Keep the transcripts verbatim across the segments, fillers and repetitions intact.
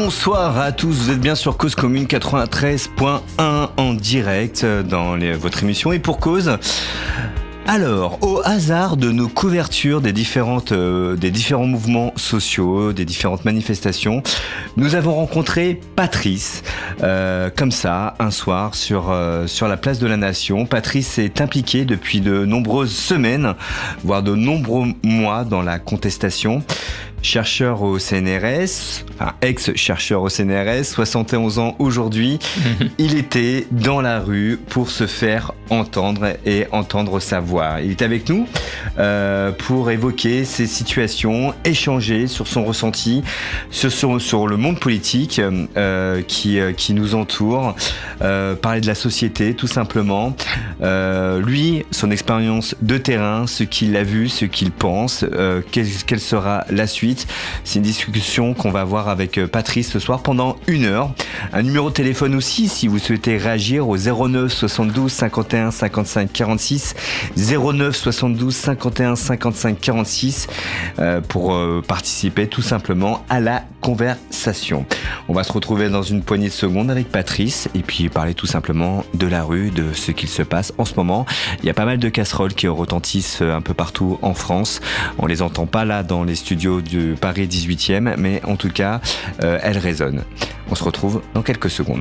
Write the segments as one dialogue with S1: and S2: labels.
S1: Bonsoir à tous, vous êtes bien sur Cause Commune quatre-vingt-treize point un en direct dans les, votre émission et pour cause. Alors, au hasard de nos couvertures des, différentes, euh, des différents mouvements sociaux, des différentes manifestations, nous avons rencontré Patrice, euh, comme ça, un soir, sur, euh, sur la place de la Nation. Patrice est impliqué depuis de nombreuses semaines, voire de nombreux mois dans la contestation. Chercheur au C N R S, enfin ex-chercheur au C N R S, soixante et onze ans aujourd'hui, il était dans la rue pour se faire entendre et entendre sa voix. Il est avec nous euh, pour évoquer ces situations, échanger sur son ressenti, sur, sur, sur le monde politique euh, qui, qui nous entoure, euh, parler de la société tout simplement. Euh, lui, son expérience de terrain, ce qu'il a vu, ce qu'il pense, euh, quelle, quelle sera la suite. C'est une discussion qu'on va avoir avec Patrice ce soir pendant une heure. Un numéro de téléphone aussi si vous souhaitez réagir au zéro neuf soixante-douze cinquante et un cinquante-cinq quarante-six zéro neuf soixante-douze cinquante et un cinquante-cinq quarante-six euh, pour euh, participer tout simplement à la conversation. On va se retrouver dans une poignée de secondes avec Patrice et puis parler tout simplement de la rue, de ce qu'il se passe en ce moment. Il y a pas mal de casseroles qui retentissent un peu partout en France. On les entend pas là dans les studios du Paris dix-huitième, mais en tout cas, euh, elles résonnent. On se retrouve dans quelques secondes.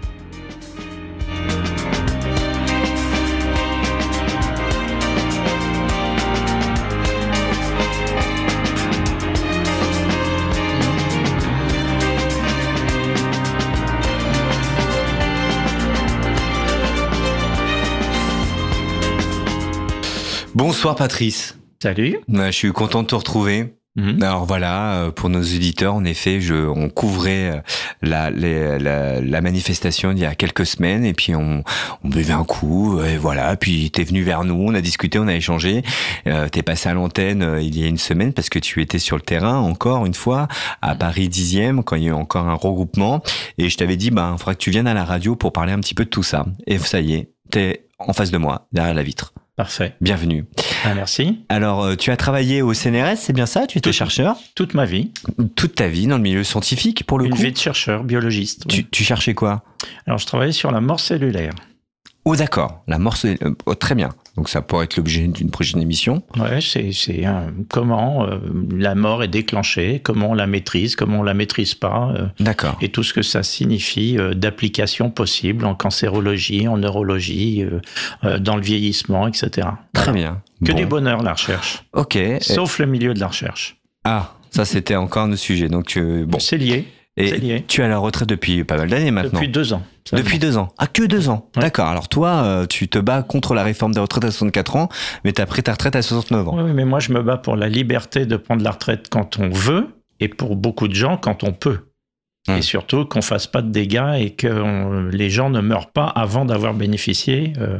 S1: Bonsoir Patrice.
S2: Salut.
S1: Je suis content de te retrouver. Mmh. Alors voilà, pour nos auditeurs, en effet, je, on couvrait la, la, la, la manifestation il y a quelques semaines et puis on, on buvait un coup et voilà. Puis t'es venu vers nous, on a discuté, on a échangé. Euh, t'es passé à l'antenne euh, il y a une semaine parce que tu étais sur le terrain encore une fois à Paris dixième quand il y a eu encore un regroupement et je t'avais dit bah il faudra que tu viennes à la radio pour parler un petit peu de tout ça. Et ça y est, t'es en face de moi, derrière la vitre.
S2: Parfait.
S1: Bienvenue.
S2: Ah, merci.
S1: Alors, euh, tu as travaillé au C N R S, c'est bien ça? Tu étais
S2: toute,
S1: chercheur?
S2: Toute ma vie.
S1: Toute ta vie dans le milieu scientifique, pour le
S2: Une
S1: coup?
S2: Une vie de chercheur, biologiste.
S1: Tu,
S2: oui.
S1: tu cherchais quoi?
S2: Alors, je travaillais sur la mort cellulaire.
S1: Oh, d'accord. La mort cellulaire. Oh, très bien. Donc, ça pourrait être l'objet d'une prochaine émission.
S2: Ouais, c'est, c'est euh, comment euh, la mort est déclenchée, comment on la maîtrise, comment on la maîtrise pas. Euh,
S1: d'accord.
S2: Et tout ce que ça signifie euh, d'applications possibles en cancérologie, en neurologie, euh, euh, dans le vieillissement, et cetera.
S1: Très voilà. bien.
S2: Que
S1: bon.
S2: du bonheur, la recherche.
S1: Ok.
S2: Sauf et... le milieu de la recherche.
S1: Ah, ça, c'était encore un sujet. Donc, tu... bon.
S2: C'est lié.
S1: Et
S2: c'est lié.
S1: Tu es à la retraite depuis pas mal d'années maintenant.
S2: Depuis deux ans. Seulement.
S1: Depuis deux ans. Ah, que deux ans.
S2: Ouais.
S1: D'accord. Alors toi, euh, tu te bats contre la réforme des retraites à soixante-quatre ans, mais tu as pris ta retraite à soixante-neuf ans.
S2: Oui, mais moi, je me bats pour la liberté de prendre la retraite quand on veut, et pour beaucoup de gens, quand on peut. Hum. Et surtout, qu'on ne fasse pas de dégâts et que on, les gens ne meurent pas avant d'avoir bénéficié euh,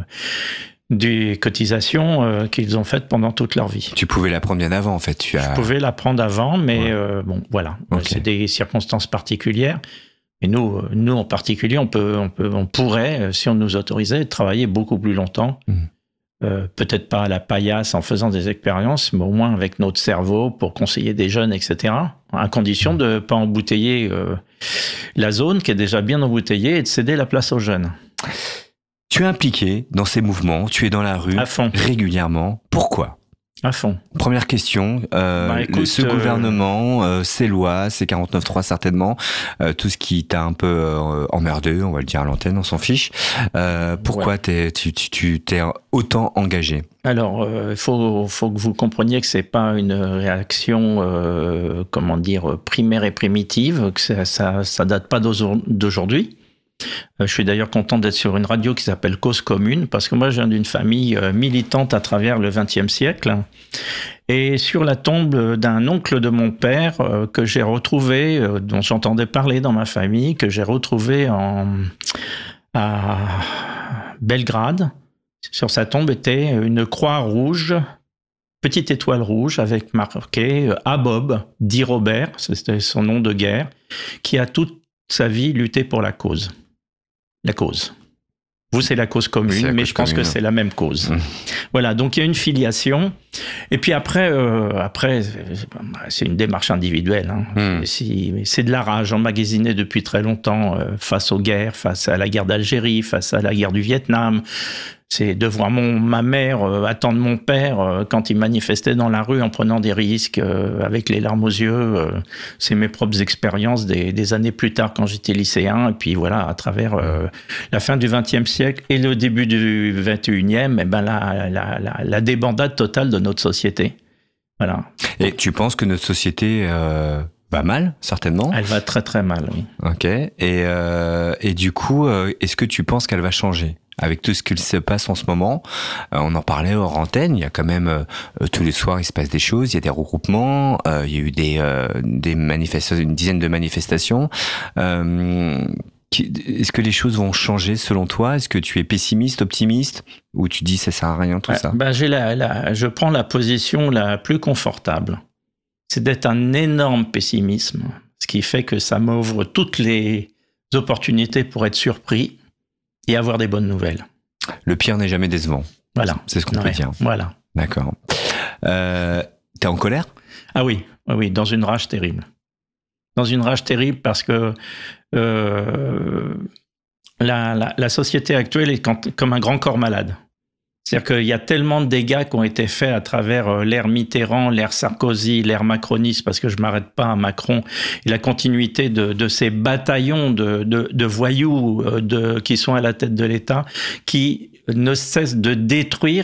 S2: des cotisations euh, qu'ils ont faites pendant toute leur vie.
S1: Tu pouvais la prendre bien avant, en fait. Tu as...
S2: Je pouvais la prendre avant, mais ouais. euh, bon, voilà.
S1: Okay.
S2: C'est des circonstances particulières. Et nous, nous en particulier, on peut, on peut, on pourrait, si on nous autorisait, travailler beaucoup plus longtemps. Mmh. Euh, peut-être pas à la paillasse en faisant des expériences, mais au moins avec notre cerveau pour conseiller des jeunes, et cetera. À condition de ne pas embouteiller euh, la zone qui est déjà bien embouteillée et de céder la place aux jeunes.
S1: Tu es impliqué dans ces mouvements, tu es dans la rue
S2: à fond.
S1: Régulièrement. Pourquoi ?
S2: À fond.
S1: Première question, euh,
S2: bah, écoute,
S1: ce gouvernement, euh, ces lois, ces quarante-neuf trois certainement, euh, tout ce qui t'a un peu euh, emmerdé, on va le dire à l'antenne, on s'en fiche. Euh, pourquoi ouais. t'es, tu, tu, tu t'es autant engagé ?
S2: Alors, il euh, faut, faut que vous compreniez que c'est pas une réaction, euh, comment dire, primaire et primitive, que ça, ça, ça date pas d'aujourd'hui. Je suis d'ailleurs content d'être sur une radio qui s'appelle Cause Commune, parce que moi, je viens d'une famille militante à travers le vingtième siècle. Et sur la tombe d'un oncle de mon père, que j'ai retrouvé, dont j'entendais parler dans ma famille, que j'ai retrouvé en, à Belgrade, sur sa tombe était une croix rouge, petite étoile rouge, avec marqué « Abob », dit Robert, c'était son nom de guerre, qui a toute sa vie lutté pour la cause. La cause. Vous, c'est la cause commune, la mais cause je pense commune. que c'est la même cause. Mmh. Voilà, donc il y a une filiation. Et puis après, euh, après, c'est une démarche individuelle. Hein. Mmh. C'est, c'est de la rage emmagasinée depuis très longtemps euh, face aux guerres, face à la guerre d'Algérie, face à la guerre du Vietnam. C'est de voir mon, ma mère euh, attendre mon père euh, quand il manifestait dans la rue en prenant des risques euh, avec les larmes aux yeux. Euh, c'est mes propres expériences des, des années plus tard quand j'étais lycéen. Et puis voilà, à travers euh, la fin du vingtième siècle et le début du vingt et unième, et ben la, la, la, la débandade totale de notre société. Voilà.
S1: Et tu penses que notre société euh, va mal, certainement ?
S2: Elle va très très mal, oui.
S1: Ok. Et, euh, et du coup, euh, est-ce que tu penses qu'elle va changer ? Avec tout ce qui se passe en ce moment, euh, on en parlait hors antenne, il y a quand même, euh, tous les soirs, il se passe des choses, il y a des regroupements, euh, il y a eu des, euh, des manifestations, une dizaine de manifestations. Euh, qui, est-ce que les choses vont changer selon toi ? Est-ce que tu es pessimiste, optimiste ? Ou tu dis ça sert à rien tout
S2: ouais,
S1: ça ?
S2: Ben j'ai la, la, je prends la position la plus confortable. C'est d'être un énorme pessimisme, ce qui fait que ça m'ouvre toutes les opportunités pour être surpris et avoir des bonnes nouvelles.
S1: Le pire n'est jamais décevant.
S2: Voilà.
S1: C'est ce qu'on
S2: ouais,
S1: peut dire.
S2: Voilà.
S1: D'accord. Euh, t'es en colère ?
S2: Ah oui, oui, dans une rage terrible. Dans une rage terrible parce que euh, la, la, la société actuelle est quand, comme un grand corps malade. C'est-à-dire qu'il y a tellement de dégâts qui ont été faits à travers l'ère Mitterrand, l'ère Sarkozy, l'ère macroniste, parce que je ne m'arrête pas à Macron, et la continuité de, de ces bataillons de, de, de voyous de, qui sont à la tête de l'État, qui ne cessent de détruire.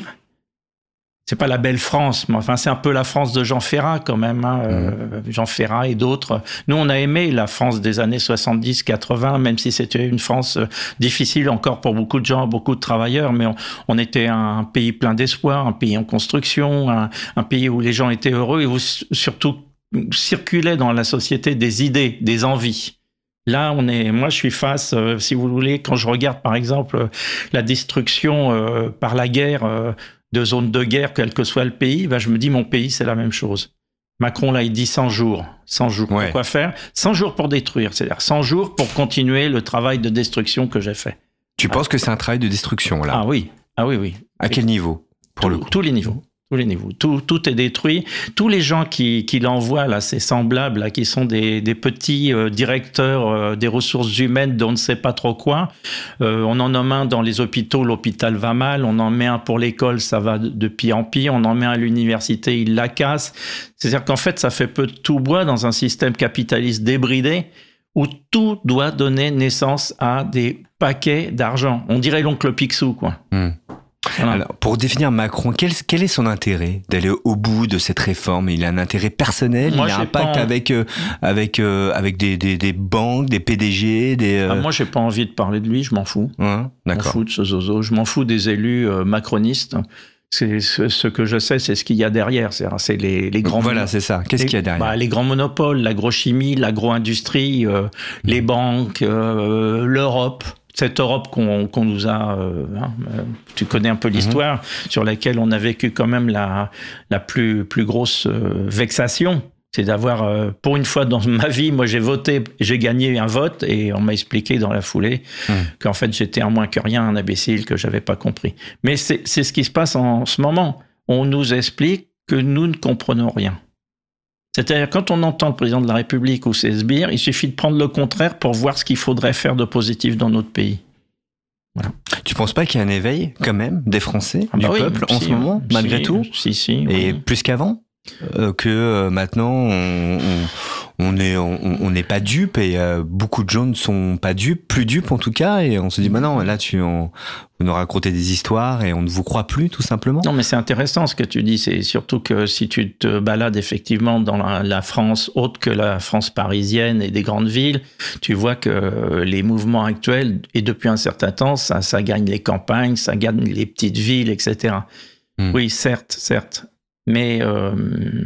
S2: C'est pas la belle France, mais enfin c'est un peu la France de Jean Ferrat quand même, hein, euh, Jean Ferrat et d'autres. Nous on a aimé la France des années soixante-dix quatre-vingts, même si c'était une France difficile encore pour beaucoup de gens, beaucoup de travailleurs, mais on, on était un pays plein d'espoir, un pays en construction, un, un pays où les gens étaient heureux et où surtout circulaient dans la société des idées, des envies. Là, on est. Moi, je suis face, euh, si vous voulez, quand je regarde par exemple la destruction euh, par la guerre. Euh, de zones de guerre, quel que soit le pays, ben je me dis, mon pays, c'est la même chose. Macron, là, il dit cent jours. cent jours. Ouais. Pourquoi faire ? cent jours pour détruire. C'est-à-dire cent jours pour continuer le travail de destruction que j'ai fait.
S1: Tu ah. penses que c'est un travail de destruction, là ?
S2: Ah oui. Ah oui, oui.
S1: À quel niveau, pour
S2: tout,
S1: le coup ?
S2: Tous les niveaux. Tous les niveaux. Tout, tout est détruit. Tous les gens qui, qui l'envoient, là, ces semblables, là, qui sont des, des petits euh, directeurs euh, des ressources humaines dont on ne sait pas trop quoi. Euh, on en nomme un dans les hôpitaux, l'hôpital va mal. On en met un pour l'école, ça va de, de pire en pire. On en met un à l'université, il la casse. C'est-à-dire qu'en fait, ça fait peu de tout bois dans un système capitaliste débridé où tout doit donner naissance à des paquets d'argent. On dirait l'oncle Picsou, quoi.
S1: Mmh. Voilà. Alors, pour définir Macron, quel, quel est son intérêt d'aller au bout de cette réforme ? Il a un intérêt personnel, moi, il a un pacte en... avec, euh, avec, euh, avec des, des, des banques, des P D G des, euh...
S2: ah, moi, j'ai pas envie de parler de lui, je m'en fous.
S1: Ouais, d'accord.
S2: Je m'en fous de ce zozo, je m'en fous des élus euh, macronistes. C'est, ce, ce que je sais, c'est ce qu'il y a derrière. C'est, c'est les, les grands...
S1: Voilà, c'est ça. Qu'est-ce
S2: les,
S1: qu'il y a derrière ?
S2: bah, les grands monopoles, l'agrochimie, l'agro-industrie, euh, mmh. les banques, euh, l'Europe. Cette Europe qu'on, qu'on nous a, euh, hein, tu connais un peu l'histoire, mmh. sur laquelle on a vécu quand même la, la plus, plus grosse euh, vexation. C'est d'avoir, euh, pour une fois dans ma vie, moi j'ai voté, j'ai gagné un vote et on m'a expliqué dans la foulée mmh. qu'en fait j'étais un moins que rien, un imbécile que j'avais pas compris. Mais c'est, c'est ce qui se passe en ce moment. On nous explique que nous ne comprenons rien. C'est-à-dire, quand on entend le président de la République ou ses sbires, il suffit de prendre le contraire pour voir ce qu'il faudrait faire de positif dans notre pays. Voilà.
S1: Tu ne penses pas qu'il y a un éveil, quand même, des Français, ah bah du oui, peuple, si, en ce moment, si, malgré tout ?
S2: Si, si.
S1: Et
S2: oui.
S1: plus qu'avant ? Euh, que euh, maintenant on, on, on est on, on n'est pas dupes et euh, beaucoup de gens ne sont pas dupes, plus dupes en tout cas, et on se dit bah non, là tu on, vous nous racontez des histoires et on ne vous croit plus tout simplement.
S2: Non mais c'est intéressant ce que tu dis, c'est surtout que si tu te balades effectivement dans la, la France autre que la France parisienne et des grandes villes, tu vois que les mouvements actuels et depuis un certain temps ça, ça gagne les campagnes, ça gagne les petites villes, et cetera. Mmh. Oui, certes, certes. Mais euh,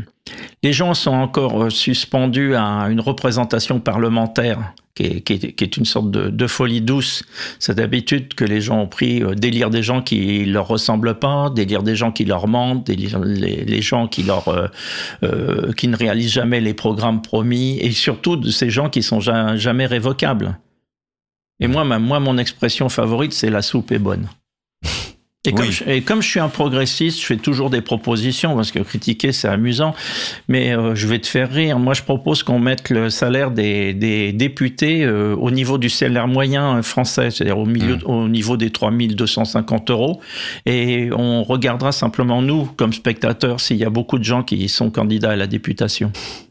S2: les gens sont encore suspendus à une représentation parlementaire qui est, qui est, qui est une sorte de, de folie douce. C'est d'habitude que les gens ont pris d'élire des gens qui leur ressemblent pas, d'élire des gens qui leur mentent, d'élire les, les gens qui, leur, euh, euh, qui ne réalisent jamais les programmes promis, et surtout de ces gens qui sont ja, jamais révocables. Et moi, ma, moi, mon expression favorite, c'est « la soupe est bonne ». Et comme,
S1: oui.
S2: je, et comme je suis un progressiste, je fais toujours des propositions, parce que critiquer, c'est amusant, mais euh, je vais te faire rire. Moi, je propose qu'on mette le salaire des, des députés euh, au niveau du salaire moyen français, c'est-à-dire au, milieu, mmh. au niveau des trois mille deux cent cinquante euros, et on regardera simplement, nous, comme spectateurs, s'il y a beaucoup de gens qui sont candidats à la députation.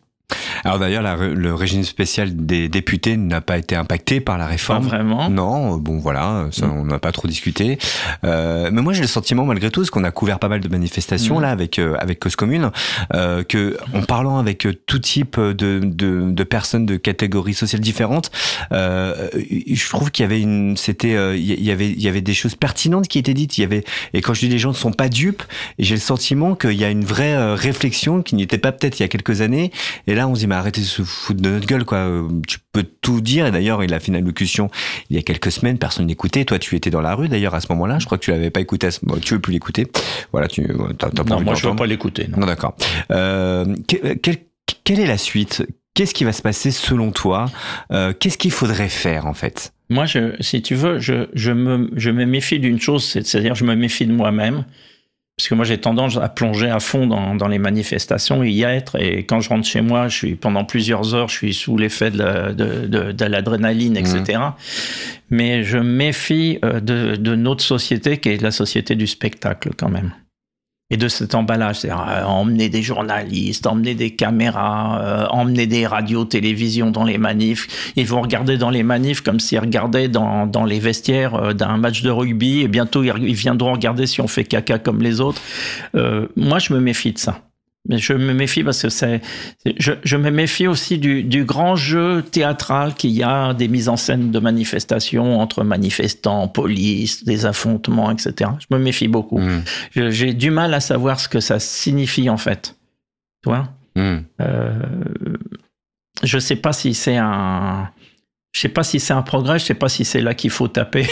S1: Alors d'ailleurs, la, le régime spécial des députés n'a pas été impacté par la réforme.
S2: Pas vraiment.
S1: Non, bon voilà, ça, mmh. on n'a pas trop discuté. Euh, mais moi j'ai le sentiment malgré tout, parce qu'on a couvert pas mal de manifestations mmh. là avec euh, avec Cause Commune, euh, que en parlant avec tout type de de, de personnes de catégories sociales différentes, euh, je trouve qu'il y avait une, c'était, euh, il y avait il y avait des choses pertinentes qui étaient dites. Il y avait, et quand je dis les gens ne sont pas dupes, j'ai le sentiment qu'il y a une vraie réflexion qui n'y était pas peut-être il y a quelques années. Et là on se dit mais arrêtez de se foutre de notre gueule, quoi. Tu peux tout dire. Et d'ailleurs, il a fait une allocution il y a quelques semaines, personne n'écoutait. Toi, tu étais dans la rue, d'ailleurs, à ce moment-là. Je crois que tu l'avais pas écouté. Bon, tu veux plus l'écouter. Voilà, tu, t'as, t'as pas
S2: non,
S1: envie
S2: moi,
S1: de
S2: je veux pas l'écouter. Non,
S1: non d'accord. Euh, quelle, quelle, quelle est la suite? Qu'est-ce qui va se passer selon toi? euh, Qu'est-ce qu'il faudrait faire, en fait?
S2: Moi, je, si tu veux, je, je me, je me méfie d'une chose, c'est-à-dire, je me méfie de moi-même. Parce que moi, j'ai tendance à plonger à fond dans, dans les manifestations et y être. Et quand je rentre chez moi, je suis pendant plusieurs heures, je suis sous l'effet de, la, de, de, de l'adrénaline, et cetera. Mmh. Mais je méfie de, de notre société, qui est la société du spectacle, quand même. Et de cet emballage, c'est-à-dire euh, emmener des journalistes, emmener des caméras, euh, emmener des radios, télévisions dans les manifs. Ils vont regarder dans les manifs comme s'ils regardaient dans, dans les vestiaires euh, d'un match de rugby, et bientôt ils, ils viendront regarder si on fait caca comme les autres. Euh, moi, je me méfie de ça. Mais je me méfie parce que c'est, je, je me méfie aussi du, du grand jeu théâtral qu'il y a, des mises en scène de manifestations entre manifestants, police, des affrontements, et cetera. Je me méfie beaucoup. Mmh. Je, j'ai du mal à savoir ce que ça signifie en fait. Tu vois ? Mmh. euh, je sais pas si c'est un, je sais pas si c'est un progrès. Je sais pas si c'est là qu'il faut taper.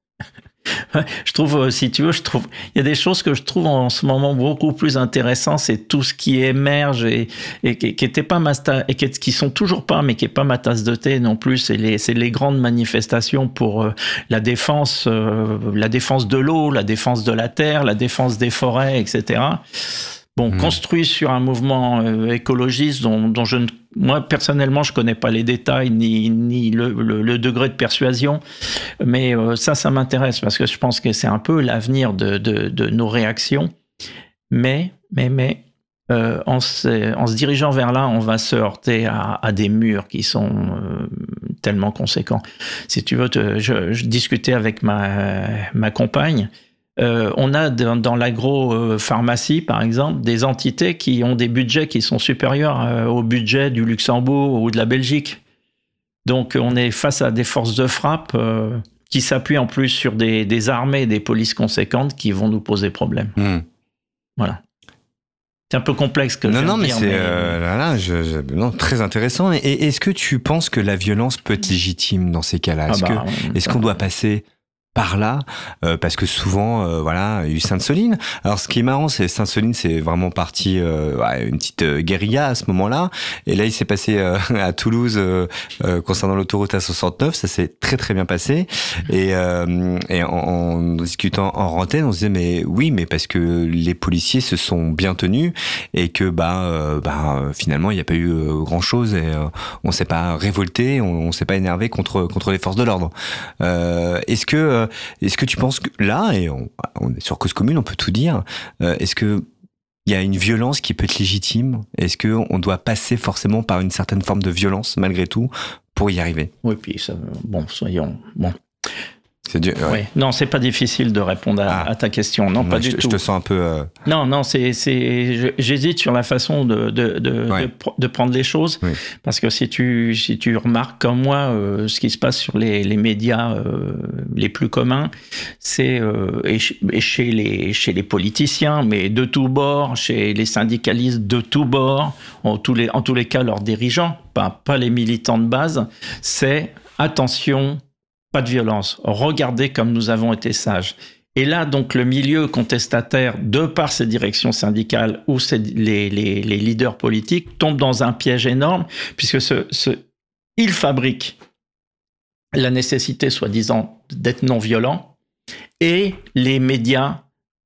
S2: Je trouve, si tu veux, je trouve, il y a des choses que je trouve en ce moment beaucoup plus intéressantes, c'est tout ce qui émerge et, et qui, qui était pas ma ta- et qui, qui sont toujours pas, mais qui est pas ma tasse de thé non plus. C'est les, c'est les grandes manifestations pour euh, la défense, euh, la défense de l'eau, la défense de la terre, la défense des forêts, et cetera. Bon, mmh. construit sur un mouvement euh, écologiste dont, dont je ne, moi personnellement, je connais pas les détails ni, ni le, le, le degré de persuasion, mais euh, ça, ça m'intéresse parce que je pense que c'est un peu l'avenir de, de, de nos réactions. Mais, mais, mais, euh, en, se, en se dirigeant vers là, on va se heurter à, à des murs qui sont euh, tellement conséquents. Si tu veux, te, je, je discutais avec ma, ma compagne. Euh, on a dans, dans l'agro-pharmacie, par exemple, des entités qui ont des budgets qui sont supérieurs euh, au budget du Luxembourg ou de la Belgique. Donc, on est face à des forces de frappe euh, qui s'appuient en plus sur des, des armées et des polices conséquentes qui vont nous poser problème. Mmh. Voilà. C'est un peu complexe que
S1: non,
S2: je
S1: non, mais
S2: dire,
S1: c'est
S2: mais...
S1: Euh, là, là, je, je, non, très intéressant. Et est-ce que tu penses que la violence peut être légitime dans ces cas-là? Est-ce, ah bah, que, est-ce qu'on doit passer par là, euh, parce que souvent, euh, voilà, il y a eu Sainte-Soline. Alors, ce qui est marrant, c'est Sainte-Soline, c'est vraiment parti euh, ouais, une petite euh, guérilla à ce moment-là. Et là, il s'est passé euh, à Toulouse euh, euh, concernant l'autoroute A soixante-neuf. Ça s'est très très bien passé. Et, euh, et en, en discutant en antenne, on se disait mais oui, mais parce que les policiers se sont bien tenus et que bah, euh, bah finalement, il n'y a pas eu euh, grand-chose et euh, on s'est pas révolté, on, on s'est pas énervé contre contre les forces de l'ordre. Euh, est-ce que Est-ce que tu penses que là, et on, on est sur Cause Commune, on peut tout dire, euh, est-ce que il y a une violence qui peut être légitime? Est-ce qu'on doit passer forcément par une certaine forme de violence, malgré tout, pour y arriver?
S2: Oui, puis ça, bon, soyons... Bon.
S1: C'est dur, ouais.
S2: Oui. Non, c'est pas difficile de répondre à, ah. à ta question. Non, pas
S1: Moi,
S2: du
S1: je,
S2: tout.
S1: Je te sens un peu. Euh...
S2: Non, non, c'est, c'est, j'hésite sur la façon de de de, ouais. de, de prendre les choses, oui. Parce que si tu si tu remarques comme moi euh, ce qui se passe sur les les médias euh, les plus communs, c'est euh, et, et chez les chez les politiciens, mais de tous bords, chez les syndicalistes de tous bords, en tous les en tous les cas leurs dirigeants, pas pas les militants de base, c'est attention. Pas de violence. Regardez comme nous avons été sages. Et là, donc, le milieu contestataire, de par ses directions syndicales ou ses, les, les, les leaders politiques, tombe dans un piège énorme, puisque ce, ce, il fabrique la nécessité, soi-disant, d'être non violent, et les médias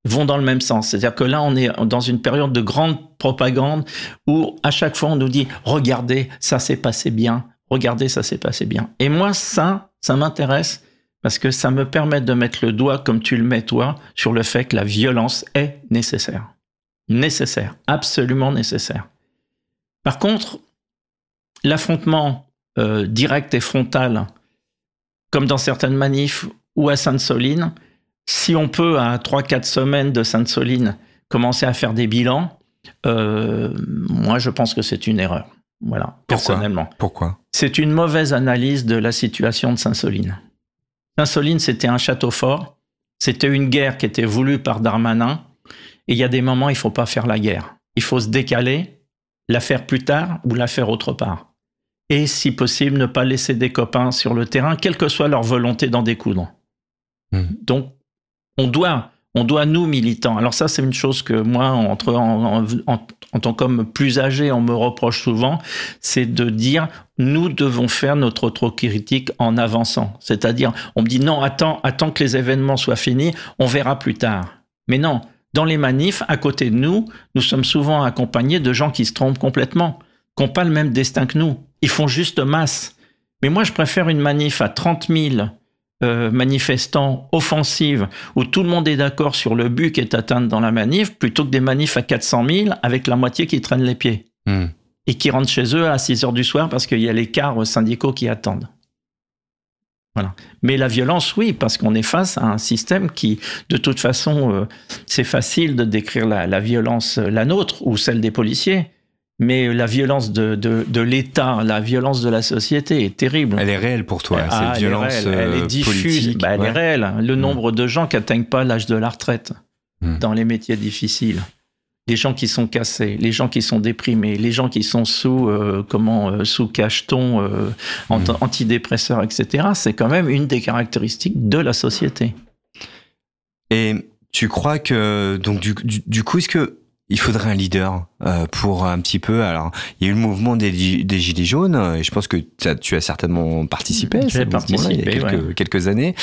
S2: vont dans le même sens. C'est-à-dire que là, on est dans une période de grande propagande où à chaque fois, on nous dit « Regardez, ça s'est passé bien. Regardez, ça s'est passé bien. » Et moi, ça, ça m'intéresse parce que ça me permet de mettre le doigt, comme tu le mets toi, sur le fait que la violence est nécessaire. Nécessaire. Absolument nécessaire. Par contre, l'affrontement euh, direct et frontal, comme dans certaines manifs ou à Sainte-Soline, si on peut, à trois quatre semaines de Sainte-Soline, commencer à faire des bilans, euh, moi, je pense que c'est une erreur. Voilà,
S1: Pourquoi
S2: personnellement.
S1: Pourquoi
S2: C'est une mauvaise analyse de la situation de Sainte-Soline. Sainte-Soline, c'était un château fort. C'était une guerre qui était voulue par Darmanin. Et il y a des moments, il ne faut pas faire la guerre. Il faut se décaler, la faire plus tard ou la faire autre part. Et si possible, ne pas laisser des copains sur le terrain, quelle que soit leur volonté d'en découdre. Mmh. Donc, on doit, on doit, nous, militants, alors ça, c'est une chose que moi, entre, en, en, en, en tant qu'homme plus âgé, on me reproche souvent, c'est de dire, nous devons faire notre autocritique en avançant. C'est-à-dire, on me dit, non, attends, attends que les événements soient finis, on verra plus tard. Mais non, dans les manifs, à côté de nous, nous sommes souvent accompagnés de gens qui se trompent complètement, qui n'ont pas le même destin que nous. Ils font juste masse. Mais moi, je préfère une manif à trente mille Euh, manifestants offensives où tout le monde est d'accord sur le but qui est atteint dans la manif plutôt que des manifs à quatre cent mille avec la moitié qui traîne les pieds mmh. et qui rentrent chez eux à six heures du soir parce qu'il y a les cars syndicaux qui attendent. Voilà. Mais la violence, oui, parce qu'on est face à un système qui, de toute façon, euh, c'est facile de décrire la, la violence, la nôtre ou celle des policiers. Mais la violence de, de, de l'État, la violence de la société est terrible.
S1: Elle est réelle pour toi,
S2: ah,
S1: cette violence
S2: elle est, réelle, elle est diffuse, bah, elle ouais. est réelle. Le mmh. nombre de gens qui n'atteignent pas l'âge de la retraite mmh. dans les métiers difficiles, les gens qui sont cassés, les gens qui sont déprimés, les gens qui sont sous, euh, comment, euh, sous cacheton, euh, mmh. antidépresseurs, et cetera, c'est quand même une des caractéristiques de la société.
S1: Et tu crois que, donc du, du, du coup, est-ce que il faudrait un leader euh, pour un petit peu. Alors, il y a eu le mouvement des, des Gilets jaunes, et je pense que tu as certainement participé à ce mouvement-là il y a quelques, ouais. quelques années.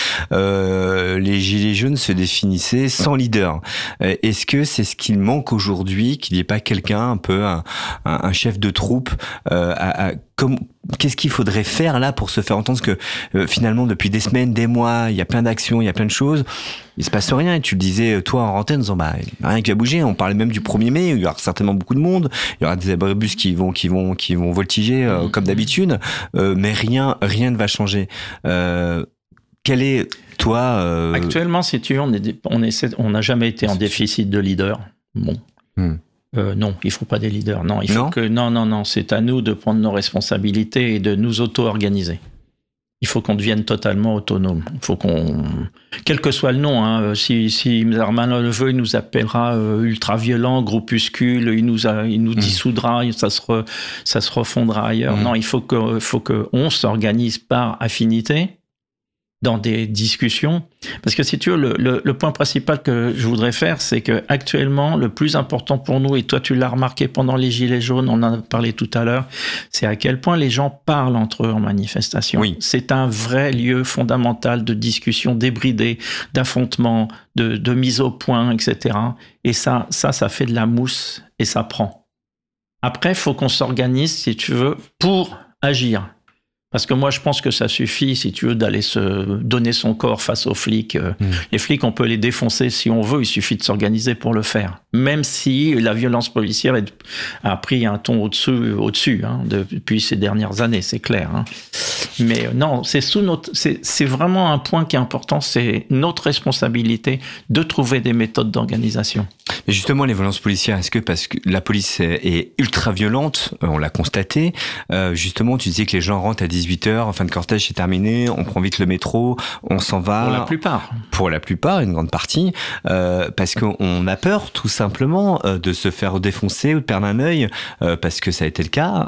S1: Euh, les Gilets jaunes se définissaient sans leader. Euh, est-ce que c'est ce qu'il manque aujourd'hui, qu'il n'y ait pas quelqu'un, un peu un, un, un chef de troupe euh, à, à, comme, qu'est-ce qu'il faudrait faire là pour se faire entendre? Parce que euh, finalement, depuis des semaines, des mois, il y a plein d'actions, il y a plein de choses. Il se passe rien. Et tu le disais, toi, en antenne, en disant, bah, rien qui va bouger. On parlait même du premier mai. Il y aura certainement beaucoup de monde. Il y aura des abribus qui vont, qui vont, qui vont voltiger, euh, comme d'habitude. Euh, mais rien, rien ne va changer. Euh, quel est, toi, euh...
S2: Actuellement, si tu veux, on est, on essaie, on n'a jamais été en déficit de leader. Bon. Hmm. Euh, non, il faut pas des leaders. Non, il faut
S1: non
S2: que, non, non, non. C'est à nous de prendre nos responsabilités et de nous auto-organiser. Il faut qu'on devienne totalement autonome. Il faut qu'on, quel que soit le nom, hein, si, si Darmanin le veut, il nous appellera euh, ultra-violent, groupuscule, il nous, a, il nous mmh. dissoudra, ça se, re, ça se refondra ailleurs. Mmh. Non, il faut que, faut que on s'organise par affinité dans des discussions. Parce que si tu veux, le, le, le point principal que je voudrais faire, c'est que actuellement, le plus important pour nous, et toi tu l'as remarqué pendant les Gilets jaunes, on en a parlé tout à l'heure, c'est à quel point les gens parlent entre eux en manifestation.
S1: Oui.
S2: C'est un vrai lieu fondamental de discussion débridée, d'affrontement, de, de mise au point, et cetera. Et ça, ça, ça fait de la mousse et ça prend. Après, il faut qu'on s'organise, si tu veux, pour agir. Parce que moi, je pense que ça suffit, si tu veux, d'aller se donner son corps face aux flics. Mmh. Les flics, on peut les défoncer si on veut, il suffit de s'organiser pour le faire. Même si la violence policière est, a pris un ton au-dessus, au-dessus hein, depuis ces dernières années, c'est clair. Hein. Mais non, c'est, sous notre, c'est, c'est vraiment un point qui est important, c'est notre responsabilité de trouver des méthodes d'organisation.
S1: Mais justement, les violences policières, est-ce que parce que la police est ultra violente, on l'a constaté, euh, justement, tu disais que les gens rentrent à dix-huit heures, en fin de cortège, c'est terminé, on prend vite le métro, on s'en va.
S2: Pour la plupart.
S1: Pour la plupart, une grande partie, euh, parce qu'on a peur, tout simplement, euh, de se faire défoncer ou de perdre un œil, euh, parce que ça a été le cas.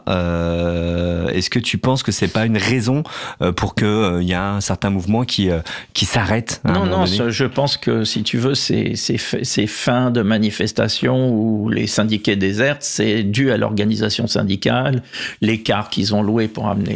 S1: Euh, est-ce que tu penses que c'est pas une raison euh, pour qu'il euh, y a un certain mouvement qui, euh, qui s'arrête?
S2: Non, non, donné je pense que, si tu veux, ces, ces, ces fins de manifestations où les syndiqués désertent, c'est dû à l'organisation syndicale, les cars qu'ils ont loués pour amener les gens,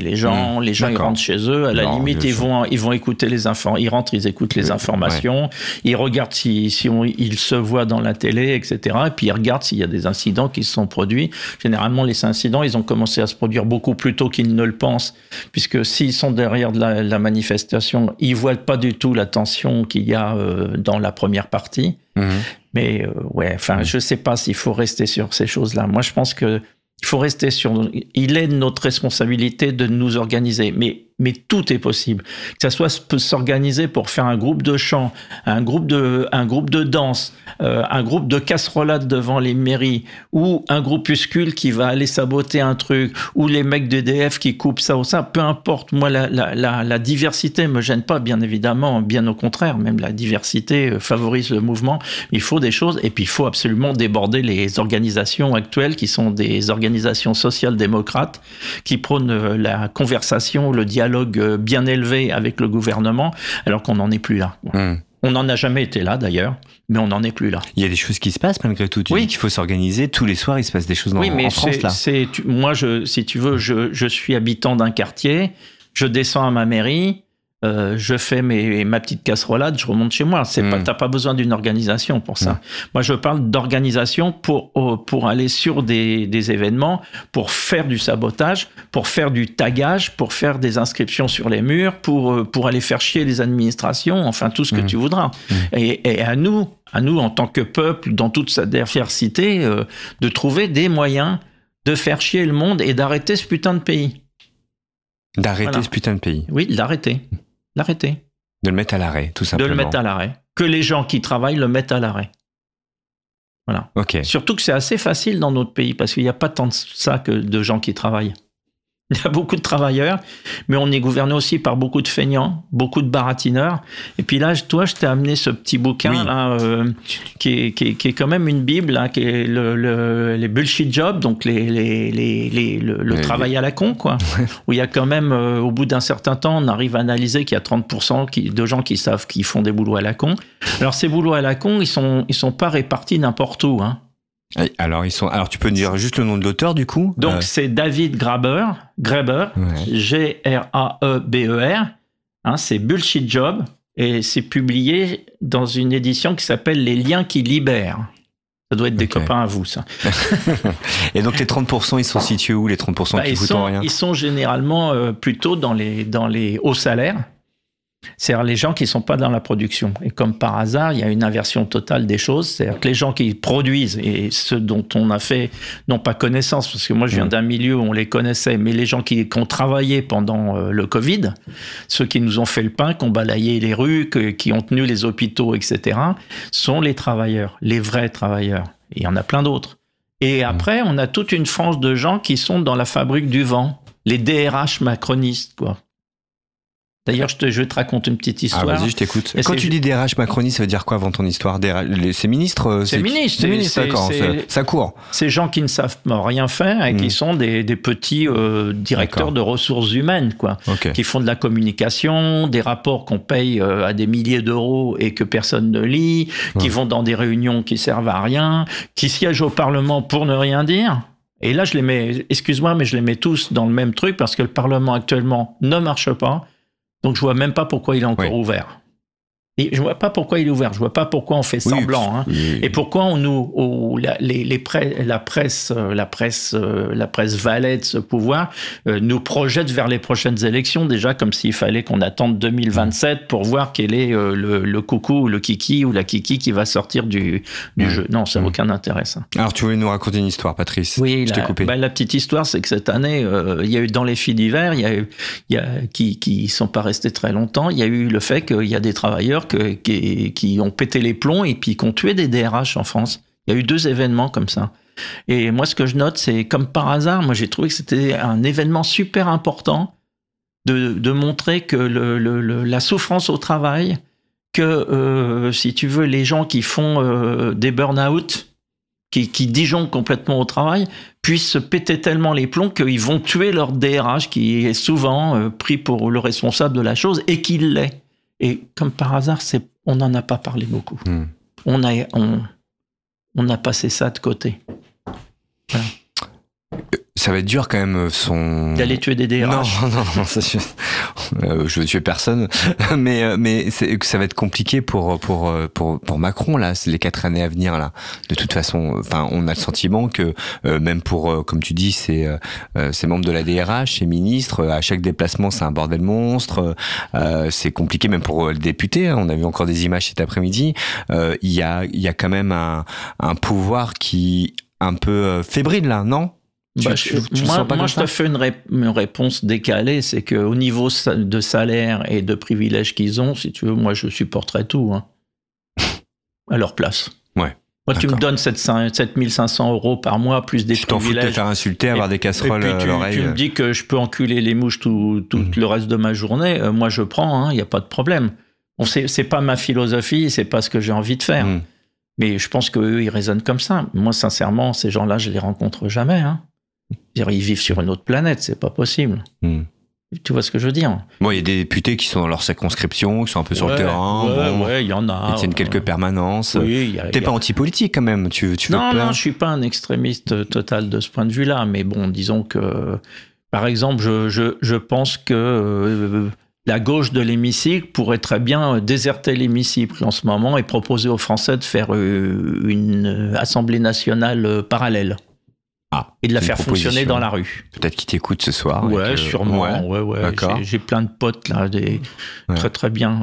S2: gens, mmh, les gens ils rentrent chez eux, à la non, limite ils vont, ils vont écouter les informations, ils rentrent, ils écoutent les informations, ouais. Ils regardent si, si on, ils se voient dans la télé, et cetera. Et puis ils regardent s'il y a des incidents qui se sont produits. Généralement, les incidents, ils ont commencé à se produire beaucoup plus tôt qu'ils ne le pensent, puisque s'ils sont derrière de la, la manifestation, ils voient pas du tout la tension qu'il y a euh, dans la première partie. Mmh. Mais euh, ouais, enfin, mmh. je sais pas s'il faut rester sur ces choses-là. Moi, je pense que il faut rester sur... Il est de notre responsabilité de nous organiser, mais, mais tout est possible. Que ça soit peut s'organiser pour faire un groupe de chant, un groupe de, un groupe de danse, euh, un groupe de casserolades devant les mairies, ou un groupuscule qui va aller saboter un truc, ou les mecs d'E D F qui coupent ça ou ça, peu importe. Moi, la, la, la, la diversité me gêne pas, bien évidemment, bien au contraire. Même la diversité favorise le mouvement. Il faut des choses, et puis il faut absolument déborder les organisations actuelles qui sont des organisations organisations social-démocrates qui prônent la conversation, le dialogue bien élevé avec le gouvernement, alors qu'on n'en est plus là. Mmh. On n'en a jamais été là, d'ailleurs, mais on n'en est plus là.
S1: Il y a des choses qui se passent, malgré tout. Tu oui. dis qu'il faut s'organiser. Tous les soirs, il se passe des choses dans,
S2: oui, mais
S1: en France, là.
S2: C'est, tu, moi, je, si tu veux, je, je suis habitant d'un quartier, je descends à ma mairie, Euh, je fais mes, ma petite casserolade, je remonte chez moi. C'est mmh. pas, t'as pas besoin d'une organisation pour ça. Mmh. Moi, je parle d'organisation pour, pour aller sur des, des événements, pour faire du sabotage, pour faire du tagage, pour faire des inscriptions sur les murs, pour, pour aller faire chier les administrations, enfin, tout ce que mmh. tu voudras. Mmh. Et, et à nous, à nous, en tant que peuple, dans toute sa diversité, euh, de trouver des moyens de faire chier le monde et d'arrêter ce putain de pays.
S1: D'arrêter voilà. ce putain de pays.
S2: Oui, de l'arrêter. L'arrêter.
S1: De le mettre à l'arrêt, tout simplement.
S2: De le mettre à l'arrêt. Que les gens qui travaillent le mettent à l'arrêt. Voilà.
S1: Okay.
S2: Surtout que c'est assez facile dans notre pays, parce qu'il n'y a pas tant de ça que de gens qui travaillent. Il y a beaucoup de travailleurs, mais on est gouverné aussi par beaucoup de feignants, beaucoup de baratineurs. Et puis là, toi, je t'ai amené ce petit bouquin oui. là, euh, qui, est, qui, est, qui est quand même une bible, là, qui est le, le, les bullshit jobs, donc les, les, les, les, le, le travail les... à la con, quoi. Où il y a quand même, euh, au bout d'un certain temps, on arrive à analyser qu'il y a trente pour cent qui, de gens qui savent qu'ils font des boulots à la con. Alors ces boulots à la con, ils sont, ils sont pas répartis n'importe où, hein.
S1: Alors, ils sont... Alors, tu peux dire juste le nom de l'auteur, du coup ?
S2: Donc, euh... c'est David Graeber, Graeber ouais. G R A E B E R. Hein, c'est Bullshit Job. Et c'est publié dans une édition qui s'appelle Les liens qui libèrent. Ça doit être des okay. copains à vous, ça.
S1: Et donc, les trente pour cent, ils sont situés où, les trente pour cent bah, qui foutent en rien ?
S2: Ils sont généralement euh, plutôt dans les, dans les hauts salaires. C'est-à-dire les gens qui ne sont pas dans la production. Et comme par hasard, il y a une inversion totale des choses. C'est-à-dire que les gens qui produisent, et ceux dont on a fait, n'ont pas connaissance, parce que moi je viens d'un milieu où on les connaissait, mais les gens qui, qui ont travaillé pendant euh, le Covid, ceux qui nous ont fait le pain, qui ont balayé les rues, que, qui ont tenu les hôpitaux, et cetera, sont les travailleurs, les vrais travailleurs. Et il y en a plein d'autres. Et après, on a toute une frange de gens qui sont dans la fabrique du vent, les D R H macronistes, quoi. D'ailleurs, je, te, je te raconte une petite histoire.
S1: Ah, vas-y, je t'écoute. Et quand tu dis D R H macroniste, ça veut dire quoi avant ton histoire ? C'est ministre
S2: C'est ministre.
S1: C'est ministre, d'accord. Ça court.
S2: C'est gens qui ne savent rien faire et mmh. qui sont des, des petits euh, directeurs d'accord. de ressources humaines, quoi. Okay. Qui font de la communication, des rapports qu'on paye euh, à des milliers d'euros et que personne ne lit, mmh. qui vont dans des réunions qui servent à rien, qui siègent au Parlement pour ne rien dire. Et là, je les mets, excuse-moi, mais je les mets tous dans le même truc parce que le Parlement actuellement ne marche pas. Donc, je vois même pas pourquoi il est encore oui. ouvert. Et je vois pas pourquoi il est ouvert. Je vois pas pourquoi on fait semblant. Oui, hein. oui. Et pourquoi on nous, oh, la, les, les presse, la presse, la presse, la presse valet de ce pouvoir euh, nous projette vers les prochaines élections déjà, comme s'il fallait qu'on attende deux mille vingt-sept pour voir quel est euh, le, le coucou, le kiki ou la kiki qui va sortir du, du mmh. jeu. Non, ça n'a mmh. aucun intérêt, ça.
S1: Alors, tu voulais nous raconter une histoire, Patrice ?
S2: Oui,
S1: je
S2: la,
S1: t'ai coupé.
S2: Bah, la petite histoire, c'est que cette année, euh, il y a eu dans les faits divers, il y a eu, il y a qui qui sont pas restés très longtemps. Il y a eu le fait qu'il y a des travailleurs Que, qui, qui ont pété les plombs et puis qui ont tué des D R H en France. Il y a eu deux événements comme ça. Et moi, ce que je note, c'est comme par hasard, moi j'ai trouvé que c'était un événement super important de, de montrer que le, le, le, la souffrance au travail, que euh, si tu veux, les gens qui font euh, des burn-out, qui, qui disjonctent complètement au travail, puissent se péter tellement les plombs qu'ils vont tuer leur D R H qui est souvent euh, pris pour le responsable de la chose et qu'il l'est. Et comme par hasard, c'est, on n'en a pas parlé beaucoup. Mmh. On, a, on, on a passé ça de côté. Voilà.
S1: ça va être dur quand même son.
S2: D'aller tuer des D R H.
S1: Non, non, non, ça, je... Euh, je veux tuer personne, mais mais c'est, ça va être compliqué pour pour pour pour Macron là, c'est les quatre années à venir là. De toute façon, enfin, on a le sentiment que euh, même pour, euh, comme tu dis, c'est euh, ces membres de la D R H, ces ministres, à chaque déplacement, c'est un bordel monstre. Euh, c'est compliqué même pour le député. Hein, on a vu encore des images cet après-midi. Euh, Il y a il y a quand même un un pouvoir qui un peu fébrile là, non?
S2: Bah, tu, je, tu moi, moi je te fais une, ré- une réponse décalée, c'est qu'au niveau de salaire et de privilèges qu'ils ont, si tu veux, moi je supporterais tout, hein, à leur place.
S1: Ouais.
S2: Moi, d'accord. Tu me donnes sept mille cinq cents euros par mois, plus des
S1: tu
S2: privilèges.
S1: Tu t'en fous de te faire insulter, avoir des casseroles
S2: et puis tu,
S1: à l'oreille.
S2: Tu me dis que je peux enculer les mouches tout, tout mmh. le reste de ma journée, euh, moi je prends, il hein, n'y a pas de problème. Bon, c'est, c'est pas ma philosophie, c'est pas ce que j'ai envie de faire. Mmh. Mais je pense qu'eux, ils raisonnent comme ça. Moi, sincèrement, ces gens-là, je les rencontre jamais, hein. Ils vivent sur une autre planète, c'est pas possible. Mm. Tu vois ce que je veux dire?
S1: Bon, il y a des députés qui sont dans leur circonscription, qui sont un peu sur
S2: ouais,
S1: le terrain.
S2: Ouais,
S1: bon,
S2: ouais, il y en a.
S1: Ils tiennent quelques euh, permanences.
S2: Oui, y a,
S1: T'es
S2: y a...
S1: pas anti-politique quand même, tu, tu veux
S2: Non,
S1: plaire.
S2: non, je suis pas un extrémiste total de ce point de vue-là, mais bon, disons que, par exemple, je, je, je pense que euh, la gauche de l'hémicycle pourrait très bien déserter l'hémicycle en ce moment et proposer aux Français de faire euh, une assemblée nationale euh, parallèle.
S1: Ah,
S2: et de la faire fonctionner dans la rue.
S1: Peut-être qu'ils t'écoutent ce soir.
S2: Ouais,
S1: que...
S2: sûrement. Ouais, ouais, ouais. J'ai, j'ai plein de potes là, des... ouais. très très bien.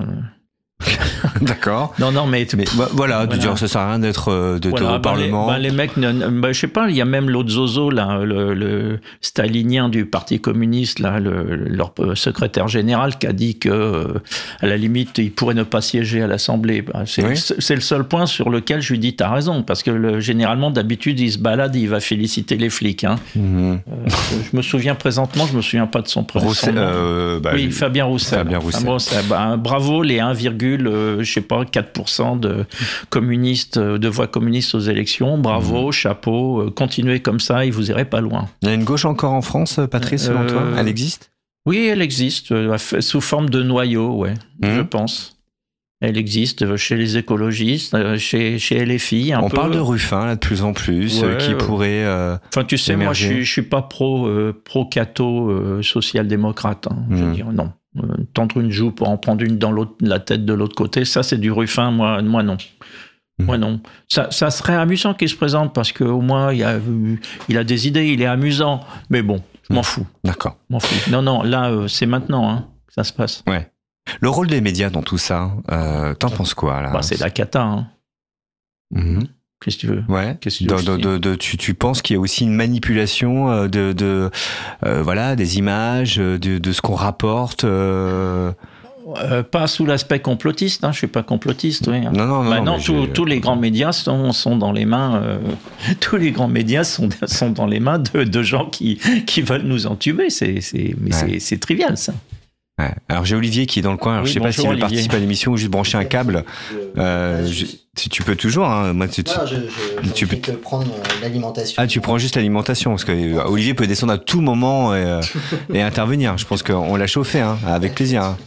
S1: D'accord.
S2: Non, non, mais,
S1: mais bah, voilà, de dire ça sert à rien d'être de
S2: voilà,
S1: au
S2: bah,
S1: Parlement.
S2: Les, bah, les mecs, bah, je sais pas, il y a même l'autre zozo là, le, le stalinien du Parti communiste là, le, leur secrétaire général qui a dit que euh, à la limite il pourrait ne pas siéger à l'Assemblée. Bah, c'est, oui. c'est le seul point sur lequel je lui dis t'as raison, parce que le, généralement d'habitude il se balade, il va féliciter les flics. Hein. Mmh. Euh, je me souviens présentement, je me souviens pas de son prénom.
S1: Roussel, euh, bah,
S2: oui, Fabien Roussel.
S1: Fabien Roussel.
S2: Fabien Roussel. Bah, bravo les un virgule Euh, je sais pas, quatre pour cent de communistes, de voix communistes aux élections. Bravo, mmh. chapeau, euh, continuez comme ça, et vous irez pas loin.
S1: Il y a une gauche encore en France, Patrice, selon euh, toi? Elle existe?
S2: Oui, elle existe, euh, sous forme de noyau, ouais, mmh. je pense. Elle existe chez les écologistes, chez, chez L F I. Un
S1: On
S2: peu.
S1: parle de Ruffin, là, de plus en plus, ouais, qui pourrait. Euh,
S2: enfin, tu sais, émerger. Moi, je suis, je suis pas pro, euh, pro-cato euh, social-démocrate. Hein, mmh. Je veux dire, non. Euh, tendre une joue pour en prendre une dans l'autre, la tête de l'autre côté, ça c'est du Ruffin, moi, moi non. Mmh. Moi non. Ça, ça serait amusant qu'il se présente parce qu'au moins il a, il a des idées, il est amusant, mais bon, je m'en fous.
S1: D'accord.
S2: M'en fous. Non, non, là euh, c'est maintenant hein, que ça se passe.
S1: Ouais. Le rôle des médias dans tout ça, euh, t'en penses quoi là?
S2: Bah, c'est la cata. Hein.
S1: Mmh.
S2: Qu'est-ce que tu veux?
S1: Ouais.
S2: Qu'est-ce que tu, veux
S1: de, de, de, tu, tu penses qu'il y a aussi une manipulation de, de euh, voilà, des images, de, de ce qu'on rapporte euh...
S2: Euh, pas sous l'aspect complotiste, hein, je suis pas complotiste. Oui, hein.
S1: Non, non, non.
S2: Bah, non tout, tous les grands médias sont, sont dans les mains. Euh, tous les grands médias sont, sont dans les mains de, de gens qui, qui veulent nous entuber. C'est, c'est, mais ouais. c'est, c'est trivial, ça.
S1: Ouais. Alors j'ai Olivier qui est dans le coin. Alors, oui, je sais pas s'il veut participer à l'émission ou juste brancher un câble. Euh, je, si tu peux toujours. Hein, moi, tu,
S3: voilà, je, je,
S1: tu peux
S3: que prendre l'alimentation.
S1: Ah, tu prends juste l'alimentation parce que euh, Olivier peut descendre à tout moment et, euh, et intervenir. Je pense qu'on l'a chauffé, hein, avec plaisir. Hein.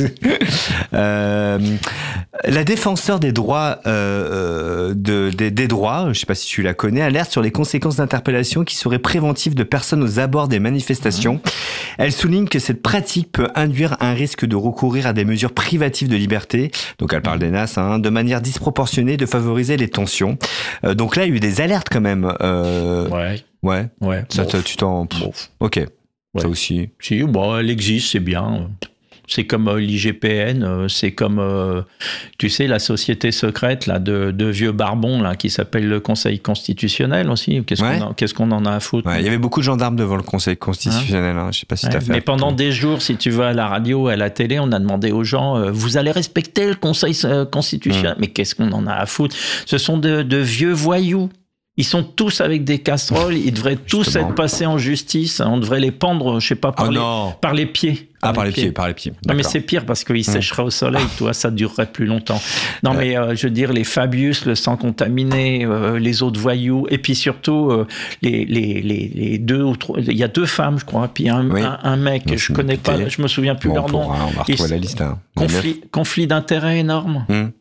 S1: euh, la défenseur des droits, euh, de, des, des droits, je sais pas si tu la connais, alerte sur les conséquences d'interpellation qui seraient préventives de personnes aux abords des manifestations. Mmh. Elle souligne que cette pratique peut induire un risque de recourir à des mesures privatives de liberté. Donc elle parle des N A S, hein, de manière disproportionnée, de favoriser les tensions. Euh, donc là, il y a eu des alertes quand même. Euh,
S2: ouais.
S1: Ouais.
S2: Ouais.
S1: Ça,
S2: bon.
S1: tu t'en. Bon. Ok. Ouais. Ça aussi.
S2: Si, bon, elle existe, c'est bien. C'est comme euh, l'I G P N, euh, c'est comme, euh, tu sais, la société secrète là, de, de vieux barbons là, qui s'appelle le Conseil constitutionnel aussi. Qu'est-ce, ouais. qu'on, a, qu'est-ce qu'on en a à foutre?
S1: Ouais, il y avait beaucoup de gendarmes devant le Conseil constitutionnel. Hein. Hein, je sais pas si ouais, tu as fait.
S2: Mais pendant des jours, si tu vas à la radio, à la télé, on a demandé aux gens, euh, vous allez respecter le Conseil euh, constitutionnel. Mmh. Mais qu'est-ce qu'on en a à foutre? Ce sont de, de vieux voyous. Ils sont tous avec des casseroles, ils devraient tous Justement. être passés en justice. On devrait les pendre, je sais pas, par, oh les, par les pieds.
S1: Ah, par les pieds, pieds, par les pieds.
S2: Non, mais c'est pire parce qu'ils mmh. sécheraient au soleil, toi, ça durerait plus longtemps. Non, euh. mais euh, je veux dire, les Fabius, le sang contaminé, euh, les autres voyous, et puis surtout, euh, les, les, les, les deux ou trois, il y a deux femmes, je crois, puis un, oui. un, un mec, non, je connais pas, je me souviens plus
S1: bon,
S2: leur nom.
S1: On va retrouver la liste. Hein.
S2: Conflit, conflit d'intérêts énorme. Mmh.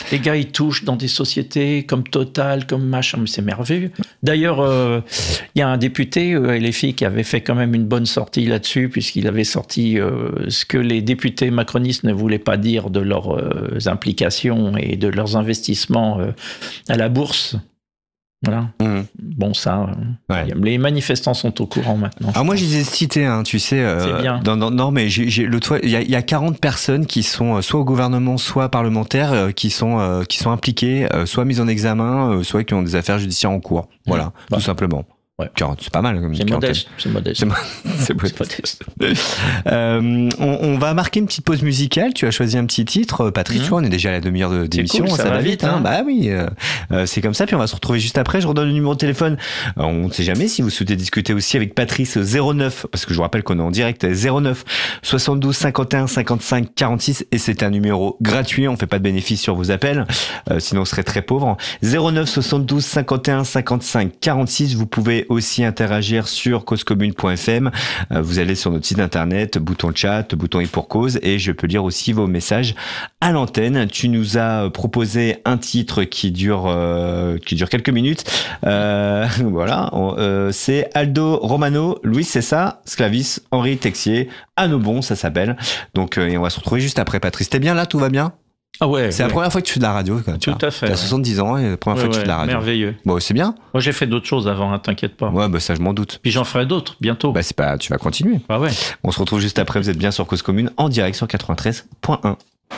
S2: Les gars, ils touchent dans des sociétés comme Total, comme machin, mais c'est merveilleux. D'ailleurs, il euh, y a un député, euh, L F I, qui avait fait quand même une bonne sortie là-dessus, puisqu'il avait sorti euh, ce que les députés macronistes ne voulaient pas dire de leurs euh, implications et de leurs investissements euh, à la bourse. Voilà. Mmh. Bon, ça, ouais. Les manifestants sont au courant maintenant.
S1: Ah, moi, je les ai cités, hein, tu sais. Euh,
S2: c'est bien.
S1: Dans, dans, non, mais j'ai, j'ai, le toit, il y a, y a quarante personnes qui sont soit au gouvernement, soit parlementaires, euh, qui sont euh, qui sont impliquées, euh, soit mises en examen, euh, soit qui ont des affaires judiciaires en cours. Voilà, mmh. tout bah. simplement.
S2: Ouais.
S1: quarante, c'est pas mal. Comme
S2: c'est, modeste, c'est modeste. C'est, mo-
S1: c'est modeste. C'est modeste. euh, on, on va marquer une petite pause musicale. Tu as choisi un petit titre. Patrice, mmh. tu vois, on est déjà à la demi-heure de, d'émission.
S2: Cool, ça,
S1: ça
S2: va
S1: va
S2: vite.
S1: Hein.
S2: Hein.
S1: Bah oui, euh, euh, c'est comme ça. Puis on va se retrouver juste après. Je redonne le numéro de téléphone. Alors, on ne sait jamais si vous souhaitez discuter aussi avec Patrice. zéro neuf, parce que je vous rappelle qu'on est en direct. zéro neuf soixante-douze cinquante et un cinquante-cinq quarante-six. Et c'est un numéro gratuit. On fait pas de bénéfice sur vos appels. Euh, sinon, on serait très pauvre. zéro neuf soixante-douze cinquante et un cinquante-cinq quarante-six. Vous pouvez aussi interagir sur cause commune point f m. Euh, vous allez sur notre site internet, bouton chat, bouton et pour cause, et je peux lire aussi vos messages à l'antenne. Tu nous as proposé un titre qui dure euh, qui dure quelques minutes. Euh, voilà, on, euh, c'est Aldo Romano, Louis Cessa, Sclavis, Henri Texier, à nos bons, ça s'appelle. Donc, euh, et on va se retrouver juste après. Patrice, t'es bien là, tout va bien?
S2: Ah ouais.
S1: C'est
S2: ouais.
S1: la première fois que tu fais de la radio. Quoi,
S2: Tout à fait.
S1: Tu as soixante-dix ans et la première ouais, fois que
S2: ouais,
S1: tu fais de la radio.
S2: Merveilleux.
S1: Bon, c'est bien.
S2: Moi, j'ai fait d'autres choses avant, hein, t'inquiète pas.
S1: Ouais, bah ça, je m'en doute.
S2: Puis j'en ferai d'autres bientôt.
S1: Bah, c'est pas, tu vas continuer.
S2: Ah ouais.
S1: On se retrouve juste après. Vous êtes bien sur Cause Commune en direct sur quatre-vingt-treize point un.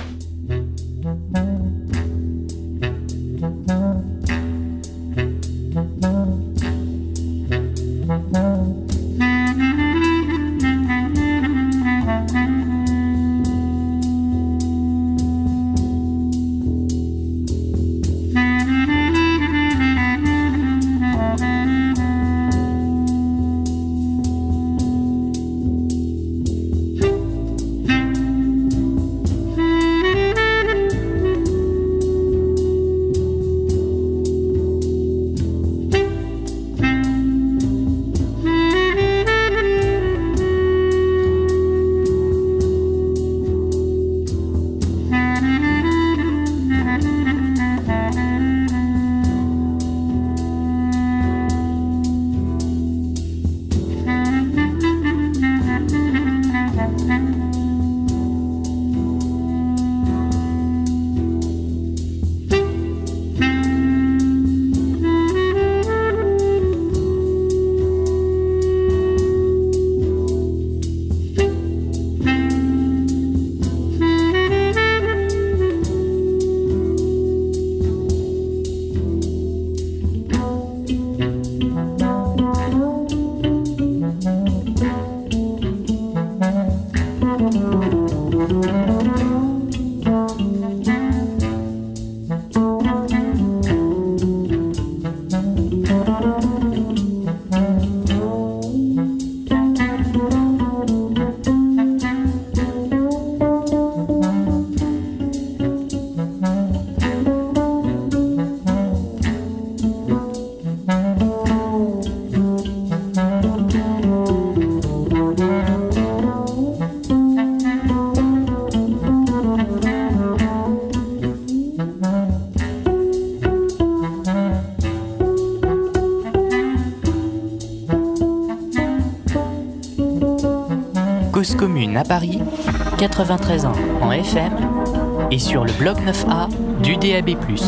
S4: Cause Commune à Paris, quatre-vingt-treize ans en F M et sur le bloc neuf A du D A B plus.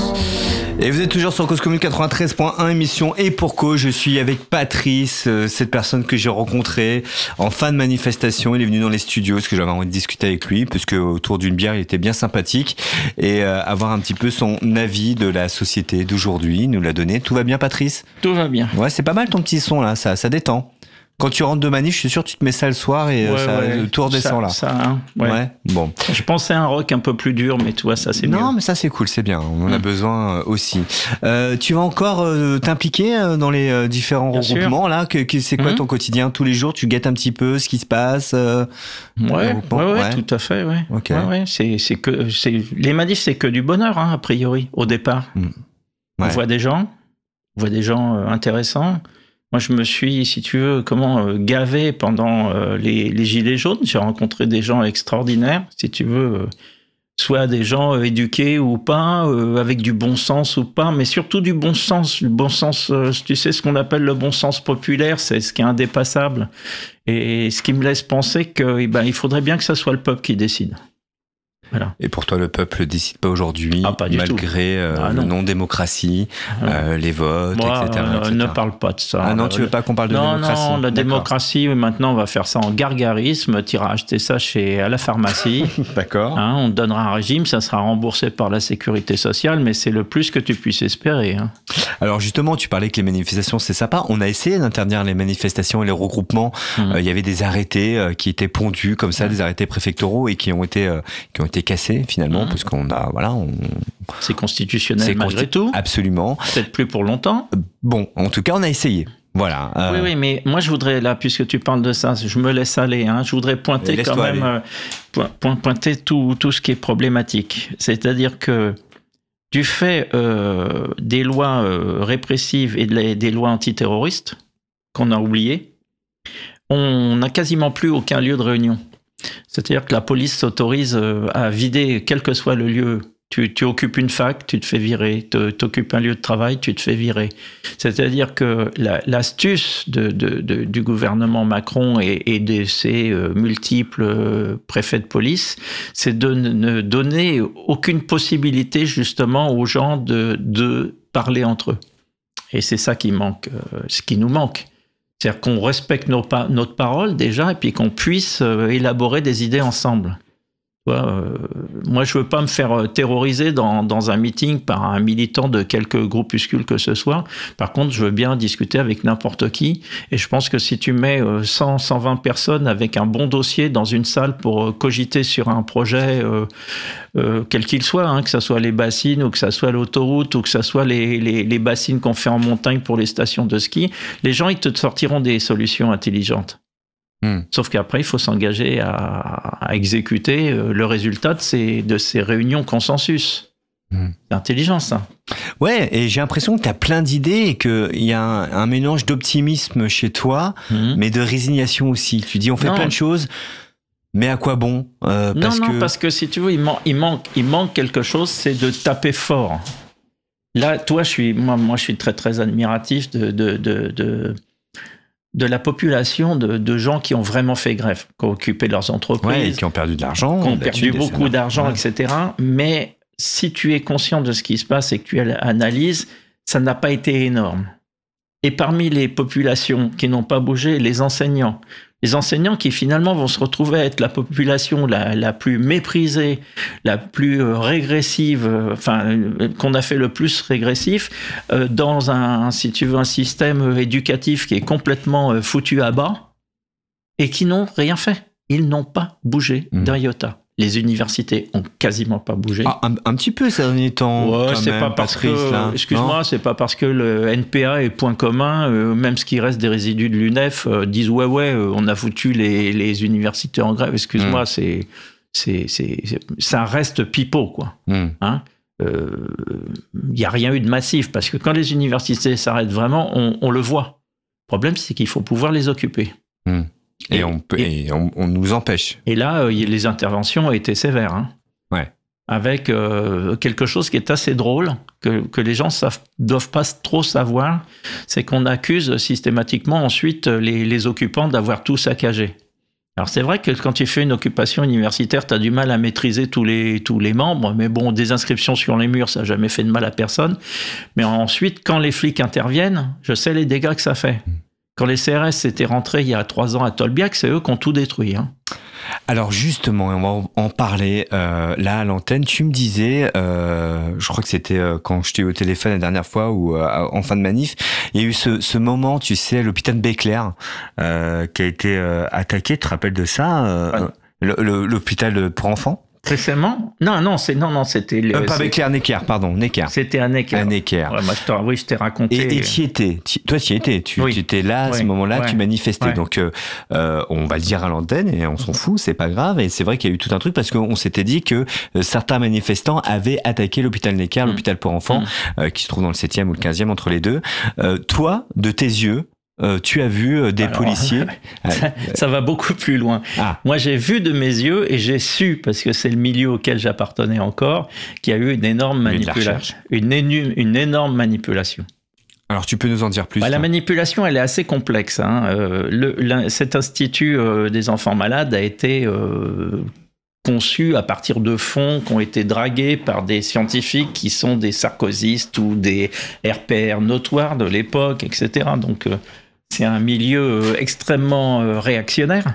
S1: Et vous êtes toujours sur Cause Commune quatre-vingt-treize point un, émission Et pour cause. Je suis avec Patrice, euh, cette personne que j'ai rencontrée en fin de manifestation. Il est venu dans les studios parce que j'avais envie de discuter avec lui, parce que autour d'une bière, il était bien sympathique, et euh, avoir un petit peu son avis de la société d'aujourd'hui. Il nous l'a donné. Tout va bien, Patrice?
S2: Tout va bien.
S1: Ouais, c'est pas mal ton petit son là, ça, ça détend. Quand tu rentres de manif, je suis sûr que tu te mets ça le soir et
S2: ouais,
S1: ça,
S2: ouais,
S1: le tour descend là.
S2: Ça, hein, ouais.
S1: ouais. Bon.
S2: Je pensais à un rock un peu plus dur, mais tu vois, ça c'est mieux.
S1: Non, mais ça c'est cool, c'est bien. On en a mmh. besoin aussi. Euh, tu vas encore euh, t'impliquer dans les euh, différents bien regroupements sûr. Là. Que, que c'est quoi mmh. ton quotidien? Tous les jours, tu guettes un petit peu ce qui se passe. Euh,
S2: ouais, ouais, ouais, ouais, tout à fait. Ouais.
S1: Okay.
S2: Ouais, ouais. C'est, c'est que c'est les manifs, c'est que du bonheur, hein, a priori, au départ. Mmh. Ouais. On voit des gens, on voit des gens euh, intéressants. Moi, je me suis, si tu veux, comment euh, gavé pendant euh, les, les Gilets jaunes. J'ai rencontré des gens extraordinaires, si tu veux. Euh, soit des gens euh, éduqués ou pas, euh, avec du bon sens ou pas, mais surtout du bon sens. Le bon sens, euh, tu sais, ce qu'on appelle le bon sens populaire, c'est ce qui est indépassable. Et ce qui me laisse penser que, eh ben, il faudrait bien que ça soit le peuple qui décide. Voilà.
S1: Et pour toi, le peuple ne décide pas aujourd'hui,
S2: ah, pas
S1: malgré euh,
S2: ah,
S1: le non-démocratie, euh, les votes,
S2: Moi,
S1: et cetera,
S2: euh,
S1: et cetera.
S2: Ne parle pas de ça.
S1: Ah non, tu veux pas qu'on parle de
S2: non,
S1: démocratie?
S2: Non, la
S1: D'accord.
S2: démocratie, maintenant, on va faire ça en gargarisme. Tu iras acheter ça chez, à la pharmacie.
S1: D'accord.
S2: Hein, on te donnera un régime, ça sera remboursé par la sécurité sociale, mais c'est le plus que tu puisses espérer. Hein.
S1: Alors justement, tu parlais que les manifestations, c'est sympa. On a essayé d'interdire les manifestations et les regroupements. Il mmh. euh, y avait des arrêtés euh, qui étaient pondus comme ça, mmh. des arrêtés préfectoraux et qui ont été, euh, qui ont été cassés finalement. Mmh. Parce qu'on a, voilà, on...
S2: C'est constitutionnel c'est malgré consti- tout.
S1: Absolument.
S2: Peut-être plus pour longtemps.
S1: Bon, en tout cas, on a essayé. Voilà.
S2: Euh... Oui, oui, mais moi je voudrais, là, puisque tu parles de ça, je me laisse aller, hein, je voudrais pointer quand même, euh, po- pointer tout, tout ce qui est problématique. C'est-à-dire que du fait euh, des lois euh, répressives et de la, des lois antiterroristes qu'on a oubliées, on n'a quasiment plus aucun lieu de réunion. C'est-à-dire que la police s'autorise à vider, quel que soit le lieu. Tu, tu occupes une fac, tu te fais virer. Tu occupes un lieu de travail, tu te fais virer. C'est-à-dire que la, l'astuce de, de, de, du gouvernement Macron et, et de ses euh, multiples euh, préfets de police, c'est de ne donner aucune possibilité justement aux gens de, de parler entre eux. Et c'est ça qui manque, euh, ce qui nous manque. C'est-à-dire qu'on respecte nos pa- notre parole déjà et puis qu'on puisse euh, élaborer des idées ensemble. Tu vois, euh, moi, je ne veux pas me faire terroriser dans, dans un meeting par un militant de quelque groupuscule que ce soit. Par contre, je veux bien discuter avec n'importe qui. Et je pense que si tu mets cent, cent vingt personnes avec un bon dossier dans une salle pour cogiter sur un projet, euh, euh, quel qu'il soit, hein, que ce soit les bassines ou que ce soit l'autoroute ou que ce soit les, les, les bassines qu'on fait en montagne pour les stations de ski, les gens, ils te sortiront des solutions intelligentes. Mmh. Sauf qu'après, il faut s'engager à, à exécuter le résultat de ces, de ces réunions consensus. Mmh. C'est intelligent, ça.
S1: Ouais, et j'ai l'impression que tu as plein d'idées et qu'il y a un, un mélange d'optimisme chez toi, mmh. mais de résignation aussi. Tu dis, on fait non. plein de choses, mais à quoi bon euh,
S2: Non,
S1: parce
S2: non,
S1: que...
S2: parce que si tu veux, il, man- il, manque, il manque quelque chose, c'est de taper fort. Là, toi, je suis, moi, moi je suis très, très admiratif de... de, de, de de la population de, de gens qui ont vraiment fait grève, qui ont occupé leurs entreprises,
S1: ouais, et qui ont perdu de l'argent,
S2: qui ont perdu beaucoup d'argent,
S1: ouais.
S2: et cetera. Mais si tu es conscient de ce qui se passe et que tu analyses, ça n'a pas été énorme. Et parmi les populations qui n'ont pas bougé, les enseignants. Les enseignants qui finalement vont se retrouver à être la population la, la plus méprisée, la plus euh, régressive, euh, enfin, euh, qu'on a fait le plus régressif, euh, dans un, si tu veux, un système éducatif qui est complètement euh, foutu à bas et qui n'ont rien fait. Ils n'ont pas bougé mmh. d'un iota. Les universités ont quasiment pas bougé.
S1: Ah, un, un petit peu ces derniers temps.
S2: Ouais,
S1: quand
S2: c'est
S1: même,
S2: pas parce
S1: Patrice,
S2: que,
S1: là.
S2: excuse-moi,
S1: non
S2: c'est pas parce que le N P A est point commun, euh, même ce qui reste des résidus de l'U N E F euh, disent ouais ouais, euh, on a foutu les, les universités en grève. Excuse-moi, mm. c'est, c'est, c'est, c'est, ça reste pipeau quoi. Mm. Hein euh, y a rien eu de massif parce que quand les universités s'arrêtent vraiment, on, on le voit. Le problème, c'est qu'il faut pouvoir les occuper.
S1: Mm. Et, et, on, peut, et, et on, on nous empêche.
S2: Et là, euh, les interventions ont été sévères. Hein,
S1: ouais.
S2: Avec euh, quelque chose qui est assez drôle, que, que les gens ne doivent pas trop savoir, c'est qu'on accuse systématiquement ensuite les, les occupants d'avoir tout saccagé. Alors c'est vrai que quand tu fais une occupation universitaire, tu as du mal à maîtriser tous les, tous les membres, mais bon, des inscriptions sur les murs, ça n'a jamais fait de mal à personne. Mais ensuite, quand les flics interviennent, je sais les dégâts que ça fait. Quand les C R S étaient rentrés il y a trois ans à Tolbiac, c'est eux qui ont tout détruit. Hein.
S1: Alors justement, on va en parler euh, là à l'antenne. Tu me disais, euh, je crois que c'était euh, quand je t'ai eu au téléphone la dernière fois ou euh, en fin de manif, il y a eu ce, ce moment, tu sais, à l'hôpital de Béclair euh, qui a été euh, attaqué. Tu te rappelles de ça euh, ouais. le, le, l'hôpital pour enfants.
S2: Récemment ? Non, non, c'est, non, non, c'était... Le,
S1: euh, pas Béclair, Necker, pardon, Necker.
S2: C'était à Necker.
S1: À Necker.
S2: Ouais, moi, je t'ai, oui, je t'ai raconté...
S1: Et, et tu y étais, tu, toi tu y étais, tu oui. étais là à oui. ce moment-là, ouais. tu manifestais. Ouais. Donc, euh, euh, on va le dire à l'antenne et on s'en fout, c'est pas grave. Et c'est vrai qu'il y a eu tout un truc parce qu'on s'était dit que euh, certains manifestants avaient attaqué l'hôpital Necker, mmh. l'hôpital pour enfants, mmh. euh, qui se trouve dans le septième ou le quinzième, entre les deux. Euh, toi, de tes yeux, euh, tu as vu euh, des
S2: Alors,
S1: policiers
S2: ça, ça va beaucoup plus loin.
S1: Ah.
S2: Moi, j'ai vu de mes yeux et j'ai su, parce que c'est le milieu auquel j'appartenais encore, qu'il y a eu une énorme
S1: Il y a eu de la
S2: manipulation. Une, énu- une énorme manipulation.
S1: Alors, tu peux nous en dire plus?
S2: Bah, la
S1: là
S2: manipulation, elle est assez complexe. Hein. Euh, le, l'in- cet institut euh, des enfants malades a été euh, conçu à partir de fonds qui ont été dragués par des scientifiques qui sont des sarkozystes ou des R P R notoires de l'époque, et cetera. Donc, euh, c'est un milieu euh, extrêmement euh, réactionnaire.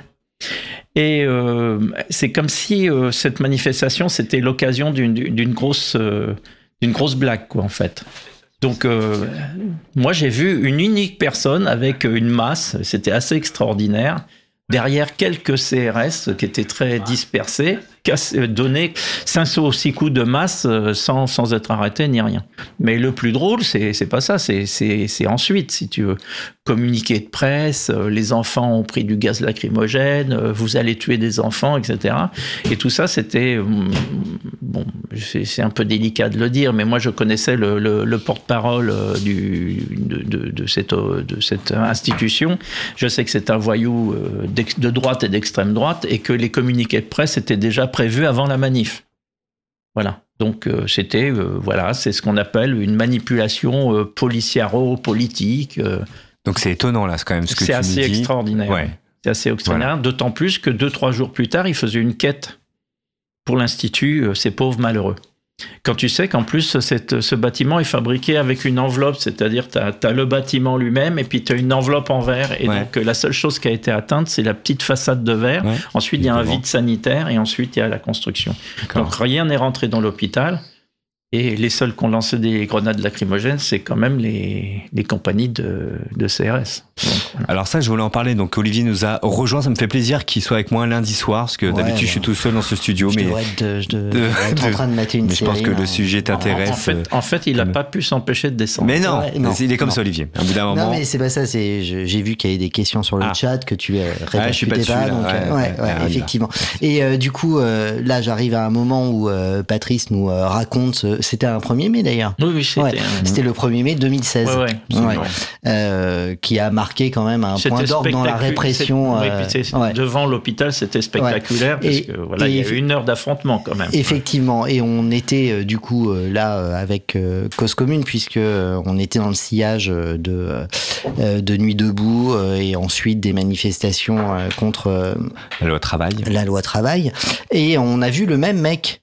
S2: Et euh, c'est comme si euh, cette manifestation, c'était l'occasion d'une, d'une, grosse, euh, d'une grosse blague, quoi, en fait. Donc, euh, moi, j'ai vu une unique personne avec une masse, c'était assez extraordinaire, derrière quelques C R S qui étaient très dispersés, donner cinq ou six coups de masse sans, sans être arrêté ni rien. Mais le plus drôle, c'est, c'est pas ça, c'est, c'est, c'est ensuite, si tu veux. Communiqué de presse, les enfants ont pris du gaz lacrymogène, vous allez tuer des enfants, et cetera. Et tout ça, c'était... Bon, c'est, c'est un peu délicat de le dire, mais moi, je connaissais le, le, le porte-parole du, de, de, de, cette, de cette institution. Je sais que c'est un voyou de droite et d'extrême droite, et que les communiqués de presse étaient déjà prévus avant la manif. Voilà. Donc, euh, c'était... Euh, voilà, c'est ce qu'on appelle une manipulation euh, policiaro-politique. Euh,
S1: Donc, c'est étonnant, là, c'est quand même ce que tu nous dis.
S2: C'est assez extraordinaire.
S1: Ouais.
S2: C'est assez extraordinaire, voilà. D'autant plus que deux, trois jours plus tard, il faisait une quête pour l'Institut, euh, ces pauvres malheureux. Quand tu sais qu'en plus, cette, ce bâtiment est fabriqué avec une enveloppe, c'est-à-dire tu as le bâtiment lui-même et puis tu as une enveloppe en verre. Et ouais. donc, la seule chose qui a été atteinte, c'est la petite façade de verre. Ouais. Ensuite, il y a un vide sanitaire et ensuite, il y a la construction. D'accord. Donc, rien n'est rentré dans l'hôpital. Et les seuls qui ont lancé des grenades lacrymogènes, c'est quand même les, les compagnies de, de C R S. Donc, voilà.
S1: Alors ça, je voulais en parler. Donc Olivier nous a rejoint. Ça me fait plaisir qu'il soit avec moi lundi soir, parce que ouais, d'habitude, ouais. je suis tout seul dans ce studio.
S3: Je
S1: mais
S3: devrais être, de, je de, de, être en train de mater une
S1: mais
S3: série.
S1: Je pense que
S3: là.
S1: le sujet t'intéresse.
S2: En fait, en fait il n'a pas pu s'empêcher de descendre.
S1: Mais non,
S3: ouais, non
S1: il est comme
S3: non.
S1: ça, Olivier. À bout d'un moment.
S3: Non, mais c'est pas ça. C'est, je, j'ai vu qu'il y avait des questions sur le ah. chat que tu répercutais
S1: ah, je suis pas. Dessus,
S3: pas
S1: là.
S3: donc,
S1: ouais,
S3: euh,
S1: ouais,
S3: ouais, ouais, ouais effectivement. Et euh, du coup, euh, là, j'arrive à un moment où euh, Patrice nous euh, raconte. Ce, c'était un premier mai d'ailleurs.
S2: Oui, oui, c'était,
S3: ouais,
S2: un...
S3: c'était le premier mai deux mille seize.
S2: Ouais, ouais,
S3: ouais. Euh, qui a marqué quand même un
S2: c'était
S3: point d'orgue dans la répression.
S2: Oui,
S3: euh,
S2: puis ouais. Devant l'hôpital, c'était spectaculaire ouais. parce
S3: et,
S2: que voilà, il y a eu une heure d'affrontement quand même.
S3: Effectivement, et on était euh, du coup euh, là euh, avec euh, Cause Commune puisque euh, on était dans le sillage de euh, de Nuit debout euh, et ensuite des manifestations euh, contre euh,
S1: la loi travail.
S3: La loi travail, et on a vu le même mec.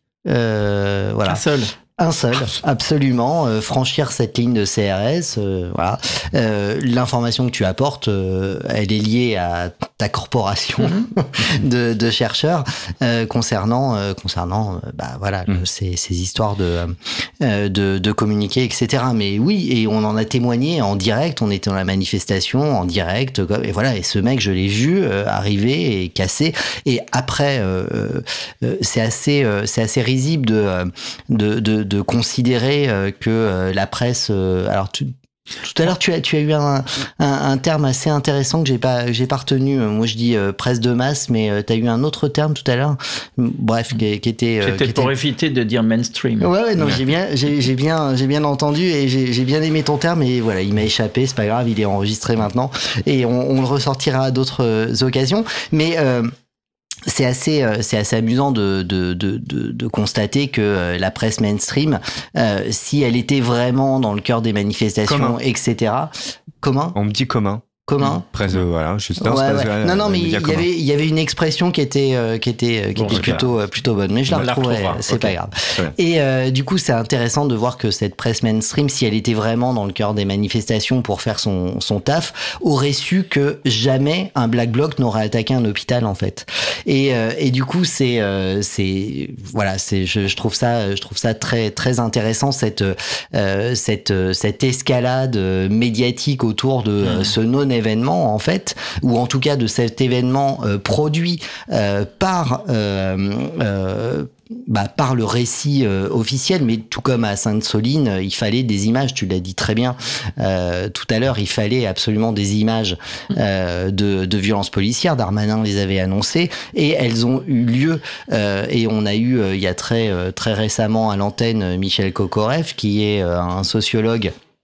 S3: Euh, voilà.
S2: Un seul.
S3: Un seul, absolument. Euh, franchir cette ligne de C R S, euh, voilà. Euh, l'information que tu apportes, euh, elle est liée à ta corporation mm-hmm. de, de chercheurs euh, concernant, euh, concernant, euh, bah voilà, mm. le, ces, ces histoires de, euh, de, de communiquer, et cetera. Mais oui, et on en a témoigné en direct. On était dans la manifestation en direct, et voilà. Et ce mec, je l'ai vu euh, arriver et casser. Et après, euh, euh, c'est assez, euh, c'est assez risible de, de, de de considérer euh, que euh, la presse... Euh, alors, tu, tout à l'heure, tu as, tu as eu un, un, un terme assez intéressant que j'ai pas, que j'ai pas retenu. Moi, je dis euh, presse de masse, mais euh, tu as eu un autre terme tout à l'heure. Bref, qui, qui était... Euh,
S2: C'était
S3: qui
S2: pour
S3: était...
S2: éviter de dire mainstream.
S3: Ouais, ouais, non, ouais. j'ai bien, j'ai, j'ai bien, j'ai bien entendu et j'ai, j'ai bien aimé ton terme. Et voilà, il m'a échappé, c'est pas grave, il est enregistré maintenant. Et on, on le ressortira à d'autres occasions. Mais... Euh, C'est assez, c'est assez amusant de, de, de, de, de constater que la presse mainstream, euh, si elle était vraiment dans le cœur des manifestations, commun. et cetera. Commun.
S1: On me dit commun.
S3: Commun.
S1: Presse, voilà, je sais
S3: ouais,
S1: pas.
S3: Ouais.
S1: Euh,
S3: non, non, mais il y avait, il y avait une expression qui était, euh, qui était, qui bon, était plutôt, euh, plutôt bonne. Mais je la, la retrouverai, c'est okay. pas grave. Ouais. Et euh, du coup, c'est intéressant de voir que cette presse mainstream, si elle était vraiment dans le cœur des manifestations pour faire son, son taf, aurait su que jamais un Black Bloc n'aurait attaqué un hôpital, en fait. Et, euh, et du coup, c'est, euh, c'est, voilà, c'est, je, je trouve ça, je trouve ça très, très intéressant cette, euh, cette, cette escalade médiatique autour de euh, ce non-événement, en fait, ou en tout cas de cet événement euh, produit euh, par euh, euh, bah, par le récit euh, officiel, mais tout comme à Sainte-Soline, il fallait des images, tu l'as dit très bien euh, tout à l'heure, il fallait absolument des images euh, de, de violences policières, Darmanin les avait annoncées, et elles ont eu lieu, euh, et on a eu, euh, il y a très, euh, très récemment à l'antenne, Michel Kokorev, qui est euh, un sociologue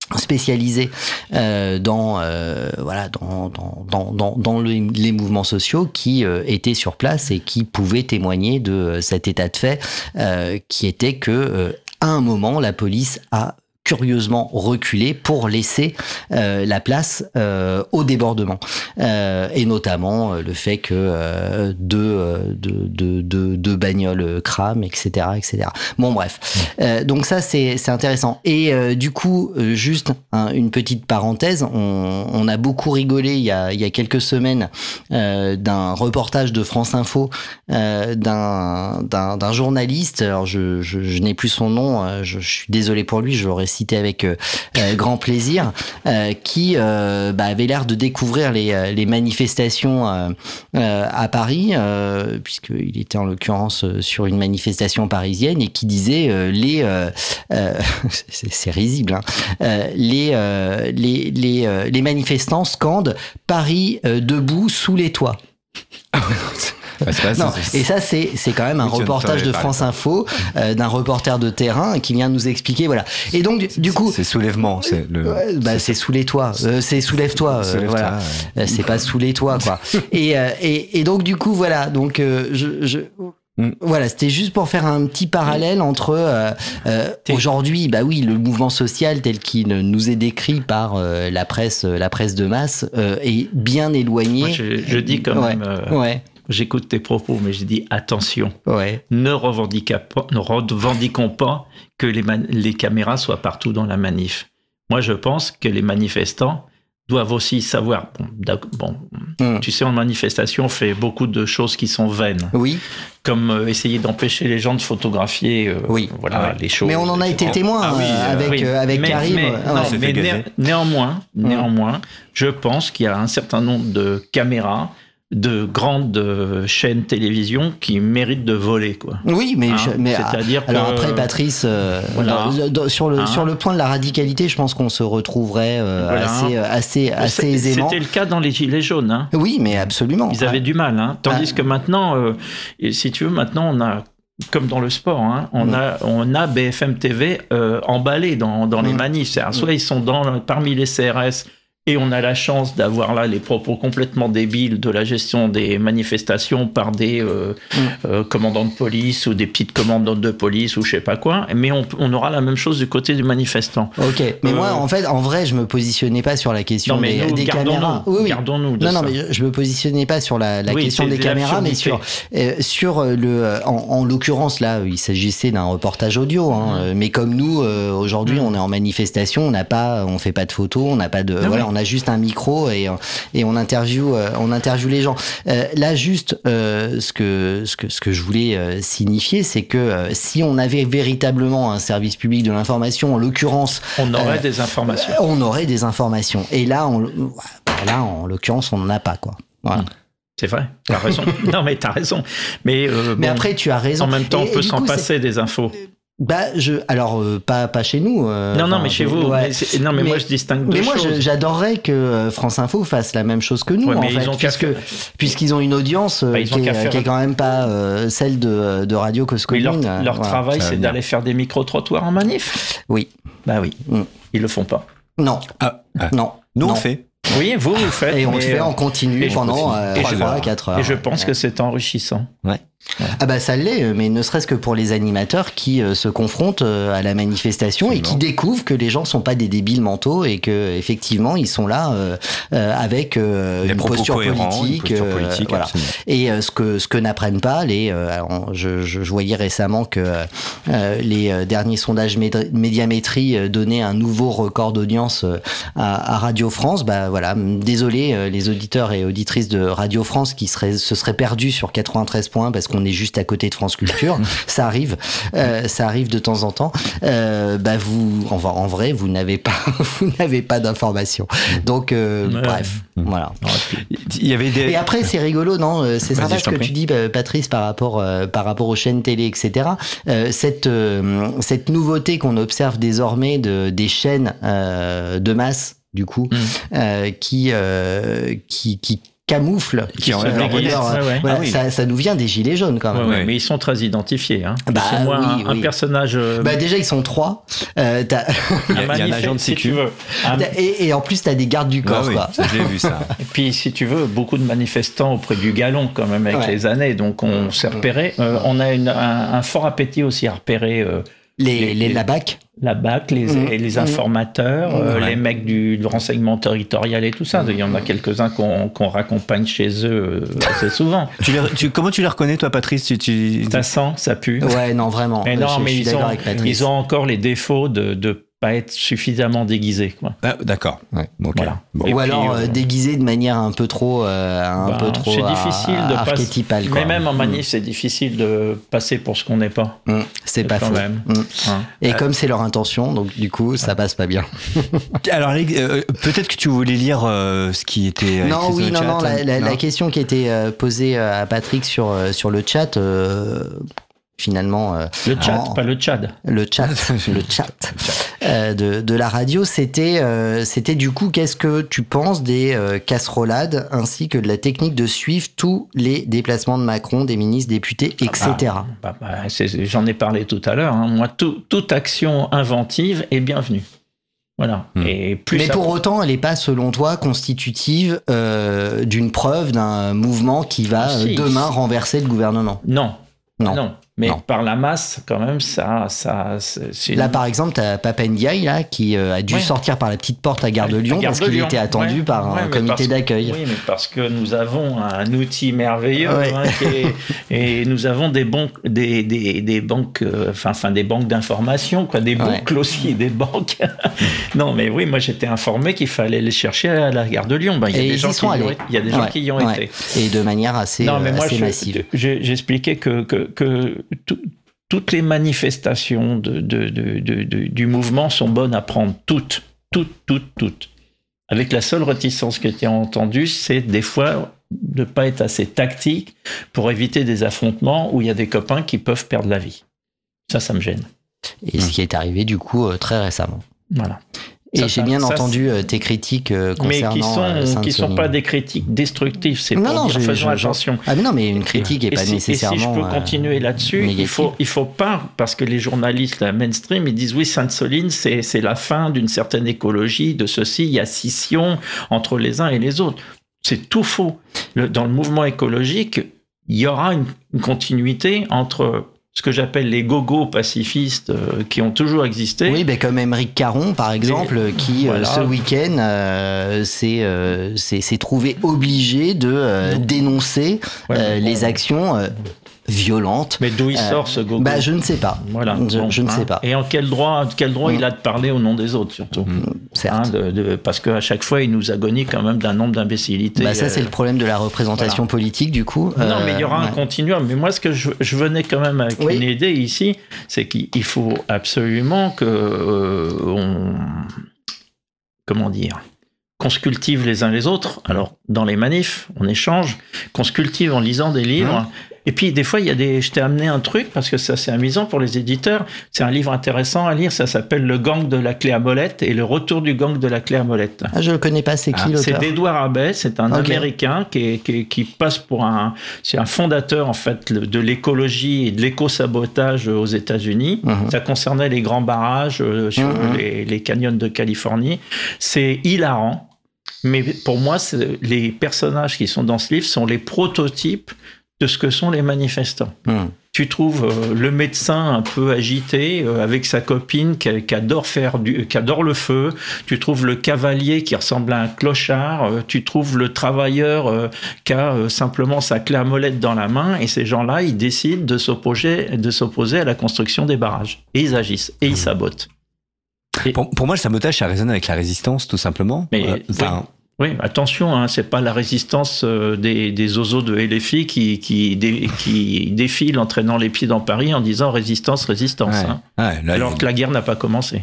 S3: spécialisés euh, dans euh, voilà dans dans dans dans, dans le, les mouvements sociaux qui euh, étaient sur place et qui pouvaient témoigner de euh, cet état de fait euh, qui était que euh, à un moment la police a curieusement reculé pour laisser euh, la place euh, au débordement euh, et notamment euh, le fait que euh, deux, euh, deux, deux, deux, deux bagnoles crament, et cetera, et cetera. Bon bref, euh, donc ça c'est c'est intéressant et euh, du coup euh, juste hein, une petite parenthèse, on, on a beaucoup rigolé il y a il y a quelques semaines euh, d'un reportage de France Info euh, d'un d'un d'un journaliste. Alors je je, je n'ai plus son nom, je, je suis désolé pour lui, je l'aurais cité avec euh, euh, grand plaisir, euh, qui euh, bah, avait l'air de découvrir les, les manifestations euh, euh, à Paris, euh, puisqu'il était en l'occurrence sur une manifestation parisienne, et qui disait euh, les euh, euh, c'est, c'est risible, hein, euh, les, euh, les, les, euh, les manifestants scandent Paris euh, debout sous les toits.
S1: Bah, c'est pas,
S3: non,
S1: c'est, c'est...
S3: Et ça, c'est, c'est quand même un oui, reportage de France Info, euh, d'un reporter de terrain qui vient nous expliquer, voilà. Et donc, du, du coup.
S1: C'est soulèvement, c'est le.
S3: Ouais, bah, c'est, c'est sous les toits. Euh, c'est soulève-toi, euh, soulève voilà. Ouais. C'est pas sous les toits, quoi. et, euh, et, et donc, du coup, voilà. Donc, euh, je. je... Mm. Voilà, c'était juste pour faire un petit parallèle entre euh, euh, aujourd'hui, bah oui, le mouvement social tel qu'il nous est décrit par euh, la presse, la presse de masse, euh, est bien éloigné.
S2: Moi, je, je dis quand
S3: ouais.
S2: même. Euh...
S3: Ouais.
S2: J'écoute tes propos, mais je dis attention.
S3: Ouais.
S2: Ne revendiquons pas, ne revendiquons pas que les, man- les caméras soient partout dans la manif. Moi, je pense que les manifestants doivent aussi savoir. Bon, bon mm. tu sais, en manifestation, on fait beaucoup de choses qui sont vaines.
S3: Oui.
S2: Comme euh, essayer d'empêcher les gens de photographier. Euh,
S3: oui.
S2: Voilà,
S3: ouais.
S2: les choses.
S3: Mais on en a été témoin ah, oui, euh, avec oui. euh, avec
S2: mais,
S3: Karim.
S2: Mais,
S3: ah,
S2: non,
S3: ouais.
S2: mais né- néanmoins, mm. néanmoins, je pense qu'il y a un certain nombre de caméras, de grandes chaînes télévision qui méritent de voler, quoi.
S3: Oui, mais,
S2: hein,
S3: je, mais
S2: c'est-à-dire
S3: alors
S2: que,
S3: après Patrice, euh,
S2: voilà.
S3: dans, dans, sur le
S2: hein.
S3: sur le point de la radicalité, je pense qu'on se retrouverait euh,
S2: voilà.
S3: assez assez assez
S2: c'est,
S3: aisément.
S2: C'était le cas dans les Gilets jaunes. Hein.
S3: Oui, mais absolument.
S2: Ils avaient
S3: ah.
S2: du mal, hein. Tandis ah. que maintenant, euh, et si tu veux, maintenant on a comme dans le sport, hein, on, mmh. a, on a B F M T V euh, emballé dans, dans mmh. les manifs. C'est-à-dire, soit mmh. ils sont dans, parmi les C R S. Et on a la chance d'avoir là les propos complètement débiles de la gestion des manifestations par des euh, mmh. euh, commandants de police ou des petites commandantes de police ou je sais pas quoi. Mais on, on aura la même chose du côté du manifestant.
S3: Ok. Mais euh, moi, en fait, en vrai, je me positionnais pas sur la question
S2: non, mais
S3: des,
S2: nous,
S3: des caméras.
S2: Oui, oui.
S3: Gardons-nous.
S2: De
S3: non,
S2: ça.
S3: non, mais je, je me positionnais pas sur la, la
S2: oui,
S3: question des caméras, mais sur euh, sur le. En, en l'occurrence, là, il s'agissait d'un reportage audio. Hein, mmh. Mais comme nous, euh, aujourd'hui, mmh. on est en manifestation, on n'a pas, on fait pas de photos, on n'a pas de. Non, voilà, oui. on a juste un micro. Et, et on interview euh, on interview les gens. Euh, là juste euh, ce que ce que ce que je voulais euh, signifier, c'est que euh, si on avait véritablement un service public de l'information, en l'occurrence,
S2: on aurait
S3: euh,
S2: des informations.
S3: On aurait des informations. Et là, on, là en l'occurrence, on n'en a pas, quoi. Voilà.
S2: C'est vrai, t'as raison. Non mais t'as raison. Mais euh,
S3: mais
S2: bon,
S3: après tu as raison.
S2: En même temps,
S3: et,
S2: on peut
S3: et
S2: s'en
S3: coup,
S2: passer
S3: c'est...
S2: des infos.
S3: Bah, je, alors euh, pas pas chez nous. Euh,
S2: non, non, mais chez vous.
S3: Ouais.
S2: Mais non, mais, mais moi je distingue deux
S3: mais
S2: choses.
S3: Mais moi, je, j'adorerais que France Info fasse la même chose que nous,
S2: ouais,
S3: en
S2: mais
S3: fait,
S2: ils ont
S3: puisque
S2: fait...
S3: puisqu'ils ont une audience euh,
S2: bah,
S3: qui, est, qui est quand même pas euh, celle de de Radio Cause Commune.
S2: Mais leur, leur
S3: voilà.
S2: travail, c'est d'aller faire des micro-trottoirs en manif.
S3: Oui.
S2: Bah oui. Mm. Ils le font pas.
S3: Non.
S1: Ah, ah.
S3: Non.
S1: Nous
S3: non.
S1: on fait.
S2: Oui, vous, vous faites.
S3: Et on le fait en continu pendant trois à quatre heures.
S2: Et je pense que c'est enrichissant.
S3: Ouais. Ouais. Ah bah ça l'est, mais ne serait-ce que pour les animateurs qui euh, se confrontent euh, à la manifestation Absolument. Et qui découvrent que les gens sont pas des débiles mentaux et que effectivement ils sont là euh, euh, avec euh, une, posture politique,
S1: une posture politique.
S3: Euh, voilà. Et euh, ce que ce que n'apprennent pas les. Euh, alors, je, je, je voyais récemment que euh, les derniers sondages médi- médiamétrie donnaient un nouveau record d'audience à, à Radio France. Bah voilà, désolé les auditeurs et auditrices de Radio France qui seraient se seraient perdus sur quatre-vingt-treize points parce qu'on est juste à côté de France Culture, ça arrive, euh, ça arrive de temps en temps. Euh, bah vous, en, en vrai, vous n'avez pas, vous n'avez pas d'informations. Donc euh, ouais. bref, mmh. voilà.
S1: Il y avait des...
S3: Et après, c'est rigolo, non C'est Vas-y, sympa ce que prie. tu dis, Patrice, par rapport, euh, par rapport aux chaînes télé, et cetera. Euh, cette, euh, cette nouveauté qu'on observe désormais de des chaînes euh, de masse, du coup, mmh. euh, qui, euh, qui, qui camouflent,
S1: qui en leur
S3: ouais, ouais. Voilà, ah, oui. ça, ça nous vient des gilets jaunes quand même.
S2: Ouais, ouais. Mais ils sont très identifiés. Hein.
S3: Bah,
S2: moi,
S3: oui,
S2: un,
S3: oui.
S2: un personnage. Euh...
S3: Bah, déjà, ils sont trois. Euh,
S2: il, y a, il y a un agent de sécu. Si tu veux. Un...
S3: Et, et en plus, t'as des gardes du corps.
S1: Ah, oui,
S3: quoi.
S1: J'ai vu ça.
S2: Et puis, si tu veux, beaucoup de manifestants auprès du galon quand même avec ouais. les années. Donc, on s'est repéré. Euh, on a une, un, un fort appétit aussi à repérer. Euh,
S3: les, les, les, la B A C.
S2: La B A C, les, mmh. les informateurs, mmh. euh, ouais. les mecs du, du renseignement territorial et tout ça. Il y en a quelques-uns qu'on, qu'on raccompagne chez eux assez souvent.
S1: tu les, tu, comment tu les reconnais, toi, Patrice tu, tu...
S2: Ça sent, ça pue.
S3: Ouais, non, vraiment.
S2: Mais non,
S3: je,
S2: mais
S3: je
S2: ils, ont, ils ont encore les défauts de... de pas être suffisamment déguisé, quoi.
S1: Ah, d'accord. Ouais, okay. Voilà.
S3: Bon. Ou puis, alors euh, déguisé de manière un peu trop, euh, un bah, peu trop
S2: c'est difficile
S3: à,
S2: de
S3: archétypale.
S2: Pas,
S3: quoi.
S2: mais même en manif, mmh. c'est difficile de passer pour ce qu'on n'est pas.
S3: Mmh. C'est, c'est pas faux. Même. Mmh. Hein. Et euh... comme c'est leur intention, donc du coup, ça passe pas bien.
S1: Alors, euh, peut-être que tu voulais lire euh, ce qui était.
S3: Non, oui, non,
S1: chat,
S3: non, la, la,
S1: non.
S3: La question qui était euh, posée à Patrick sur sur le chat. Euh, Finalement, euh,
S2: le chat, en, pas le Tchad.
S3: Le chat, le chat euh, de, de la radio, c'était, euh, c'était du coup, qu'est-ce que tu penses des euh, casserolades ainsi que de la technique de suivre tous les déplacements de Macron, des ministres, députés, et cetera.
S2: Bah, bah, bah, c'est, j'en ai parlé tout à l'heure. Hein. Moi, tout, toute action inventive est bienvenue. Voilà.
S3: Mmh. Et plus Mais pour ça... autant, elle n'est pas, selon toi, constitutive euh, d'une preuve d'un mouvement qui va si, demain si. renverser le gouvernement.
S2: Non.
S3: Non.
S2: non. Mais
S3: non.
S2: par la masse, quand même, ça... ça c'est une...
S3: Là, par exemple, tu as Pape Ndiaye, là, qui euh, a dû ouais. sortir par la petite porte à Gare de Lyon parce qu'il Lyon. était attendu ouais. par ouais, un comité
S2: parce,
S3: d'accueil.
S2: Oui, mais parce que nous avons un outil merveilleux ouais. hein, qui est, et nous avons des, bon, des, des, des banques, enfin, enfin, des banques d'information, quoi, des boucles ouais. aussi, des banques. Non, mais oui, moi, j'étais informé qu'il fallait les chercher à la Gare de Lyon. Ben, il y a
S3: et
S2: des gens, qui y, ont, il y a des gens ouais. qui y ont
S3: ouais.
S2: été.
S3: Et de manière assez,
S2: non, mais moi,
S3: assez
S2: je,
S3: massive.
S2: Je, j'expliquais que... que, que tout, toutes les manifestations de, de, de, de, de, du mouvement sont bonnes à prendre. Toutes, toutes, toutes, toutes. Avec la seule réticence qui a été entendue, c'est des fois de ne pas être assez tactique pour éviter des affrontements où il y a des copains qui peuvent perdre la vie. Ça, ça me gêne.
S3: Et ce qui est arrivé, du coup, très récemment.
S2: Voilà.
S3: Et
S2: ça,
S3: j'ai bien ça, entendu c'est... tes critiques euh, concernant.
S2: Mais qui sont,
S3: euh,
S2: qui sont pas des critiques destructives, c'est
S3: non,
S2: pour
S3: non,
S2: dire,
S3: je,
S2: faisons
S3: je,
S2: attention.
S3: Ah mais non, mais une critique n'est pas
S2: si,
S3: nécessairement.
S2: Et si je peux continuer euh, là-dessus, négative. il faut, il faut pas, parce que les journalistes, la mainstream, ils disent oui, Sainte-Soline, c'est, c'est la fin d'une certaine écologie, de ceci, il y a scission entre les uns et les autres. C'est tout faux. Le, dans le mouvement écologique, il y aura une, une continuité entre ce que j'appelle les gogos pacifistes euh, qui ont toujours existé.
S3: Oui, ben comme Émeric Caron, par exemple, Les... qui, voilà. euh, ce week-end, euh, s'est, euh, s'est, s'est trouvé obligé de euh, dénoncer ouais, euh, les bon. actions euh, violentes.
S2: Mais d'où il euh, sort, ce gogo ?
S3: Bah, je ne sais pas.
S2: Voilà.
S3: Je,
S2: bon,
S3: je ne
S2: hein.
S3: sais pas.
S2: Et en quel droit, quel droit mmh. il a de parler au nom des autres, surtout
S3: mmh. Certes.
S2: Hein, de, de, parce qu'à chaque fois, il nous agonie quand même d'un nombre d'imbécilités.
S3: Bah, ça, euh... c'est le problème de la représentation voilà. politique, du coup.
S2: Non,
S3: euh,
S2: mais il y aura ouais. un continuum. Mais moi, ce que je, je venais quand même avec oui. une idée ici, c'est qu'il faut absolument que euh, on... Comment dire qu'on se cultive les uns les autres. Alors, dans les manifs, on échange, qu'on se cultive en lisant des livres. Mmh. Et puis, des fois, il y a des... Je t'ai amené un truc, parce que ça, c'est amusant pour les éditeurs. C'est un livre intéressant à lire. Ça s'appelle « Le gang de la clé à molette » et « Le retour du gang de la clé à molette ».
S3: Ah, je le connais pas. C'est qui ah, l'auteur ?
S2: C'est d'Edouard Abbey. C'est un okay. Américain qui, est, qui, qui passe pour un... C'est un fondateur, en fait, de l'écologie et de l'éco-sabotage aux États-Unis. Mmh. Ça concernait les grands barrages sur mmh. les, les canyons de Californie. C'est hilarant. Mais pour moi, c'est, les personnages qui sont dans ce livre sont les prototypes de ce que sont les manifestants. Mmh. Tu trouves euh, le médecin un peu agité euh, avec sa copine qui, qui adore faire du, qui adore le feu. Tu trouves le cavalier qui ressemble à un clochard. Euh, tu trouves le travailleur euh, qui a euh, simplement sa clé à molette dans la main. Et ces gens-là, ils décident de s'opposer, de s'opposer à la construction des barrages. Et ils agissent et ils sabotent.
S1: Et pour, pour moi, le sabotage, ça résonne avec la résistance, tout simplement.
S2: Mais, euh, enfin, oui. Oui, attention, hein, c'est pas la résistance euh, des, des oiseaux de L F I qui, qui, dé, qui défilent entraînant les pieds dans Paris en disant résistance, résistance. Ouais. Hein. Ouais, là, alors il... que la guerre n'a pas commencé.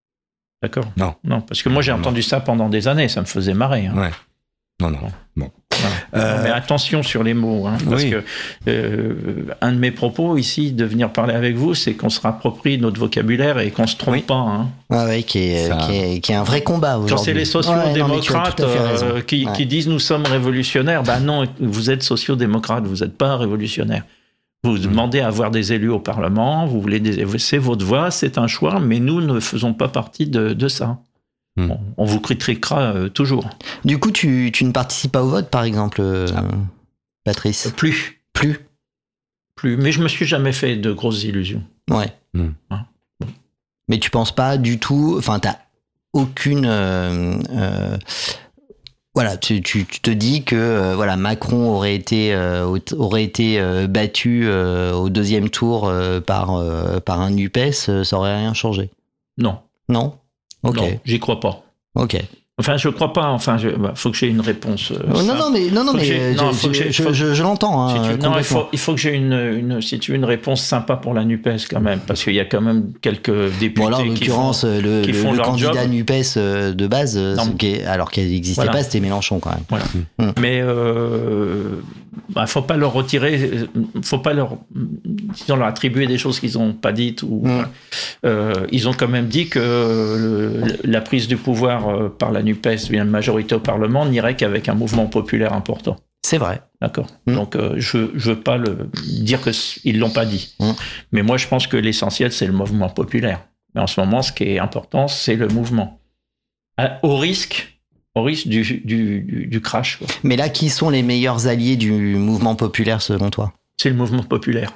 S2: D'accord ?
S1: Non.
S2: Non, parce que moi j'ai
S1: non,
S2: entendu
S1: non.
S2: ça pendant des années, ça me faisait marrer. Hein.
S1: Ouais. Non, non. Bon.
S2: Voilà. Euh... Mais attention sur les mots, hein, parce oui. que euh, un de mes propos ici de venir parler avec vous, c'est qu'on se rapproprie notre vocabulaire et qu'on se trompe oui. pas. Hein.
S3: Ah oui, qui est, qui, est, qui est un vrai combat aujourd'hui.
S2: Quand c'est les sociaux-démocrates ouais, euh, qui, ouais. qui disent nous sommes révolutionnaires, ben non, vous êtes sociaux-démocrates, vous n'êtes pas révolutionnaires. Vous mmh. demandez à avoir des élus au Parlement, vous voulez des, c'est votre voix, c'est un choix, mais nous ne faisons pas partie de, de ça. Mmh. On, on vous critiquera euh, toujours.
S3: Du coup, tu, tu ne participes pas au vote, par exemple, euh, Patrice
S2: euh, Plus.
S3: Plus
S2: Plus. Mais je me suis jamais fait de grosses illusions.
S3: Ouais. Mmh. Hein bon. Mais tu penses pas du tout. Enfin, t'as aucune. Euh, euh, Voilà, tu, tu, tu te dis que euh, voilà, Macron aurait été, euh, aurait été euh, battu euh, au deuxième tour euh, par, euh, par un U P S, euh, ça aurait rien changé.
S2: Non.
S3: Non ? Ok.
S2: Non, j'y crois pas.
S3: Ok.
S2: Enfin, je crois pas. Enfin, il bah, faut que j'ai une réponse. Euh,
S3: non, non, mais non, non, mais je, non, je, je, je, je, je l'entends. Hein,
S2: si tu, non, il faut, il faut que j'ai une, une, si tu veux, une réponse sympa pour la NUPES quand même, parce qu'il y a quand même quelques députés
S3: bon, là, en
S2: qui
S3: l'occurrence,
S2: font,
S3: le,
S2: qui
S3: le,
S2: font
S3: le
S2: leur
S3: candidat
S2: job.
S3: NUPES de base, non, qui est, alors qu'elle n'existait voilà. pas, c'était Mélenchon quand même.
S2: Voilà. Mmh. Mais euh, bah, faut pas leur retirer, faut pas leur, disons, leur attribuer des choses qu'ils n'ont pas dites ou. Mmh. Euh, ils ont quand même dit que le, la prise du pouvoir euh, par la NUPES, bien majorité au Parlement, n'irait qu'avec un mouvement populaire important.
S3: C'est vrai.
S2: D'accord. Mmh. Donc, euh, je ne veux pas le, dire qu'ils ne l'ont pas dit. Mmh. Mais moi, je pense que l'essentiel, c'est le mouvement populaire. Mais en ce moment, ce qui est important, c'est le mouvement. À, au risque, au risque du, du, du, du crash. Quoi.
S3: Mais là, qui sont les meilleurs alliés du mouvement populaire, selon toi ?
S2: C'est le mouvement populaire.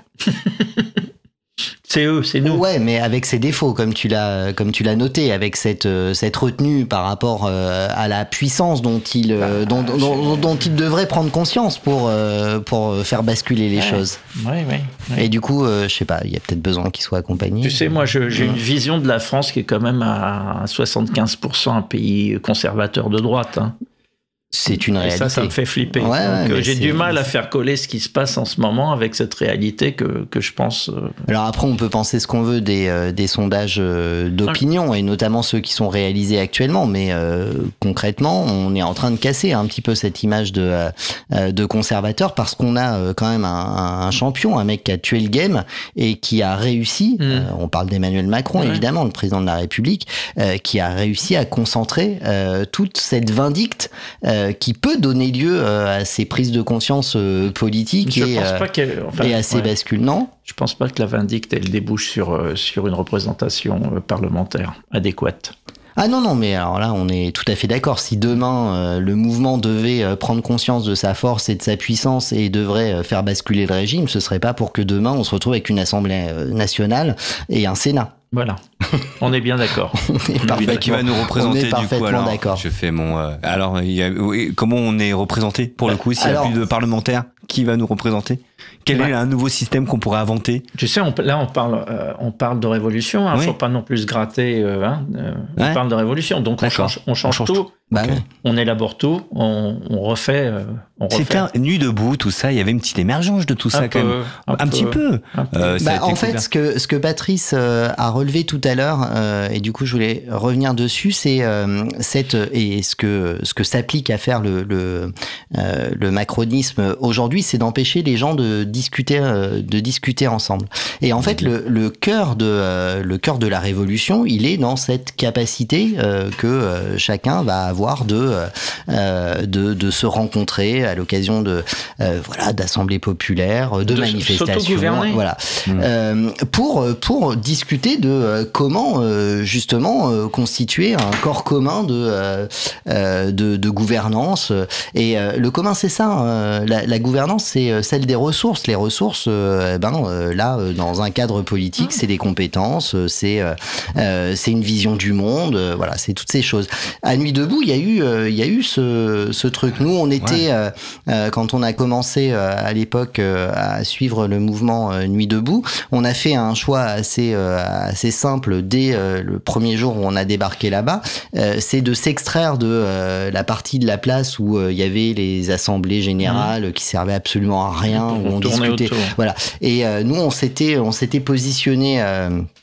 S2: C'est eux, c'est nous.
S3: Ouais, mais avec ses défauts, comme tu l'as, comme tu l'as noté, avec cette, cette retenue par rapport euh, à la puissance dont il, euh, dont, dont, dont il devrait prendre conscience pour, euh, pour faire basculer les
S2: ouais,
S3: choses.
S2: Ouais, ouais, ouais.
S3: Et du coup, euh, je sais pas, il y a peut-être besoin qu'il soit accompagné.
S2: Tu sais, moi, je, j'ai mmh. une vision de la France qui est quand même à soixante-quinze pour cent un pays conservateur de droite. Hein.
S3: C'est une réalité.
S2: Et ça, ça me fait flipper.
S3: Ouais,
S2: Donc,
S3: ouais,
S2: j'ai
S3: c'est...
S2: du mal à faire coller ce qui se passe en ce moment avec cette réalité que, que je pense... Euh...
S3: Alors après, on peut penser ce qu'on veut des, euh, des sondages euh, d'opinion, ouais. et notamment ceux qui sont réalisés actuellement, mais euh, concrètement, on est en train de casser un petit peu cette image de, euh, de conservateur parce qu'on a euh, quand même un, un champion, un mec qui a tué le game et qui a réussi, mmh. euh, on parle d'Emmanuel Macron, ouais. évidemment, le président de la République, euh, qui a réussi à concentrer euh, toute cette vindicte euh, qui peut donner lieu euh, à ces prises de conscience euh, politiques
S2: je
S3: et,
S2: pense
S3: euh,
S2: pas qu'elle, enfin,
S3: et à ces
S2: ouais.
S3: bascules, non ?
S2: Je pense pas que la vindicte, elle débouche sur, euh, sur une représentation euh, parlementaire adéquate.
S3: Ah non, non, mais alors là, on est tout à fait d'accord. Si demain, euh, le mouvement devait euh, prendre conscience de sa force et de sa puissance et devrait euh, faire basculer le régime, ce serait pas pour que demain, on se retrouve avec une Assemblée euh, nationale et un Sénat.
S2: Voilà, on est bien d'accord.
S1: on qui va nous représenter
S3: on est
S1: du coup alors
S3: d'accord.
S1: Je fais mon. Euh, alors, il y a, oui, comment on est représenté pour le coup s'il n'y a plus de parlementaires, qui va nous représenter ? Quel ouais. est un nouveau système qu'on pourrait inventer ?
S2: Tu sais, on, là on parle, euh, on parle de révolution. Il hein, ne oui. faut pas non plus se gratter. Euh, hein, euh, ouais. On parle de révolution, donc on change, on change, on change tout. tout.
S3: Bah okay.
S2: On élabore tout, on, on refait. Euh, on
S1: C'était un Nuit debout, tout ça. Il y avait une petite émergence de tout ça
S2: un
S1: quand
S2: peu,
S1: même.
S2: Un,
S1: un
S2: peu,
S1: petit peu.
S2: Un peu.
S3: Euh, bah, en fait, ce que ce que Patrice euh, a relevé tout à l'heure, euh, et du coup je voulais revenir dessus, c'est euh, cette et ce que ce que s'applique à faire le le, euh, le macronisme aujourd'hui, c'est d'empêcher les gens de discuter euh, de discuter ensemble. Et en fait, le le cœur de euh, le cœur de la révolution, il est dans cette capacité euh, que euh, chacun va avoir de euh, de de se rencontrer à l'occasion de euh, voilà d'assemblées populaires, de, de manifestations, voilà, mmh. euh, pour pour discuter de euh, comment euh, justement euh, constituer un corps commun de euh, euh, de, de gouvernance. Et euh, le commun, c'est ça. Euh, la, la gouvernance, c'est celle des ressources. Les ressources, euh, ben euh, là, dans un cadre politique, mmh. c'est des compétences, c'est euh, c'est une vision du monde. Euh, voilà, c'est toutes ces choses. À Nuit debout, il y a eu euh, il y a eu ce ce truc. Nous, on était ouais. euh, quand on a commencé euh, à l'époque euh, à suivre le mouvement euh, Nuit debout, on a fait un choix assez euh, assez simple dès euh, le premier jour où on a débarqué là-bas, euh, c'est de s'extraire de euh, la partie de la place où il euh, y avait les assemblées générales mmh. qui servaient absolument à rien, où on discutait. Autour. Voilà. Et euh, nous, on s'était on s'était positionné. Euh,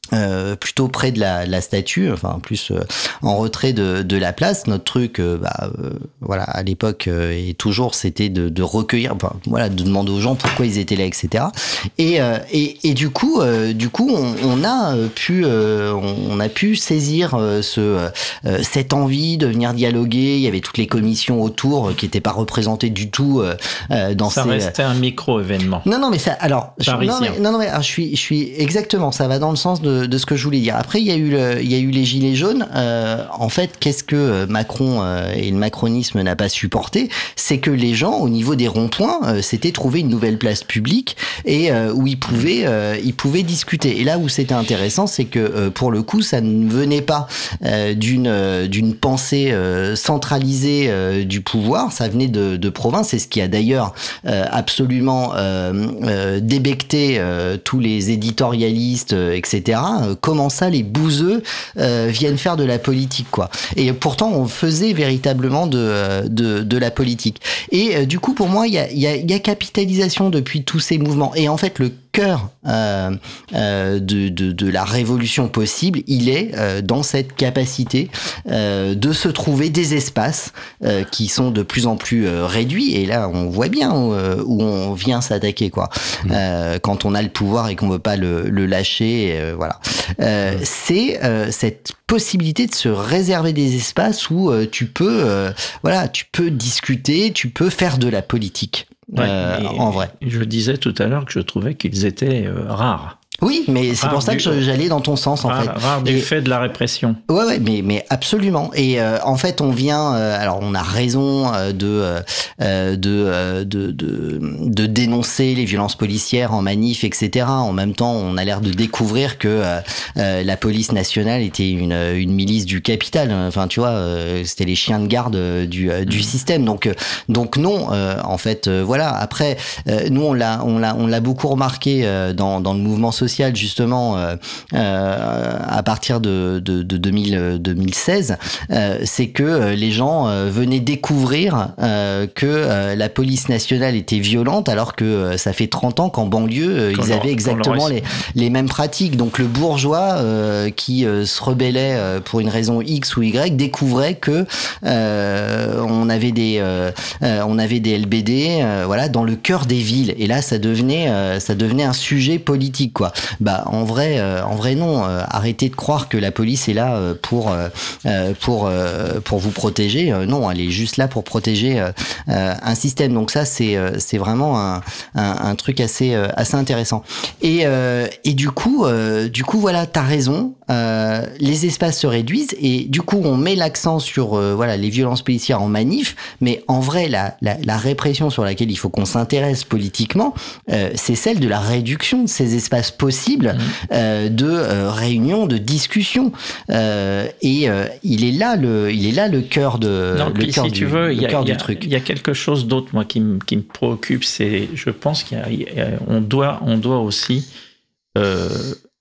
S3: Euh, plutôt près de la, la statue, enfin plus euh, en retrait de, de la place. Notre truc, euh, bah, euh, voilà, à l'époque euh, et toujours, c'était de, de recueillir, enfin, voilà, de demander aux gens pourquoi ils étaient là, et cetera. Et, euh, et, et du coup, euh, du coup, on, on a pu, euh, on a pu saisir euh, ce, euh, cette envie de venir dialoguer. Il y avait toutes les commissions autour euh, qui n'étaient pas représentées du tout euh, dans
S2: ça
S3: ces.
S2: Ça restait un micro-événement.
S3: Non, non, mais ça, alors, je, non, mais, non, non, mais alors, je suis, je suis exactement. Ça va dans le sens de de ce que je voulais dire. Après, il y a eu le, il y a eu les gilets jaunes. Euh, en fait, qu'est-ce que Macron euh, et le macronisme n'a pas supporté, c'est que les gens, au niveau des ronds-points, euh, s'étaient trouvé une nouvelle place publique et euh, où ils pouvaient, euh, ils pouvaient discuter. Et là où c'était intéressant, c'est que euh, pour le coup, ça ne venait pas euh, d'une, euh, d'une pensée euh, centralisée euh, du pouvoir. Ça venait de, de province. C'est ce qui a d'ailleurs euh, absolument euh, euh, débecté euh, tous les éditorialistes, euh, et cetera. Comment ça, les bouseux euh, viennent faire de la politique, quoi. Et pourtant, on faisait véritablement de, de, de la politique. Et euh, du coup, pour moi, il y a, y, a, y a capitalisation depuis tous ces mouvements. Et en fait, le cœur euh, euh, de, de, de la révolution possible, il est euh, dans cette capacité euh, de se trouver des espaces euh, qui sont de plus en plus euh, réduits. Et là, on voit bien où, où on vient s'attaquer, quoi. Mmh. Euh, quand on a le pouvoir et qu'on veut pas le, le lâcher, euh, voilà. Euh, mmh. C'est euh, cette possibilité de se réserver des espaces où euh, tu peux, euh, voilà, tu peux discuter, tu peux faire de la politique.
S2: Ouais,
S3: euh, en vrai.
S2: Je disais tout à l'heure que je trouvais qu'ils étaient euh, rares.
S3: Oui, mais c'est pour ça
S2: du,
S3: que j'allais dans ton sens, en
S2: rare,
S3: fait.
S2: Rare du
S3: et,
S2: fait de la répression.
S3: Ouais, ouais, mais, mais absolument. Et euh, en fait, on vient... Euh, alors, on a raison euh, de, euh, de, euh, de, de, de dénoncer les violences policières en manif, et cetera. En même temps, on a l'air de découvrir que euh, euh, la police nationale était une, une milice du capital. Enfin, tu vois, euh, c'était les chiens de garde du, euh, du mmh. système. Donc, donc non, euh, en fait, euh, voilà. Après, euh, nous, on l'a, on l'a, on l'a beaucoup remarqué euh, dans, dans le mouvement social, justement euh, euh, à partir de, de, de deux mille, deux mille seize, euh, c'est que les gens euh, venaient découvrir euh, que euh, la police nationale était violente, alors que euh, ça fait trente ans qu'en banlieue euh, ils avaient exactement les, les mêmes pratiques. Donc le bourgeois euh, qui euh, se rebellait euh, pour une raison X ou Y découvrait que euh, on avait des euh, euh, on avait des L B D euh, voilà, dans le cœur des villes, et là ça devenait euh, ça devenait un sujet politique, quoi. Bah en vrai, euh, en vrai non. Euh, arrêtez de croire que la police est là euh, pour euh, pour euh, pour vous protéger. Euh, non, elle est juste là pour protéger euh, euh, un système. Donc ça, c'est euh, c'est vraiment un, un, un truc assez euh, assez intéressant. Et euh, et du coup euh, du coup voilà, t'as raison. Euh, les espaces se réduisent et du coup on met l'accent sur euh, voilà, les violences policières en manif, mais en vrai la la, la répression sur laquelle il faut qu'on s'intéresse politiquement, euh, c'est celle de la réduction de ces espaces possibles mmh. euh, de euh, réunion, de discussion. Euh, et euh, il est là le, il est là le cœur de,
S2: non,
S3: le cœur
S2: si
S3: du,
S2: tu veux,
S3: le
S2: y a,
S3: cœur
S2: y a,
S3: du truc.
S2: Il y a quelque chose d'autre, moi, qui me, qui me préoccupe, c'est, je pense qu'il y a, on doit, on doit aussi euh,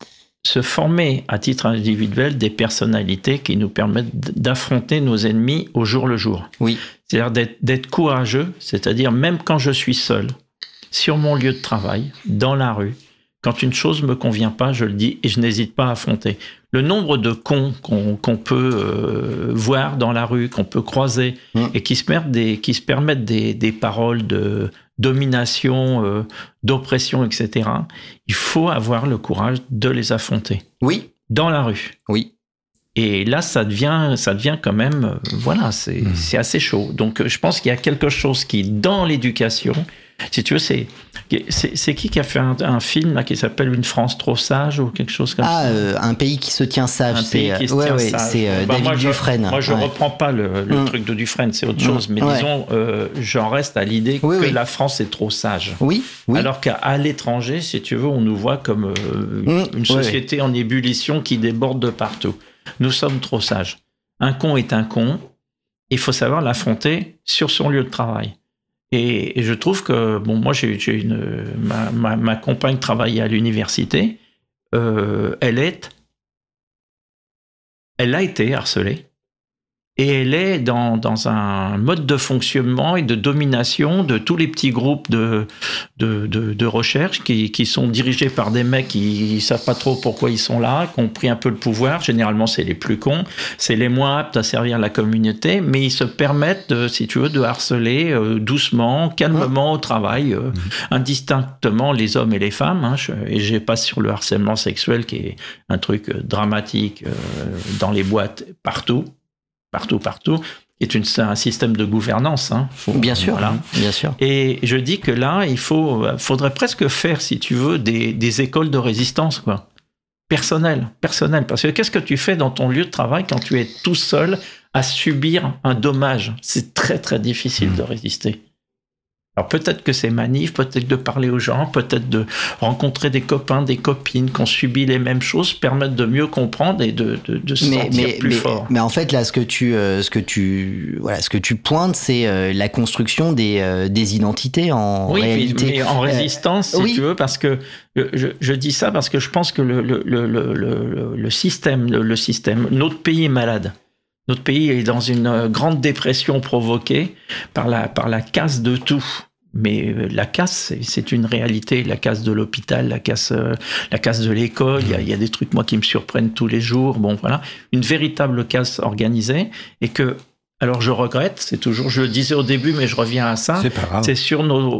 S2: se former à titre individuel des personnalités qui nous permettent d'affronter nos ennemis au jour le jour.
S3: Oui.
S2: C'est-à-dire d'être, d'être courageux, c'est-à-dire même quand je suis seul, sur mon lieu de travail, dans la rue, quand une chose me convient pas, je le dis et je n'hésite pas à affronter. Le nombre de cons qu'on, qu'on peut euh, voir dans la rue, qu'on peut croiser, mmh. et qui se permettent des, qui se permettent des, des paroles de domination, euh, d'oppression, et cetera. Il faut avoir le courage de les affronter.
S3: Oui.
S2: Dans la rue.
S3: Oui.
S2: Et là, ça devient, ça devient quand même, euh, voilà, c'est, mmh. c'est assez chaud. Donc, je pense qu'il y a quelque chose qui, dans l'éducation, si tu veux, c'est, c'est, c'est qui qui a fait un, un film là, qui s'appelle Une France trop sage ou quelque chose comme
S3: ah,
S2: ça
S3: euh, Un pays qui se tient sage.
S2: Un
S3: c'est,
S2: pays qui se
S3: ouais,
S2: tient
S3: ouais,
S2: sage.
S3: C'est euh,
S2: bah,
S3: David
S2: moi, je,
S3: Dufresne.
S2: Moi, je ne
S3: ouais.
S2: reprends pas le, le mmh. truc de Dufresne, c'est autre chose. Mmh. Mais ouais. disons, euh, j'en reste à l'idée oui, que oui. la France est trop sage.
S3: Oui, oui.
S2: Alors qu'à l'étranger, si tu veux, on nous voit comme euh, mmh. une société ouais. en ébullition qui déborde de partout. Nous sommes trop sages. Un con est un con. Il faut savoir l'affronter sur son lieu de travail. Et, et je trouve que, bon, moi, j'ai, j'ai une, ma, ma, ma compagne travaillait à l'université. Euh, elle est, elle a été harcelée. et elle est dans, dans un mode de fonctionnement et de domination de tous les petits groupes de, de, de, de recherche qui, qui sont dirigés par des mecs qui ne savent pas trop pourquoi ils sont là, qui ont pris un peu le pouvoir. Généralement, c'est les plus cons, c'est les moins aptes à servir la communauté, mais ils se permettent, de, si tu veux, de harceler euh, doucement, calmement au travail, euh, mmh. indistinctement les hommes et les femmes. Hein, je, et je passe sur le harcèlement sexuel qui est un truc euh, dramatique euh, dans les boîtes partout. Partout, partout, est une, un système de gouvernance. Hein.
S3: Faut, bien sûr, voilà. bien sûr.
S2: Et je dis que là, il faut, faudrait presque faire, si tu veux, des, des écoles de résistance, quoi. Personnelles, personnelles. Parce que qu'est-ce que tu fais dans ton lieu de travail quand tu es tout seul à subir un dommage ? C'est très, très difficile mmh. de résister. Alors peut-être que c'est manif, peut-être de parler aux gens, peut-être de rencontrer des copains, des copines qui ont subi les mêmes choses, permettent de mieux comprendre et de, de, de se mais, sentir
S3: mais,
S2: plus
S3: mais,
S2: fort.
S3: Mais en fait, là, ce que tu, euh, ce que tu, voilà, ce que tu pointes, c'est euh, la construction des, euh, des identités en
S2: oui,
S3: réalité.
S2: Oui, mais en résistance, euh, si oui. tu veux, parce que je, je dis ça parce que je pense que le, le, le, le, le, le système, le, le système, notre pays est malade. Notre pays est dans une grande dépression provoquée par la, par la casse de tout. Mais la casse, c'est, c'est une réalité. La casse de l'hôpital, la casse, euh, la casse de l'école. Il y a, il y a des trucs, moi, qui me surprennent tous les jours. Bon, voilà. Une véritable casse organisée. Et que, alors je regrette, c'est toujours, je le disais au début, mais je reviens à ça.
S1: C'est pas grave.
S2: C'est sur nos,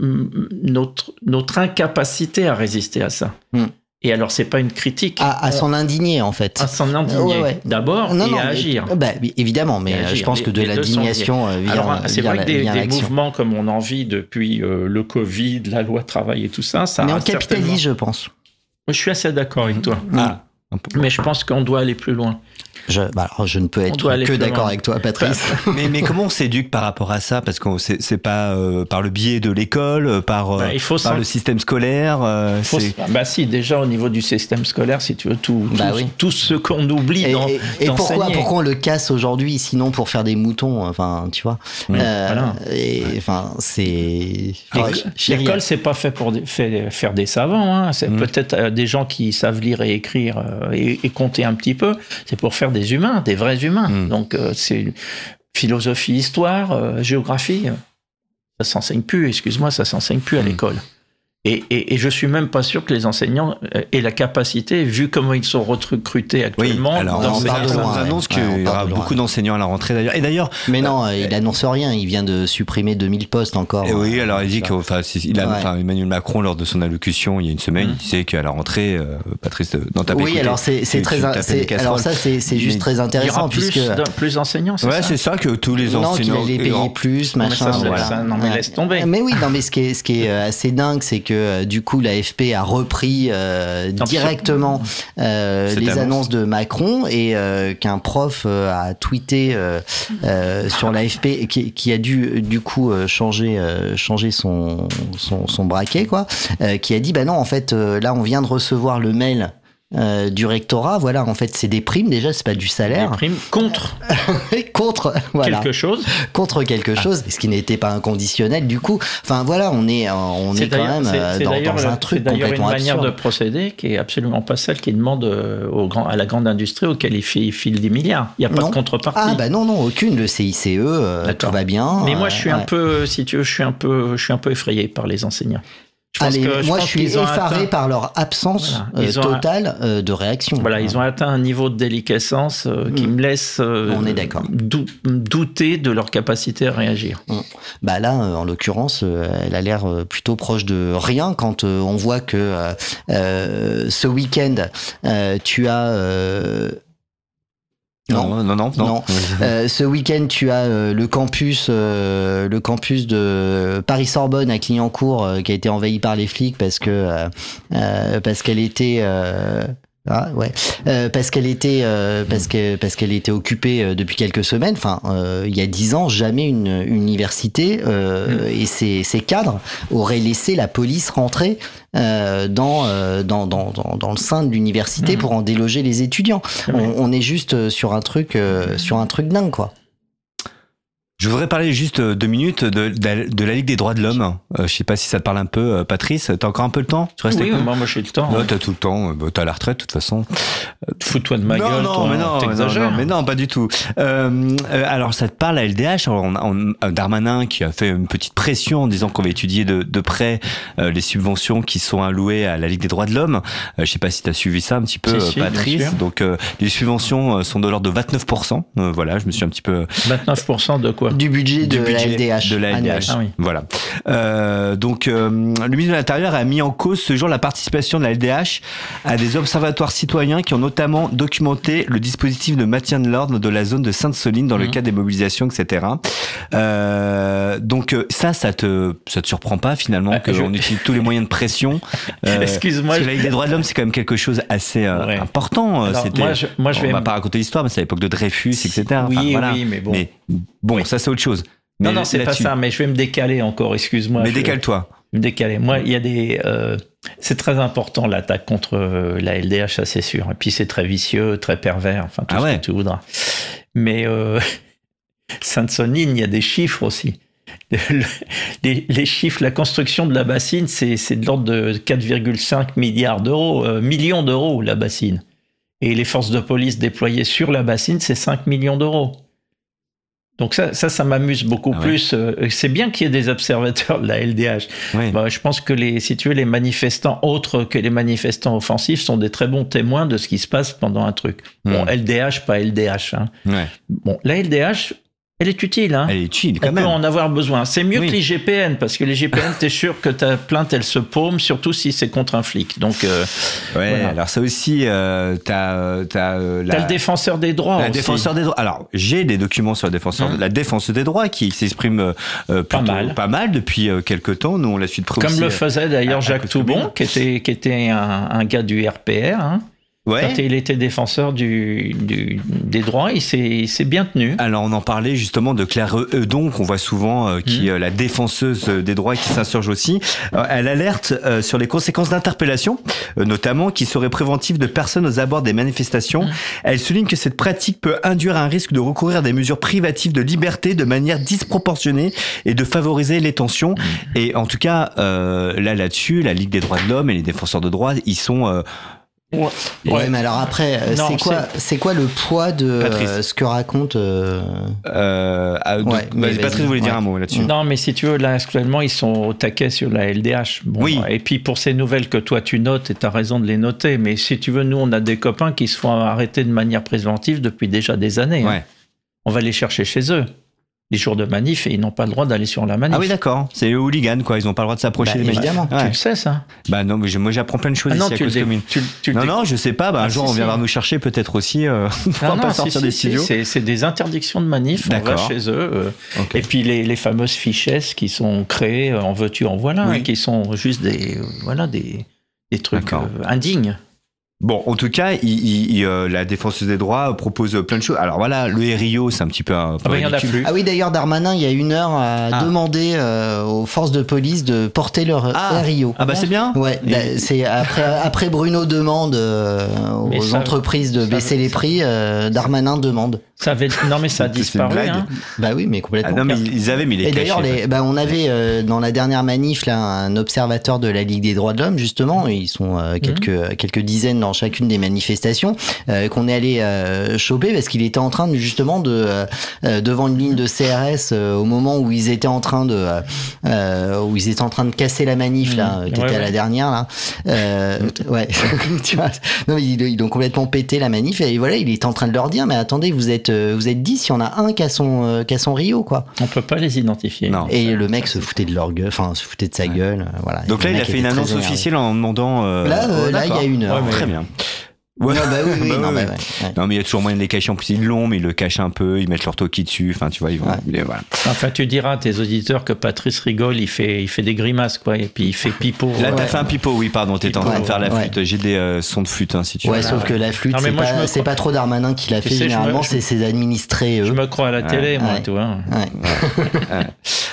S2: notre, notre incapacité à résister à ça. Mm. Et alors, c'est pas une critique.
S3: À, à s'en indigner, en fait.
S2: À s'en indigner, ouais, ouais. d'abord, non, et non, à
S3: mais,
S2: agir.
S3: Bah, évidemment, mais agir. Je pense que de les, l'indignation vient,
S2: alors, c'est
S3: vient
S2: vrai
S3: la,
S2: que des,
S3: vient
S2: des mouvements comme on en vit depuis euh, le Covid, la loi travail et tout ça, ça
S3: mais
S2: a
S3: on capitalise, je pense.
S2: Je suis assez d'accord avec toi.
S3: Mmh. Ah.
S2: Mais je pense qu'on doit aller plus loin.
S3: Je, bah alors je ne peux être que d'accord loin. avec toi, Patrice.
S1: mais, mais comment on s'éduque par rapport à ça ? Parce que c'est, c'est pas euh, par le biais de l'école, par, bah, il faut par le système scolaire. Euh,
S2: faut
S1: c'est...
S2: Bah si, déjà au niveau du système scolaire, si tu veux, tout, bah tout, oui. tout ce qu'on oublie
S3: et,
S2: dans,
S3: et, et pourquoi, pourquoi on le casse aujourd'hui, sinon pour faire des moutons, enfin, tu vois.
S2: Oui,
S3: euh,
S2: voilà.
S3: Et enfin, c'est.
S2: L'école, l'école c'est pas fait pour des, fait, faire des savants. Hein. C'est mmh. peut-être euh, des gens qui savent lire et écrire euh, et, et compter un petit peu. C'est pour faire des humains, des vrais humains. Mmh. Donc, euh, c'est philosophie, histoire, euh, géographie. Ça s'enseigne plus, excuse-moi, ça s'enseigne plus à mmh. l'école. Et, et, et je suis même pas sûr que les enseignants aient la capacité, vu comment ils sont recrutés actuellement.
S1: Oui, alors on, parle de loin, on annonce ouais. qu'il ouais, y aura beaucoup d'enseignants à la rentrée d'ailleurs. Et d'ailleurs,
S3: mais non, euh, il annonce rien. Il vient de supprimer deux mille postes encore.
S1: Et oui, alors il dit que, enfin, il a, ouais. enfin, Emmanuel Macron lors de son allocution il y a une semaine, mmh. il disait qu'à la rentrée, euh, Patrice, dans ta
S3: oui, écouté, alors c'est, c'est très, c'est, alors ça c'est, c'est juste très intéressant
S2: plus,
S3: puisque
S2: plus d'enseignants, c'est
S1: ouais,
S2: ça.
S1: c'est ça que tous les enseignants.
S3: Non, qu'il allait payer plus, machin.
S2: Non, mais laisse tomber.
S3: Mais oui, non, mais ce qui est, ce qui est assez dingue, c'est que du coup la A F P a repris euh, directement euh, les annonce. annonces de Macron et euh, qu'un prof euh, a tweeté euh, euh, sur l'A F P qui, qui a dû du coup euh, changer euh, changer son, son son braquet quoi, euh, qui a dit bah non en fait euh, là on vient de recevoir le mail Euh, du rectorat, voilà, en fait, c'est des primes déjà, c'est pas du salaire.
S2: Des primes contre.
S3: contre, voilà.
S2: Quelque chose.
S3: Contre quelque chose, ah. ce qui n'était pas inconditionnel, du coup. Enfin, voilà, on est, on est, est quand même
S2: c'est, c'est
S3: dans, dans un truc complètement absurde. C'est d'ailleurs une
S2: manière de procéder qui est absolument pas celle qui demande au grand, à la grande industrie auquel il file des milliards. Il n'y a pas
S3: non.
S2: de contrepartie.
S3: Ah, bah non, non, aucune. Le C I C E, euh, tout va bien.
S2: Mais moi, je suis
S3: euh,
S2: un
S3: ouais.
S2: peu, si tu veux, je suis un peu, je suis un peu effrayé par les enseignants.
S3: Je Allez, que, je moi, je suis effaré atteint... par leur absence voilà. euh, totale a... euh, de réaction.
S2: Voilà, ils ont atteint un niveau de déliquescence euh, mmh. qui me laisse euh,
S3: On est d'accord.
S2: Dou- douter de leur capacité à réagir.
S3: Mmh. Bah là, euh, en l'occurrence, euh, elle a l'air euh, plutôt proche de rien quand euh, on voit que euh, euh, ce week-end, euh, tu as... Euh,
S1: Non, non, non, non.
S3: non. Euh, ce week-end, tu as euh, le campus, euh, le campus de Paris-Sorbonne à Clignancourt euh, qui a été envahi par les flics parce que euh, euh, parce qu'elle était euh, ah ouais euh, parce qu'elle était euh, parce que parce qu'elle était occupée euh, depuis quelques semaines. Enfin, euh, il y a dix ans, jamais une, une université euh, mmh. et ses, ses cadres auraient laissé la police rentrer. Euh, dans, euh, dans, dans, dans, dans le sein de l'université mmh. pour en déloger les étudiants. On, on est juste sur un truc, euh, sur un truc dingue, quoi.
S1: Je voudrais parler juste deux minutes de, de, de la Ligue des droits de l'homme. Euh, je sais pas si ça te parle un peu, euh, Patrice. T'as encore un peu le temps? Tu restes
S2: Oui, moi, moi j'ai le temps.
S1: Ouais,
S2: hein.
S1: T'as tout le temps. Bah, t'as la retraite, de toute façon.
S2: Fous-toi de ma
S1: non,
S2: gueule,
S1: non,
S2: toi.
S1: Mais non,
S2: t'exagères.
S1: non, non, mais non, pas du tout. Euh, euh, alors, ça te parle, la L D H. Alors, on, on, Darmanin qui a fait une petite pression en disant qu'on va étudier de, de près euh, les subventions qui sont allouées à la Ligue des droits de l'homme. Euh, je sais pas si t'as suivi ça un petit peu,
S2: si, si,
S1: Patrice. Donc, euh, les subventions sont de l'ordre de vingt-neuf pour cent. Euh, voilà, je me suis un petit peu...
S2: vingt-neuf pour cent de quoi?
S3: Du budget de
S1: du budget
S3: la L D H.
S1: De la L D H.
S3: Ah
S1: oui. Voilà. Euh, donc, euh, le ministre de l'Intérieur a mis en cause ce jour la participation de la L D H à des observatoires citoyens qui ont notamment documenté le dispositif de maintien de l'ordre de la zone de Sainte-Soline dans mmh. le cadre des mobilisations, et cetera. Euh, donc, ça, ça te, ça te surprend pas finalement ah, qu'on je... utilise tous les moyens de pression.
S2: Euh, Excuse-moi.
S1: Parce que la Ligue des droits de l'homme, c'est quand même quelque chose assez euh, ouais. important.
S2: Alors,
S1: C'était,
S2: moi, je, moi, je
S1: on
S2: vais
S1: va
S2: me...
S1: pas raconter l'histoire, mais c'est à l'époque de Dreyfus, et cetera.
S2: Oui,
S1: enfin, voilà.
S2: oui, mais bon.
S1: Mais bon, oui. ça c'est autre chose.
S2: Mais non, non, c'est pas ça, mais je vais me décaler encore, excuse-moi.
S1: Mais
S2: je
S1: décale-toi.
S2: Me décaler. Moi, il y a des... Euh, c'est très important, l'attaque contre euh, la L D H, ça c'est sûr. Et puis c'est très vicieux, très pervers, enfin tout ah ce ouais. que tu voudras. Mais euh, Sainte-Soline, il y a des chiffres aussi. Les, les chiffres, la construction de la bassine, c'est, c'est de l'ordre de quatre virgule cinq milliards d'euros, euh, millions d'euros, la bassine. Et les forces de police déployées sur la bassine, c'est cinq millions d'euros. Donc ça, ça, ça m'amuse beaucoup ah ouais. plus. C'est bien qu'il y ait des observateurs de la L D H. Oui. Bah, je pense que les, si tu veux, les manifestants autres que les manifestants offensifs sont des très bons témoins de ce qui se passe pendant un truc. Mmh. Bon, L D H, pas L D H. Hein. Ouais. Bon, la L D H, elle est utile. Hein.
S1: Elle est utile, quand
S2: On
S1: même.
S2: On peut en avoir besoin. C'est mieux oui. que les G P N, parce que les G P N, t'es sûr que ta plainte, elle se paume, surtout si c'est contre un flic. Donc, euh,
S1: ouais, voilà. Alors ça aussi, euh, t'as... T'as, euh,
S2: la... t'as le défenseur des droits
S1: La
S2: aussi.
S1: défenseur des droits. Alors, j'ai des documents sur la défenseur, mmh. la défense des droits qui s'exprime euh, plutôt, pas mal. Pas mal depuis euh, quelques temps. Nous, on l'a su de près
S2: Comme
S1: aussi,
S2: le faisait d'ailleurs
S1: à,
S2: Jacques à Toubon, qui était, qui était un, un gars du R P R, hein. Ouais. Quand il était défenseur du, du, des droits, il s'est, il s'est bien tenu.
S1: Alors, on en parlait justement de Claire Eudon, qu'on voit souvent, euh, qui est mmh. la défenseuse des droits, qui s'insurge aussi. Euh, elle alerte euh, sur les conséquences d'interpellation, euh, notamment, qui seraient préventives de personnes aux abords des manifestations. Mmh. Elle souligne que cette pratique peut induire un risque de recourir à des mesures privatives de liberté de manière disproportionnée et de favoriser les tensions. Mmh. Et en tout cas, euh, là, là-dessus, la Ligue des droits de l'homme et les défenseurs de droits, ils sont... Euh,
S3: Ouais. ouais, mais alors après, non, c'est quoi, c'est... c'est quoi le poids de euh, ce que raconte euh...
S1: Euh, ah, de... ouais, bah, Patrice voulait ouais. dire un mot là-dessus.
S2: Non, mais si tu veux, là actuellement, ils sont au taquet sur la L D H. Bon, oui. Et puis pour ces nouvelles que toi tu notes, et tu as raison de les noter, mais si tu veux, nous, on a des copains qui se font arrêter de manière préventive depuis déjà des années. Ouais. Hein. On va les chercher chez eux. Les jours de manif, et ils n'ont pas le droit d'aller sur la manif.
S1: Ah oui, d'accord. C'est les hooligans, quoi. Ils n'ont pas le droit de s'approcher
S3: bah,
S1: des manifs.
S3: Évidemment.
S2: Ouais. Tu le sais, ça?
S1: Bah non, mais je, moi j'apprends plein de choses ah non, ici à Cause Commune. Tu, tu non, non, je sais pas. Bah, ah, un jour, si, on viendra si. nous chercher, peut-être aussi. Euh, pour non, pas non, sortir si, des si, studios.
S2: C'est, c'est des interdictions de manif. D'accord. On va chez eux. Euh, okay. Et puis les, les fameuses fichettes qui sont créées, en veux-tu, en voilà, oui. hein, qui sont juste des, euh, voilà, des, des trucs euh, indignes.
S1: Bon, en tout cas, il, il, il, euh, la défenseuse des droits propose plein de choses. Alors voilà, le R I O, c'est un petit peu un peu
S2: ah, bah, plus.
S3: Ah oui, d'ailleurs, Darmanin, il y a une heure, a ah. demandé euh, aux forces de police de porter leur
S1: ah.
S3: R I O.
S1: Ah bah c'est bien.
S3: Ouais, Et... bah, c'est après, après Bruno demande euh, aux ça, entreprises de baisser les prix, euh, Darmanin demande.
S2: Ça avait... Non mais ça a disparu. Hein.
S3: Bah oui, mais complètement.
S1: Ah, non mais ils avaient mis les.
S3: Et d'ailleurs, les, bah, on avait euh, dans la dernière manif là un observateur de la Ligue des droits de l'homme justement. Ils sont euh, quelques mmh. quelques dizaines dans chacune des manifestations euh, qu'on est allé euh, choper parce qu'il était en train de, justement de euh, devant une ligne de C R S euh, au moment où ils étaient en train de euh, où ils étaient en train de casser la manif là mmh. qui ouais, était ouais. à la dernière là. Euh, ouais. Tu vois. Non mais ils, ils ont complètement pété la manif et voilà il est en train de leur dire mais attendez vous êtes vous êtes dix, il y en a un qui a son, euh, qui a son Rio, quoi.
S2: On peut pas les identifier.
S3: Non. Et le mec se foutait de leur gueule, enfin, se foutait de sa ouais. gueule, euh, voilà.
S1: Donc là, il a fait une annonce officielle en demandant. Euh...
S3: Là, euh, oh, là, il y a une heure.
S1: Ouais, très bien.
S3: Ouais. Non, bah oui, oui, bah non, ouais. Bah ouais.
S1: non, mais il y a toujours moyen de les cacher. En plus, ils l'ont, mais ils le cachent un peu. Ils mettent leur toki dessus. Enfin, tu vois, ils vont.
S3: Ouais.
S1: Ils, voilà.
S2: Enfin, tu diras à tes auditeurs que Patrice rigole. Il fait, il fait des grimaces, quoi. Et puis il fait pipeau.
S1: Là,
S2: ouais.
S1: t'as fait un pipeau, oui, pardon. T'étais en train de faire la flûte.
S3: Ouais.
S1: J'ai des euh, sons de flûte, hein, si tu veux.
S3: Ouais, sauf ouais. que la flûte, non, c'est, pas, me... c'est pas trop Darmanin qui l'a fait. Sais, généralement, me... c'est ses administrés. Eux.
S2: Je me crois à la télé,
S3: ouais.
S2: moi,
S3: ouais.
S2: tu vois.
S3: Ouais.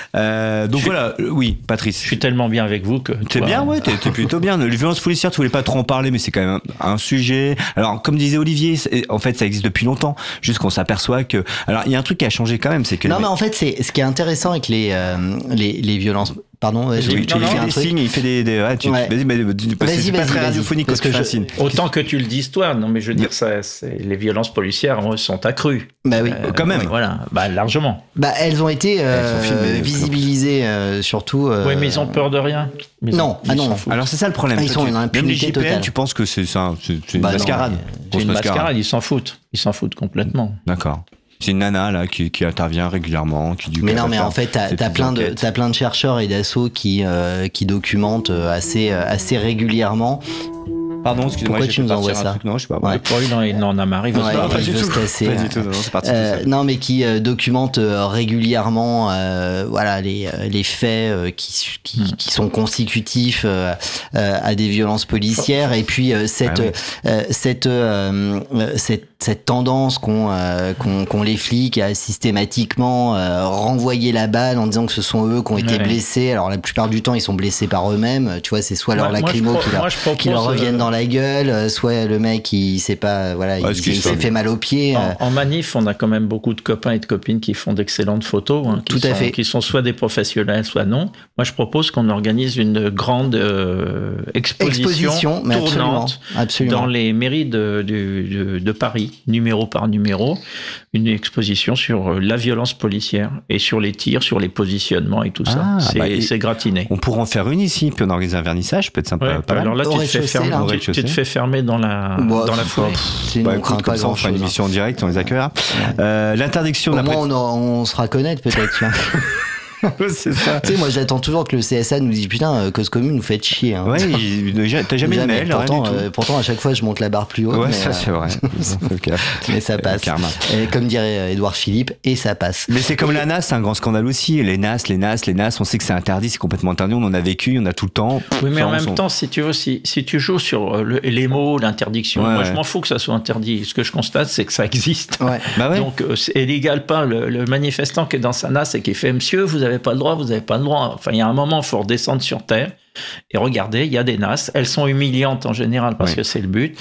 S1: Euh, donc
S2: je
S1: voilà, suis, oui, Patrice.
S2: Je suis tellement bien avec vous que.
S1: T'es bien, ouais, t'es, t'es plutôt bien. Les violences policières, tu voulais pas trop en parler, mais c'est quand même un, un sujet. Alors, comme disait Olivier, en fait, ça existe depuis longtemps. Juste qu'on s'aperçoit que. Alors, il y a un truc qui a changé quand même, c'est que.
S3: Non, mais en fait, c'est ce qui est intéressant avec les euh, les, les violences. Pardon,
S1: j'ai, oui, tu lui fais un signe, il fait des. des ouais, tu, ouais. Vas-y, mais, parce vas-y, que c'est vas-y, pas très radiophonique parce que je signe.
S2: Autant que tu le dises toi, non, mais je veux dire, ça, c'est, les violences policières sont accrues.
S3: Bah oui,
S1: euh, quand même.
S2: Voilà, bah largement.
S3: Bah elles ont été euh, filmées, visibilisées euh, surtout. Euh...
S2: Oui, mais ils ont peur de rien.
S3: Mais non, ah non.
S1: Alors c'est ça le problème.
S3: Ah, ils sont
S1: tu,
S3: une impunité
S1: même les J P N,
S3: totale.
S1: Tu penses que c'est ça, c'est, c'est une
S3: bah
S1: mascarade.
S3: Non,
S2: c'est une mascarade. mascarade. Ils s'en foutent. Ils s'en foutent complètement.
S1: D'accord. C'est une nana là qui, qui intervient régulièrement, qui dit.
S3: Mais non, mais en fait, t'as, t'as plein enquêtes. de t'as plein de chercheurs et d'assos qui euh, qui documentent assez assez régulièrement.
S1: Pardon, excusez-moi.
S3: Pourquoi tu nous envoies ça?
S1: Non, je sais pas.
S2: Ouais. Ouais. Il en a marre, il veut
S3: ouais,
S2: se
S3: pas du tout. Casser, pas
S1: du tout. Non, c'est parti.
S3: Euh, non, mais qui euh, documente euh, régulièrement, euh, voilà, les les faits euh, qui qui, hmm. qui sont consécutifs euh, euh, à des violences policières et puis euh, cette ah, oui. euh, cette euh, cette cette tendance qu'ont euh, qu'ont, qu'ont les flics à systématiquement euh, renvoyer la balle en disant que ce sont eux qui ont été ouais. blessés. Alors la plupart du temps, ils sont blessés par eux-mêmes. Tu vois, c'est soit leur lacrymo qui leur, propose, qui leur reviennent euh... dans la gueule, soit le mec il sait pas, voilà, ouais, il, il s'est fait mal aux pieds.
S2: En, en manif, on a quand même beaucoup de copains et de copines qui font d'excellentes photos, hein, qui
S3: tout à
S2: sont,
S3: fait,
S2: qui sont soit des professionnels, soit non. Moi, je propose qu'on organise une grande euh, exposition,
S3: exposition mais
S2: tournante
S3: absolument, absolument.
S2: dans les mairies de, de, de, de Paris, numéro par numéro, une exposition sur la violence policière et sur les tirs, sur les positionnements et tout ça. Ah, c'est, bah, c'est gratiné.
S1: On pourra en faire une ici, puis on organise un vernissage, peut-être sympa.
S2: Ouais,
S1: pas
S2: alors là, tu te, fais fermer, tu, tu te fais fermer dans la,
S3: bah,
S2: dans la foulée.
S3: C'est
S1: bah, écoute, comme ça, on fera une émission en direct, on les accueillera. Ouais. Euh, l'interdiction
S3: Au
S1: d'après...
S3: moins, on, on se reconnaître peut-être.
S1: C'est ça.
S3: Tu sais, moi j'attends toujours que le C S A nous dise putain, euh, Cause Commune, vous faites chier. Hein.
S1: Ouais, il, t'as jamais de mail,
S3: pourtant,
S1: rien du tout.
S3: Euh, pourtant, à chaque fois, je monte la barre plus haut.
S1: Ouais,
S3: mais,
S1: ça
S3: euh...
S1: c'est vrai.
S3: mais ça passe. Et comme dirait Édouard Philippe, et ça passe.
S1: Mais c'est comme la N A S, c'est un grand scandale aussi. Les N A S, les N A S, les N A S, on sait que c'est interdit, c'est complètement interdit. On en a vécu, on a tout le temps.
S2: Oui, mais en même temps, si tu veux, si, si tu joues sur le, les mots, l'interdiction, ouais, moi ouais. je m'en fous que ça soit interdit. Ce que je constate, c'est que ça existe.
S3: Ouais.
S1: Bah ouais.
S2: Donc, et l'égale pas le, le manifestant qui est dans sa N A S et qui fait monsieur, vous n'avez pas le droit, vous n'avez pas le droit. Enfin, il y a un moment, il faut redescendre sur terre et regardez, il y a des N A S. Elles sont humiliantes en général parce oui. que c'est le but.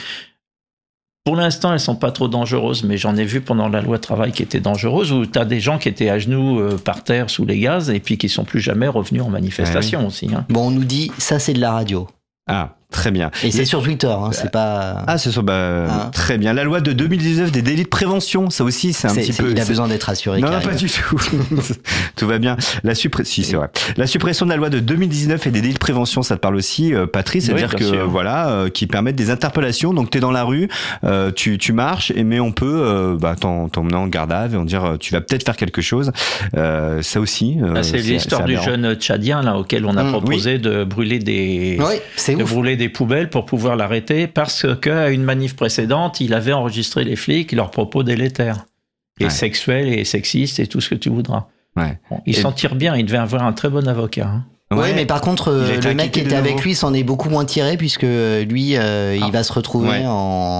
S2: Pour l'instant, elles sont pas trop dangereuses, mais j'en ai vu pendant la loi travail qui était dangereuse, où tu as des gens qui étaient à genoux euh, par terre sous les gaz et puis qui sont plus jamais revenus en manifestation ouais. aussi. Hein.
S3: Bon, on nous dit, ça c'est de la radio.
S1: Ah, très bien.
S3: Et c'est sur Twitter, hein, c'est pas...
S1: Ah, c'est sur... Bah, ah. Très bien. La loi de deux mille dix-neuf des délits de prévention, ça aussi, c'est un
S3: c'est,
S1: petit
S3: c'est,
S1: peu...
S3: Il a besoin d'être rassuré.
S1: Non, non pas du tout. Tout va bien. La, suppré... si, c'est vrai. La suppression de la loi de deux mille dix-neuf et des délits de prévention, ça te parle aussi, euh, Patrice, c'est-à-dire oui, que, sûr. voilà, euh, qui permettent des interpellations. Donc, t'es dans la rue, euh, tu, tu marches, et, mais on peut euh, bah, t'en, t'emmener en garde à vue et on dire, tu vas peut-être faire quelque chose. Euh, ça aussi... Euh,
S2: ah, c'est, c'est l'histoire c'est du jeune Tchadien, là, auquel on a mmh, proposé oui. de brûler des...
S3: Oui, c'est
S2: de
S3: ouf.
S2: brûler des poubelles pour pouvoir l'arrêter parce qu'à une manif précédente, il avait enregistré les flics, leurs propos délétères et ouais. sexuels et sexistes et tout ce que tu voudras.
S1: Ouais.
S2: Bon, il et... s'en tire bien, il devait avoir un très bon avocat. Hein.
S3: Ouais, ouais, mais par contre, le mec qui était avec lui s'en est beaucoup moins tiré puisque lui, euh, ah. il va se retrouver ouais.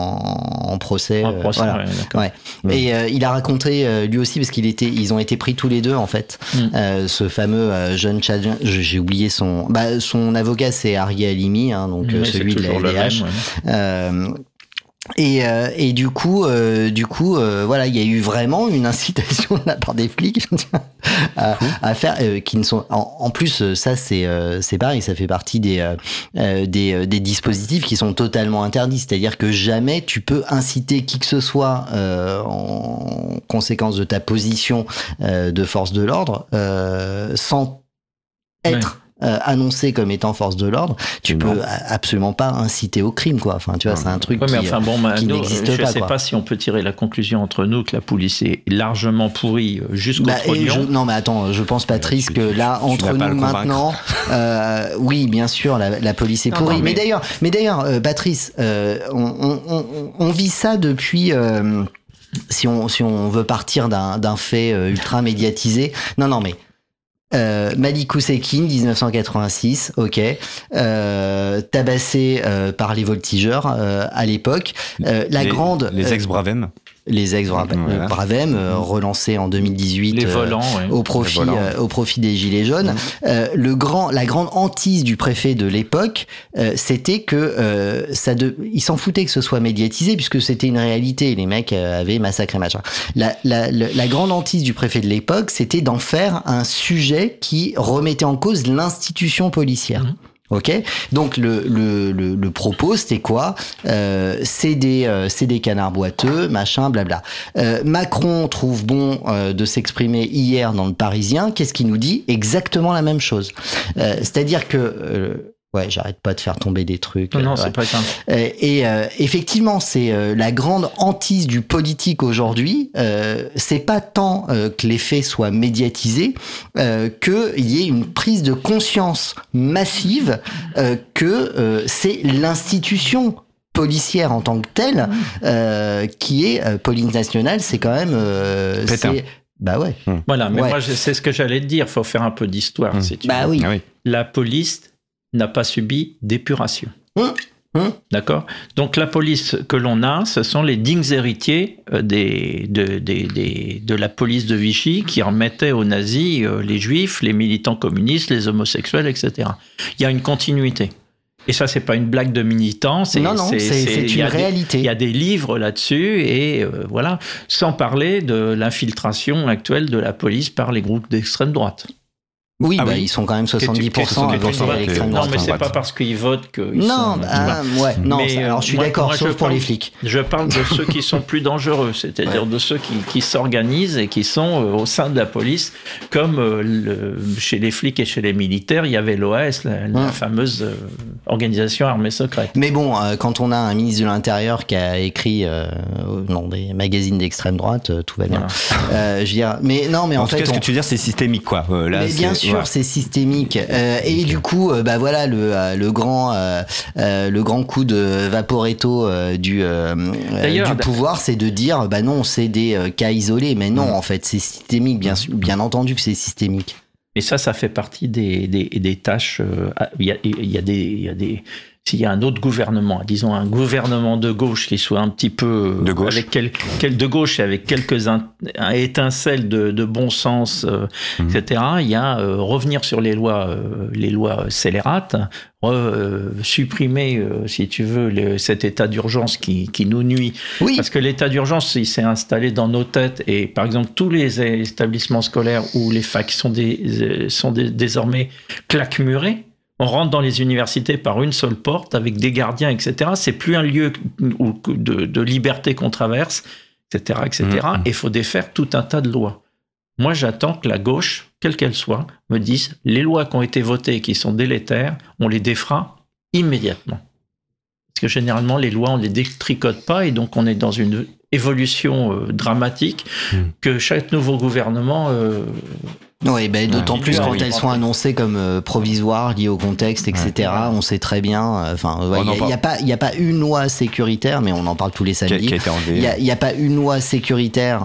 S3: en, en procès.
S2: En procès,
S3: voilà.
S2: ouais, d'accord.
S3: Ouais. Ouais. Et euh, il a raconté euh, lui aussi parce qu'il était, ils ont été pris tous les deux en fait. Mm. Euh, ce fameux euh, jeune Tchadien, j'ai oublié son, bah son avocat c'est Arié Halimi, hein, donc
S2: mm,
S3: celui de la L D H.
S2: Même, ouais.
S3: euh, Et, euh, et du coup, euh, du coup, euh, voilà, il y a eu vraiment une incitation de la part des flics à, à faire, euh, qui ne sont. En, en plus, ça c'est euh, c'est pareil, ça fait partie des euh, des, des dispositifs qui sont totalement interdits. C'est-à-dire que jamais tu peux inciter qui que ce soit euh, en conséquence de ta position euh, de force de l'ordre euh, sans être ouais. Euh, annoncé comme étant force de l'ordre, tu non. peux absolument pas inciter au crime, quoi. Enfin, tu vois, non. c'est un truc ouais, qui, mais enfin, bon, bah, qui nous, n'existe
S2: je
S3: pas.
S2: Je sais
S3: quoi.
S2: pas si on peut tirer la conclusion entre nous que la police est largement pourrie jusqu'au bah, trognon.
S3: Non, mais attends, je pense, Patrice, que là, entre nous maintenant, euh, oui, bien sûr, la, la police est pourrie. Non, non, mais... mais d'ailleurs, mais d'ailleurs, euh, Patrice, euh, on, on, on, on vit ça depuis. Euh, si on si on veut partir d'un d'un fait euh, ultra médiatisé. Non, non, mais. Euh, Malikou Sekine, dix-neuf cent quatre-vingt-six, ok, euh, tabassé euh, par les voltigeurs euh, à l'époque. Euh, la
S1: les,
S3: grande,
S1: les ex-Bravem.
S3: les ex-Bravem, voilà. relancés en deux mille dix-huit
S2: les volants,
S3: euh,
S2: ouais.
S3: au profit euh, au profit des gilets jaunes. Mmh. Euh, le grand, la grande hantise du préfet de l'époque, euh, c'était que euh, ça, de, il s'en foutait que ce soit médiatisé puisque c'était une réalité. Les mecs euh, avaient massacré machin. La, la, la, la grande hantise du préfet de l'époque, c'était d'en faire un sujet qui remettait en cause l'institution policière. Mmh. Ok, donc le le le, le propos c'était quoi euh, C'est des euh, c'est des canards boiteux, machin, blabla. Euh, Macron trouve bon euh, de s'exprimer hier dans le Parisien. Qu'est-ce qu'il nous dit? Exactement la même chose. Euh, c'est-à-dire que euh, ouais, j'arrête pas de faire tomber des trucs.
S2: Non, non,
S3: ouais.
S2: c'est pas grave.
S3: Euh, et euh, effectivement, c'est euh, la grande hantise du politique aujourd'hui. Euh, c'est pas tant euh, que les faits soient médiatisés, euh, qu'il y ait une prise de conscience massive euh, que euh, c'est l'institution policière en tant que telle euh, qui est euh, police nationale. C'est quand même. Euh, c'est, bah ouais.
S2: Voilà, mais
S3: ouais.
S2: moi c'est ce que j'allais te dire. Faut faire un peu d'histoire, mmh. si tu
S3: bah
S2: veux.
S3: oui.
S1: Ah oui.
S2: La police n'a pas subi d'épuration.
S3: Mmh. Mmh.
S2: D'accord ? Donc la police que l'on a, ce sont les dignes héritiers des, de, des, des, de la police de Vichy qui remettaient aux nazis euh, les juifs, les militants communistes, les homosexuels, et cetera. Il y a une continuité. Et ça, c'est pas une blague de militant. C'est,
S3: non, non, c'est, c'est, c'est une réalité.
S2: Il y a des livres là-dessus, et euh, voilà. Sans parler de l'infiltration actuelle de la police par les groupes d'extrême droite.
S3: Oui,
S1: ah
S3: bah,
S1: oui,
S3: ils sont quand même soixante-dix pour cent à voter à l'extrême droite.
S2: Non, mais c'est pas parce qu'ils votent qu'ils
S3: non,
S2: sont...
S3: Bah, ouais, non, mais, ça, alors je suis moi, d'accord, moi, sauf pour
S2: parle,
S3: les flics.
S2: Je parle de ceux qui sont plus dangereux, c'est-à-dire ouais. de ceux qui, qui s'organisent et qui sont euh, au sein de la police, comme euh, le, chez les flics et chez les militaires, il y avait l'O A S, la, la hum. fameuse euh, organisation armée secrète.
S3: Mais bon, euh, quand on a un ministre de l'Intérieur qui a écrit euh, dans des magazines d'extrême droite, euh, tout va bien. Voilà. Euh, je veux dire, mais non, mais en,
S1: en
S3: fait,
S1: tout cas,
S3: on...
S1: ce que tu veux dire, c'est systémique, quoi. Euh, là,
S3: mais bien sûr, ouais. c'est systémique. Euh, et du coup, euh, bah voilà le le grand euh, euh, le grand coup de Vaporetto euh, du euh, du pouvoir, c'est de dire bah non, c'est des euh, cas isolés, mais non, mmh. en fait, c'est systémique, bien bien entendu que c'est systémique.
S2: Et ça, ça fait partie des des, des tâches. Il euh, y a il y a des il y a des s'il y a un autre gouvernement, disons un gouvernement de gauche qui soit un petit peu
S1: de gauche,
S2: avec quel, quel de gauche et avec quelques in, étincelles de, de bon sens, euh, mmh. et cetera. Il y a euh, revenir sur les lois, euh, les lois scélérates, euh, supprimer, euh, si tu veux, le, cet état d'urgence qui, qui nous nuit.
S3: Oui.
S2: Parce que l'état d'urgence, il s'est installé dans nos têtes et, par exemple, tous les établissements scolaires où les facs sont, des, sont des, désormais claquemurés. On rentre dans les universités par une seule porte avec des gardiens, et cetera. C'est plus un lieu de, de liberté qu'on traverse, et cetera, et cetera. Mmh. Et il faut défaire tout un tas de lois. Moi, j'attends que la gauche, quelle qu'elle soit, me dise les lois qui ont été votées et qui sont délétères, on les défera immédiatement. Parce que généralement, les lois, on ne les détricote pas et donc on est dans une évolution euh, dramatique mmh. que chaque nouveau gouvernement... Euh,
S3: Oui, ben d'autant ouais, plus quand elles sont annoncées comme euh, provisoires, liées au contexte, et cetera. Ouais. On sait très bien. Enfin, il ouais, n'y a, a pas, il y a pas une loi sécuritaire, mais on en parle tous les samedis. Il y a, il y a pas une loi sécuritaire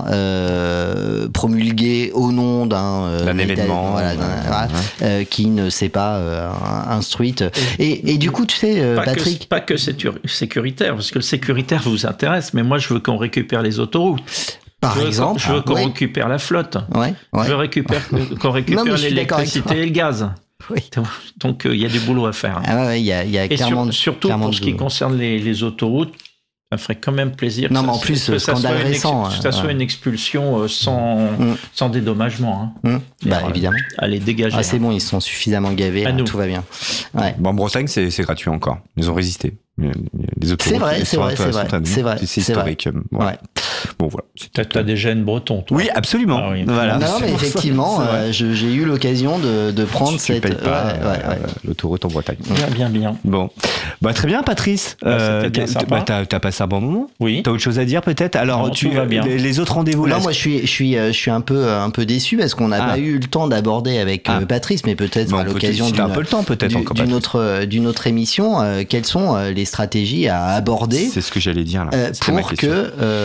S3: euh, promulguée au nom d'un, euh,
S1: d'un événement,
S3: voilà, d'un, voilà, euh, qui ne s'est pas euh, instruite. Et, et du coup, tu sais, euh,
S2: pas
S3: Patrick,
S2: que, pas que sécuritaire, parce que le sécuritaire vous intéresse, mais moi, je veux qu'on récupère les autoroutes.
S3: Par
S2: je
S3: exemple,
S2: je veux qu'on
S3: oui.
S2: récupère la flotte.
S3: Ouais, ouais.
S2: Je veux récupère, qu'on récupère non, l'électricité et le gaz.
S3: Oui.
S2: Donc il euh, y a du boulot à faire.
S3: Ah ouais, il y a, y a
S2: et
S3: clairement.
S2: Sur, surtout
S3: clairement
S2: pour ce qui concerne les, les autoroutes, ça ferait quand même plaisir.
S3: Non,
S2: que
S3: mais
S2: ça,
S3: en plus,
S2: que
S3: scandale
S2: ça
S3: récent.
S2: Ex, que ça
S3: ouais.
S2: soit une expulsion euh, sans, mm. sans dédommagement. Hein.
S3: Mm. Bah,
S2: alors,
S3: évidemment.
S2: Allez, dégagez.
S3: Ah, c'est hein. bon, ils sont suffisamment gavés, là, tout va bien. Ouais.
S1: Bon, en Bretagne, c'est, c'est gratuit encore. Ils ont résisté. Les autoroutes,
S3: c'est vrai, c'est vrai, c'est vrai, c'est vrai.
S1: C'est historique.
S3: Vrai. Ouais.
S1: Bon, voilà.
S2: T'as, t'as des gènes bretons, toi.
S1: Oui, absolument. Ah, oui. Voilà.
S3: Non, mais effectivement, euh, je, j'ai eu l'occasion de, de prendre
S1: tu,
S3: cette.
S1: Tu payes pas
S3: ouais, ouais, ouais.
S1: l'autoroute en Bretagne.
S2: Bien, bien, bien.
S1: Bon, bah très bien, Patrice.
S2: Bah, euh, bien
S1: bah, t'as, t'as passé un bon moment.
S2: Oui.
S1: T'as autre chose à dire peut-être. Alors,
S2: non,
S1: tu
S2: vas bien.
S1: Les, les autres rendez-vous là.
S3: Non, moi je suis, je suis, je suis un peu, un peu déçu parce qu'on n'a ah. pas eu le temps d'aborder avec ah. Patrice, mais peut-être bon, à l'occasion
S1: peut-être,
S3: d'une,
S1: un peu le temps, peut-être
S3: du,
S1: encore,
S3: d'une autre, d'une autre émission. Euh, quelles sont les stratégies à aborder?
S1: C'est ce que j'allais dire là.
S3: Euh, pour que, euh, pour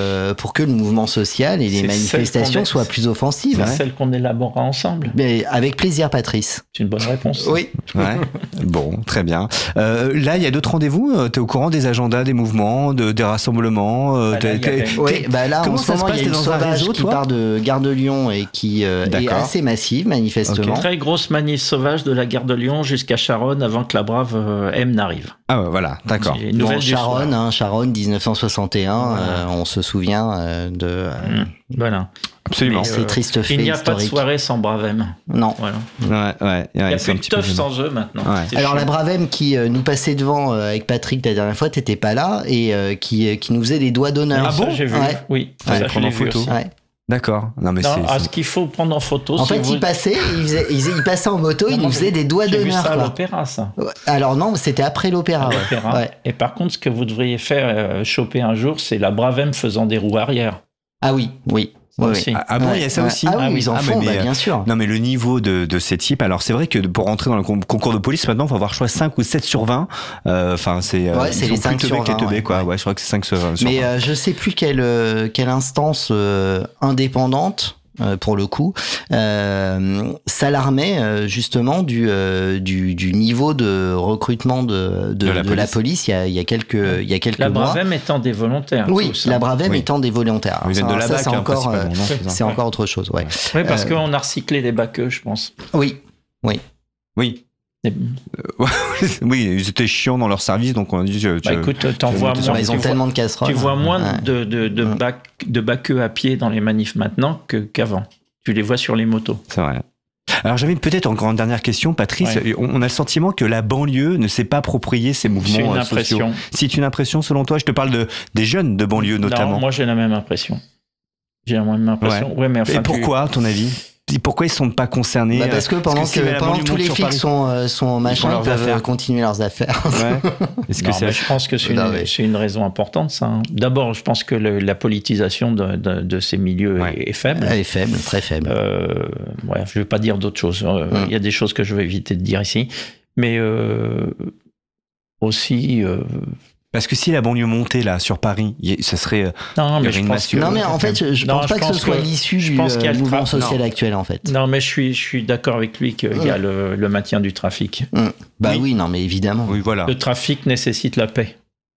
S3: pour que le mouvement social et les
S2: C'est
S3: manifestations soient plus offensives.
S2: C'est celle qu'on élaborera ensemble.
S3: Mais avec plaisir, Patrice.
S2: C'est une bonne réponse.
S3: Oui.
S1: Ouais. Bon, très bien. Euh, là, il y a d'autres rendez-vous. T'es au courant des agendas, des mouvements, de, des rassemblements. Euh,
S2: bah là,
S1: t'es, t'es,
S3: oui, bah là,
S1: comment
S3: en ce moment, il y a une
S1: dans un
S3: sauvage
S1: réseau,
S3: qui
S1: toi
S3: part de Gare de Lyon et qui euh, est assez massive, manifestement.
S2: Okay. Très grosse manif sauvage de la Gare de Lyon jusqu'à Charonne avant que la brave euh, M n'arrive.
S1: Ah ouais, voilà, d'accord.
S3: Bon, Charonne, hein, Charonne, dix-neuf cent soixante et un, voilà. euh, on se souvient euh, de... Euh,
S2: mmh, voilà.
S1: Absolument.
S3: Ces euh, tristes faits
S2: Il n'y a
S3: historiques.
S2: pas de soirée sans Bravem.
S3: Non.
S2: Voilà.
S1: Ouais, ouais, ouais,
S2: il n'y a plus de teuf sans eux maintenant.
S3: Ouais. Alors chiant. La Bravem qui euh, nous passait devant euh, avec Patrick la dernière fois, t'étais pas là, et euh, qui, qui nous faisait des doigts d'honneur.
S2: Ah bon, j'ai vu.
S3: Ouais.
S2: Oui.
S1: Ça, ça, prendre en photo.
S3: Ouais.
S1: D'accord. Non, mais non, c'est,
S2: à
S1: c'est...
S2: ce qu'il faut prendre en photo.
S3: En
S2: si
S3: fait,
S2: vous...
S3: il passait, il, faisait, il, faisait, il passait en moto, non, il nous faisait des doigts
S2: j'ai
S3: d'honneur.
S2: J'ai vu ça
S3: quoi.
S2: à l'opéra, ça.
S3: Alors non, c'était après l'opéra.
S2: À
S3: ouais.
S2: l'opéra. Ouais. Et par contre, ce que vous devriez faire, euh, choper un jour, c'est la Bravem faisant des roues arrière.
S3: Ah oui, oui.
S1: Ouais, oui. Ah, ah bon, ouais. Il y a ça
S3: ouais.
S1: aussi.
S3: Ah oui,
S1: ah,
S3: ils en
S1: ah,
S3: font,
S1: mais,
S3: bah,
S1: mais,
S3: bien sûr.
S1: Non, mais le niveau de, de ces types, alors c'est vrai que pour rentrer dans le concours de police, maintenant, il faut avoir, je crois, cinq ou sept sur vingt. Enfin, euh, c'est,
S3: ouais,
S1: euh,
S3: c'est les cinq sur vingt.
S1: Teubé,
S3: ouais.
S1: quoi. Ouais, je crois que c'est cinq sur vingt.
S3: Mais euh, je sais plus quelle, euh, quelle instance euh, indépendante, euh, pour le coup, euh, s'alarmait euh, justement du, euh, du, du niveau de recrutement de, de,
S1: de, la,
S3: de
S1: police.
S3: la police il y a, il y a quelques, il y a quelques
S2: la
S3: mois.
S2: La Bravem étant des volontaires.
S3: Oui,
S2: tous,
S3: la
S2: hein.
S3: Bravem
S1: oui.
S3: étant des volontaires.
S1: Vous êtes de la
S3: ça,
S1: B A C,
S3: c'est
S1: hein,
S3: encore, euh,
S1: non,
S3: c'est, c'est encore autre chose. Ouais.
S2: Oui, parce
S3: euh,
S2: qu'on a recyclé les baqueux, je pense.
S3: Oui, oui.
S1: Oui.
S2: Et...
S1: Euh, oui, ils étaient chiants dans leur service, donc on a dit. Tu,
S2: bah écoute, t'en vois moins.
S3: Ils ont tellement de casseroles.
S2: Tu vois moins
S3: ouais.
S2: de, de, de,
S3: ouais.
S2: bac, de baqueux à pied dans les manifs maintenant que, qu'avant. Tu les vois sur les motos.
S1: C'est vrai. Alors j'avais peut-être encore une dernière question, Patrice. Ouais. On, on a le sentiment que la banlieue ne s'est pas approprié ces mouvements
S2: c'est une
S1: euh,
S2: impression.
S1: sociaux. C'est une impression selon toi? Je te parle de, des jeunes de banlieue notamment.
S2: Non, moi j'ai la même impression. J'ai la même impression. Ouais. Ouais, mais enfin,
S1: Et pourquoi,
S2: tu...
S1: à ton avis? Pourquoi ils ne sont pas concernés?
S3: bah Parce que pendant
S1: que,
S3: que, pendant que tous les flics sont, euh, sont machin, ils, ils peuvent affaires. continuer leurs affaires.
S1: Ouais. Est-ce que
S2: non,
S1: c'est...
S2: Je pense que c'est, non, une, c'est une raison importante, ça. Hein. D'abord, je pense que le, la politisation de, de, de ces milieux ouais. est, est faible.
S3: Elle est faible, très faible.
S2: Euh, ouais, je ne vais pas dire d'autres choses. Il euh, mm. y a des choses que je vais éviter de dire ici. Mais euh, aussi... Euh,
S1: Parce que si la banlieue montait là sur Paris, ça serait.
S2: Non, mais je pense que...
S3: non, mais en fait, je, je non, pense pas je que pense ce soit que... l'issue du euh, mouvement social non. actuel, en fait.
S2: Non, mais je suis, je suis d'accord avec lui qu'il mmh. y a le, le maintien du trafic.
S3: Mmh. Bah oui. oui, non, mais évidemment.
S1: Oui, voilà.
S2: Le trafic nécessite la paix.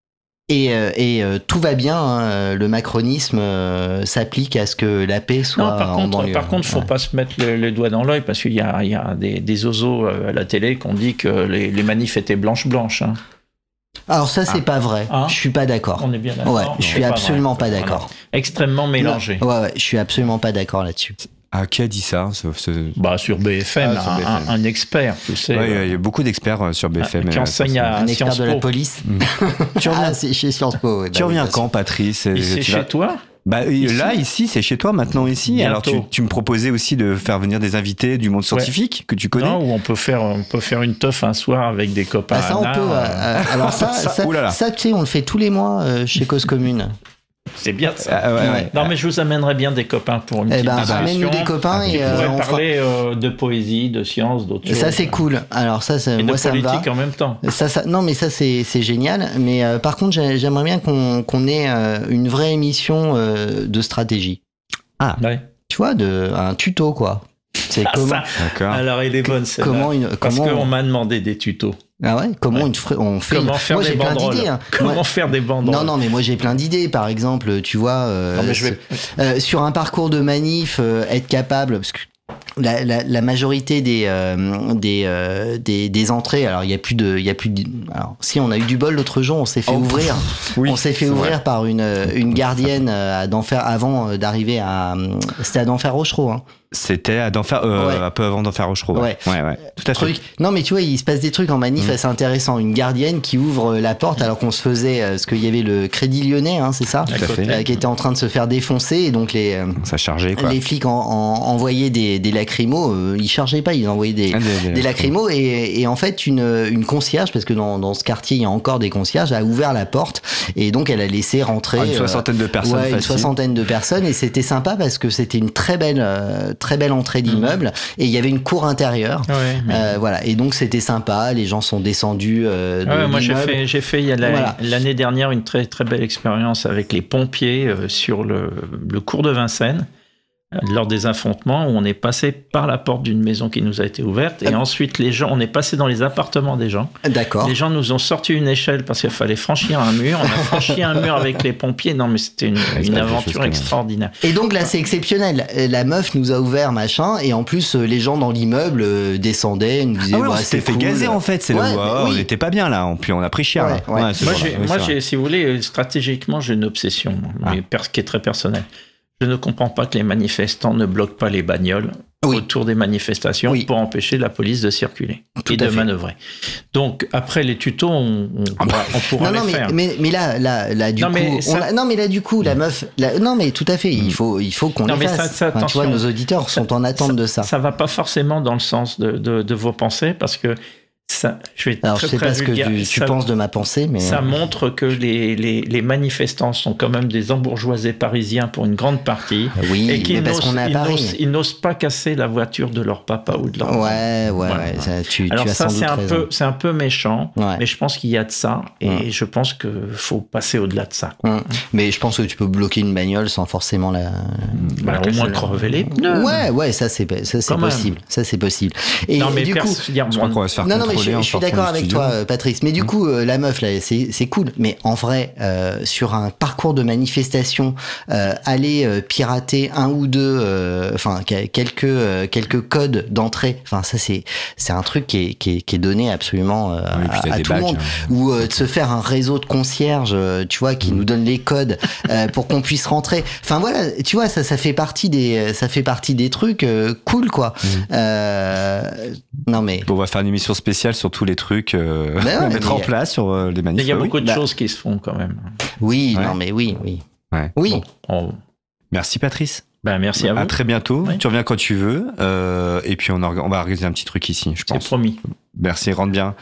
S3: Et, euh, et euh, tout va bien, hein, le macronisme euh, s'applique à ce que la paix soit
S2: non, par
S3: en
S2: contre,
S3: banlieue.
S2: Par contre, il ne faut ouais. pas se mettre le, le doigt dans l'œil parce qu'il y a, il y a des, des osos à la télé qui ont dit que les, les manifs étaient blanches-blanches. Hein.
S3: Alors ça, c'est ah. pas vrai.
S2: Hein
S3: je suis pas d'accord.
S2: On est bien d'accord.
S3: Ouais, je suis absolument pas, pas d'accord.
S2: Alors, extrêmement mélangé.
S3: Ouais, ouais, je suis absolument pas d'accord là-dessus.
S1: Ah, qui a dit ça ce, ce...
S2: Bah, sur B F M, ah, sur un, B F M. Un, un expert, tu sais.
S1: Ouais, il y a beaucoup d'experts sur B F M.
S2: Qui enseigne à
S3: un expert
S2: Sciences
S3: de
S2: Po.
S3: la police.
S1: Mmh. tu reviens,
S3: ah, c'est chez Sciences Po. Ouais,
S1: tu
S3: bah,
S1: reviens
S3: oui,
S1: quand, Patrice?
S2: C'est chez vas... toi
S1: Bah,
S2: ici.
S1: Là, ici, c'est chez toi, maintenant, ici. Bientôt. Alors, tu, tu me proposais aussi de faire venir des invités du monde scientifique ouais. que tu connais.
S2: Non, ou on peut faire, on peut faire une teuf un soir avec des copains.
S3: Bah, ça, on peut. Euh, alors, ça, ça, ça, ça, tu sais, on le fait tous les mois euh, chez Cause Commune.
S2: C'est bien ça.
S1: Ah, ouais, ouais.
S2: Non, mais je vous amènerai bien des copains pour une
S3: eh
S2: petite
S3: ben,
S2: discussion.
S3: Amène-nous des copains
S2: ah,
S3: et
S2: on pourrait
S3: euh,
S2: parler
S3: fera...
S2: euh, de poésie, de sciences, d'autres
S3: et
S2: choses.
S3: Ça, c'est cool. Alors, ça, ça
S2: et
S3: moi,
S2: de
S3: ça me va.
S2: politique en même temps.
S3: Ça, ça, non, mais ça, c'est, c'est génial. Mais euh, par contre, j'aimerais bien qu'on, qu'on ait euh, une vraie émission euh, de stratégie.
S2: Ah, ouais.
S3: Tu vois, de, un tuto, quoi. C'est
S2: ah,
S3: comment...
S2: D'accord. Alors, il est bonne, celle-là.
S3: Comment une...
S2: Parce
S3: comment...
S2: qu'on m'a demandé des tutos.
S3: Ah ouais, comment
S2: ouais.
S3: Une... on fait
S2: comment
S3: une...
S2: faire
S3: moi,
S2: des
S3: j'ai plein
S2: banderoles.
S3: d'idées. Hein.
S2: Comment
S3: moi...
S2: faire des banderoles.
S3: Non, non, mais moi j'ai plein d'idées. Par exemple, tu vois, euh,
S2: non, mais je vais...
S3: euh, sur un parcours de manif, euh, être capable, parce que la, la, la majorité des euh, des, euh, des des entrées, alors il y a plus de, il y a plus de, alors si on a eu du bol l'autre jour, on s'est fait oh, ouvrir, oui, on s'est fait ouvrir vrai. par une une gardienne à d'enfer avant d'arriver à, c'était à d'enfer Rochereau. Hein.
S1: C'était à d'enfer, euh, ouais. un peu avant d'enfer Rochereau. Ouais. ouais, ouais, tout à
S3: truc.
S1: fait.
S3: Non, mais tu vois, il se passe des trucs en manif mmh. assez intéressants. Une gardienne qui ouvre la porte alors qu'on se faisait, euh, ce qu'il y avait le Crédit Lyonnais, hein, c'est ça,
S1: tout à fait.
S3: Euh, qui était en train de se faire défoncer et donc les euh,
S1: ça chargeait quoi.
S3: Les flics en, en, envoyaient des, des lacrymos. Euh, ils chargeaient pas, ils envoyaient des, ah, des, des, des lacrymos et, et en fait une, une concierge, parce que dans, dans ce quartier il y a encore des concierges, a ouvert la porte et donc elle a laissé rentrer
S1: ah, une soixantaine de personnes.
S3: Euh, ouais, une soixantaine de personnes et c'était sympa parce que c'était une très belle, euh, très belle entrée d'immeuble mmh. et il y avait une cour intérieure.
S2: Ouais, mais...
S3: euh, voilà. Et donc c'était sympa. Les gens sont descendus euh, de
S2: ouais, moi j'ai
S3: l'immeuble.
S2: fait, j'ai fait il y a la,
S3: voilà.
S2: l'année dernière une très très belle expérience avec les pompiers euh, sur le, le cours de Vincennes. Lors des affrontements où on est passé par la porte d'une maison qui nous a été ouverte et ensuite les gens, on est passé dans les appartements des gens.
S3: D'accord.
S2: Les gens nous ont sorti une échelle parce qu'il fallait franchir un mur. On a franchi un mur avec les pompiers. Non mais c'était une, une aventure extraordinaire.
S3: Et donc là c'est exceptionnel. La meuf nous a ouvert machin et en plus les gens dans l'immeuble descendaient, nous disaient
S1: ah ouais,
S3: bah,
S1: on s'était fait cool. gazer en fait. C'est ouais, le wow, oui. On n'était pas bien là. Puis on a pris cher.
S3: Ouais, ouais.
S1: Ouais,
S2: moi, j'ai, moi j'ai, si vous voulez, stratégiquement j'ai une obsession ah. mais qui est très personnelle. Je ne comprends pas que les manifestants ne bloquent pas les bagnoles oui. autour des manifestations oui. pour empêcher la police de circuler Tout et de fait. manœuvrer. Donc, après les tutos, on, on
S3: ah
S2: pourra, on pourra
S3: non,
S2: les
S3: non, mais,
S2: faire.
S3: Mais, mais là, là, là, du
S2: non,
S3: coup...
S2: Mais
S3: on
S2: ça...
S3: a, non, mais là, du coup, la meuf... La, non, mais tout à fait, il faut, il faut qu'on
S2: non,
S3: les
S2: mais
S3: fasse.
S2: Ça, ça,
S3: enfin, tu vois, nos auditeurs
S2: ça,
S3: sont en attente
S2: ça,
S3: de ça.
S2: Ça ne va pas forcément dans le sens de, de, de vos pensées, parce que ça, je vais
S3: Alors,
S2: très,
S3: je sais pas ce que tu, tu
S2: ça,
S3: penses de ma pensée, mais...
S2: Ça montre que les, les, les manifestants sont quand même des embourgeoisés parisiens pour une grande partie.
S3: Oui,
S2: et qu'ils
S3: mais parce qu'on est à
S2: ils
S3: Paris.
S2: N'osent, ils n'osent pas casser la voiture de leur papa ou de leur maman.
S3: Ouais, ouais,
S2: voilà.
S3: ouais. Ça, tu,
S2: Alors
S3: tu as
S2: ça,
S3: sans
S2: c'est
S3: doute
S2: un, peu, c'est un peu méchant,
S3: ouais.
S2: mais je pense qu'il y a de ça. Et
S3: ouais.
S2: je pense qu'il faut passer au-delà de ça.
S3: Ouais. Mais je pense que tu peux bloquer une bagnole sans forcément la...
S2: Bah, au moins crever les pneus.
S3: Ouais, ouais, ça c'est, ça, c'est possible. Même. Ça, c'est possible. Et,
S2: non, mais
S3: du
S2: pers-
S3: coup...
S1: Je crois qu'on va se faire
S3: non, non, mais je, je suis d'accord avec
S1: studio.
S3: toi, Patrice. Mais du coup, euh, la meuf, là, c'est, c'est cool. Mais en vrai, euh, sur un parcours de manifestation, euh, aller euh, pirater un ou deux, enfin, euh, quelques, euh, quelques codes d'entrée, enfin, ça, c'est, c'est un truc qui est, qui est, qui est donné absolument euh, oui, à, à tout badges, le monde. Hein. Ou euh, de se faire un réseau de concierges, euh, tu vois, qui mmh. nous donne les codes euh, pour qu'on puisse rentrer. Enfin, voilà, tu vois, ça, ça fait partie des, ça fait partie des trucs euh, cool, quoi. Mmh. Euh, non, mais.
S1: On va faire une émission spéciale sur tous les trucs. Euh...
S3: Ben ouais,
S1: mettre en place sur euh, les manifs.
S2: Il y a beaucoup
S1: oui.
S2: de
S3: bah.
S2: choses qui se font quand même.
S3: Oui,
S1: ouais.
S3: non mais oui, oui.
S1: Ouais.
S3: Oui.
S2: Bon, on...
S1: Merci Patrice.
S2: Ben, merci à vous.
S1: À très bientôt. Oui. Tu reviens quand tu veux. Euh, et puis on, orga- on va organiser un petit truc ici, je pense.
S2: C'est promis.
S1: Merci, rentre bien.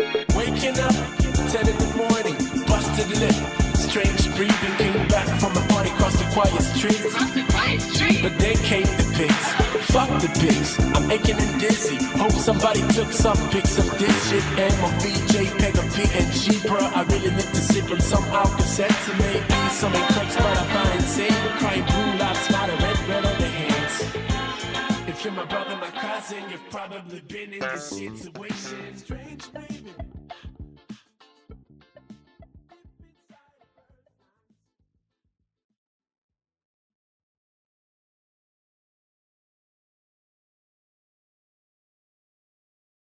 S5: Fuck the pics, I'm aching and dizzy. Hope somebody took some pics of this shit. M O V, JPEG, or P N G, bruh. I really need to sip on some Alka-Seltzer, and maybe some cracks, but I find insane. Crying blue lights, not a red, red on the hands. If you're my brother, my cousin, you've probably been in this situation. Strange, baby.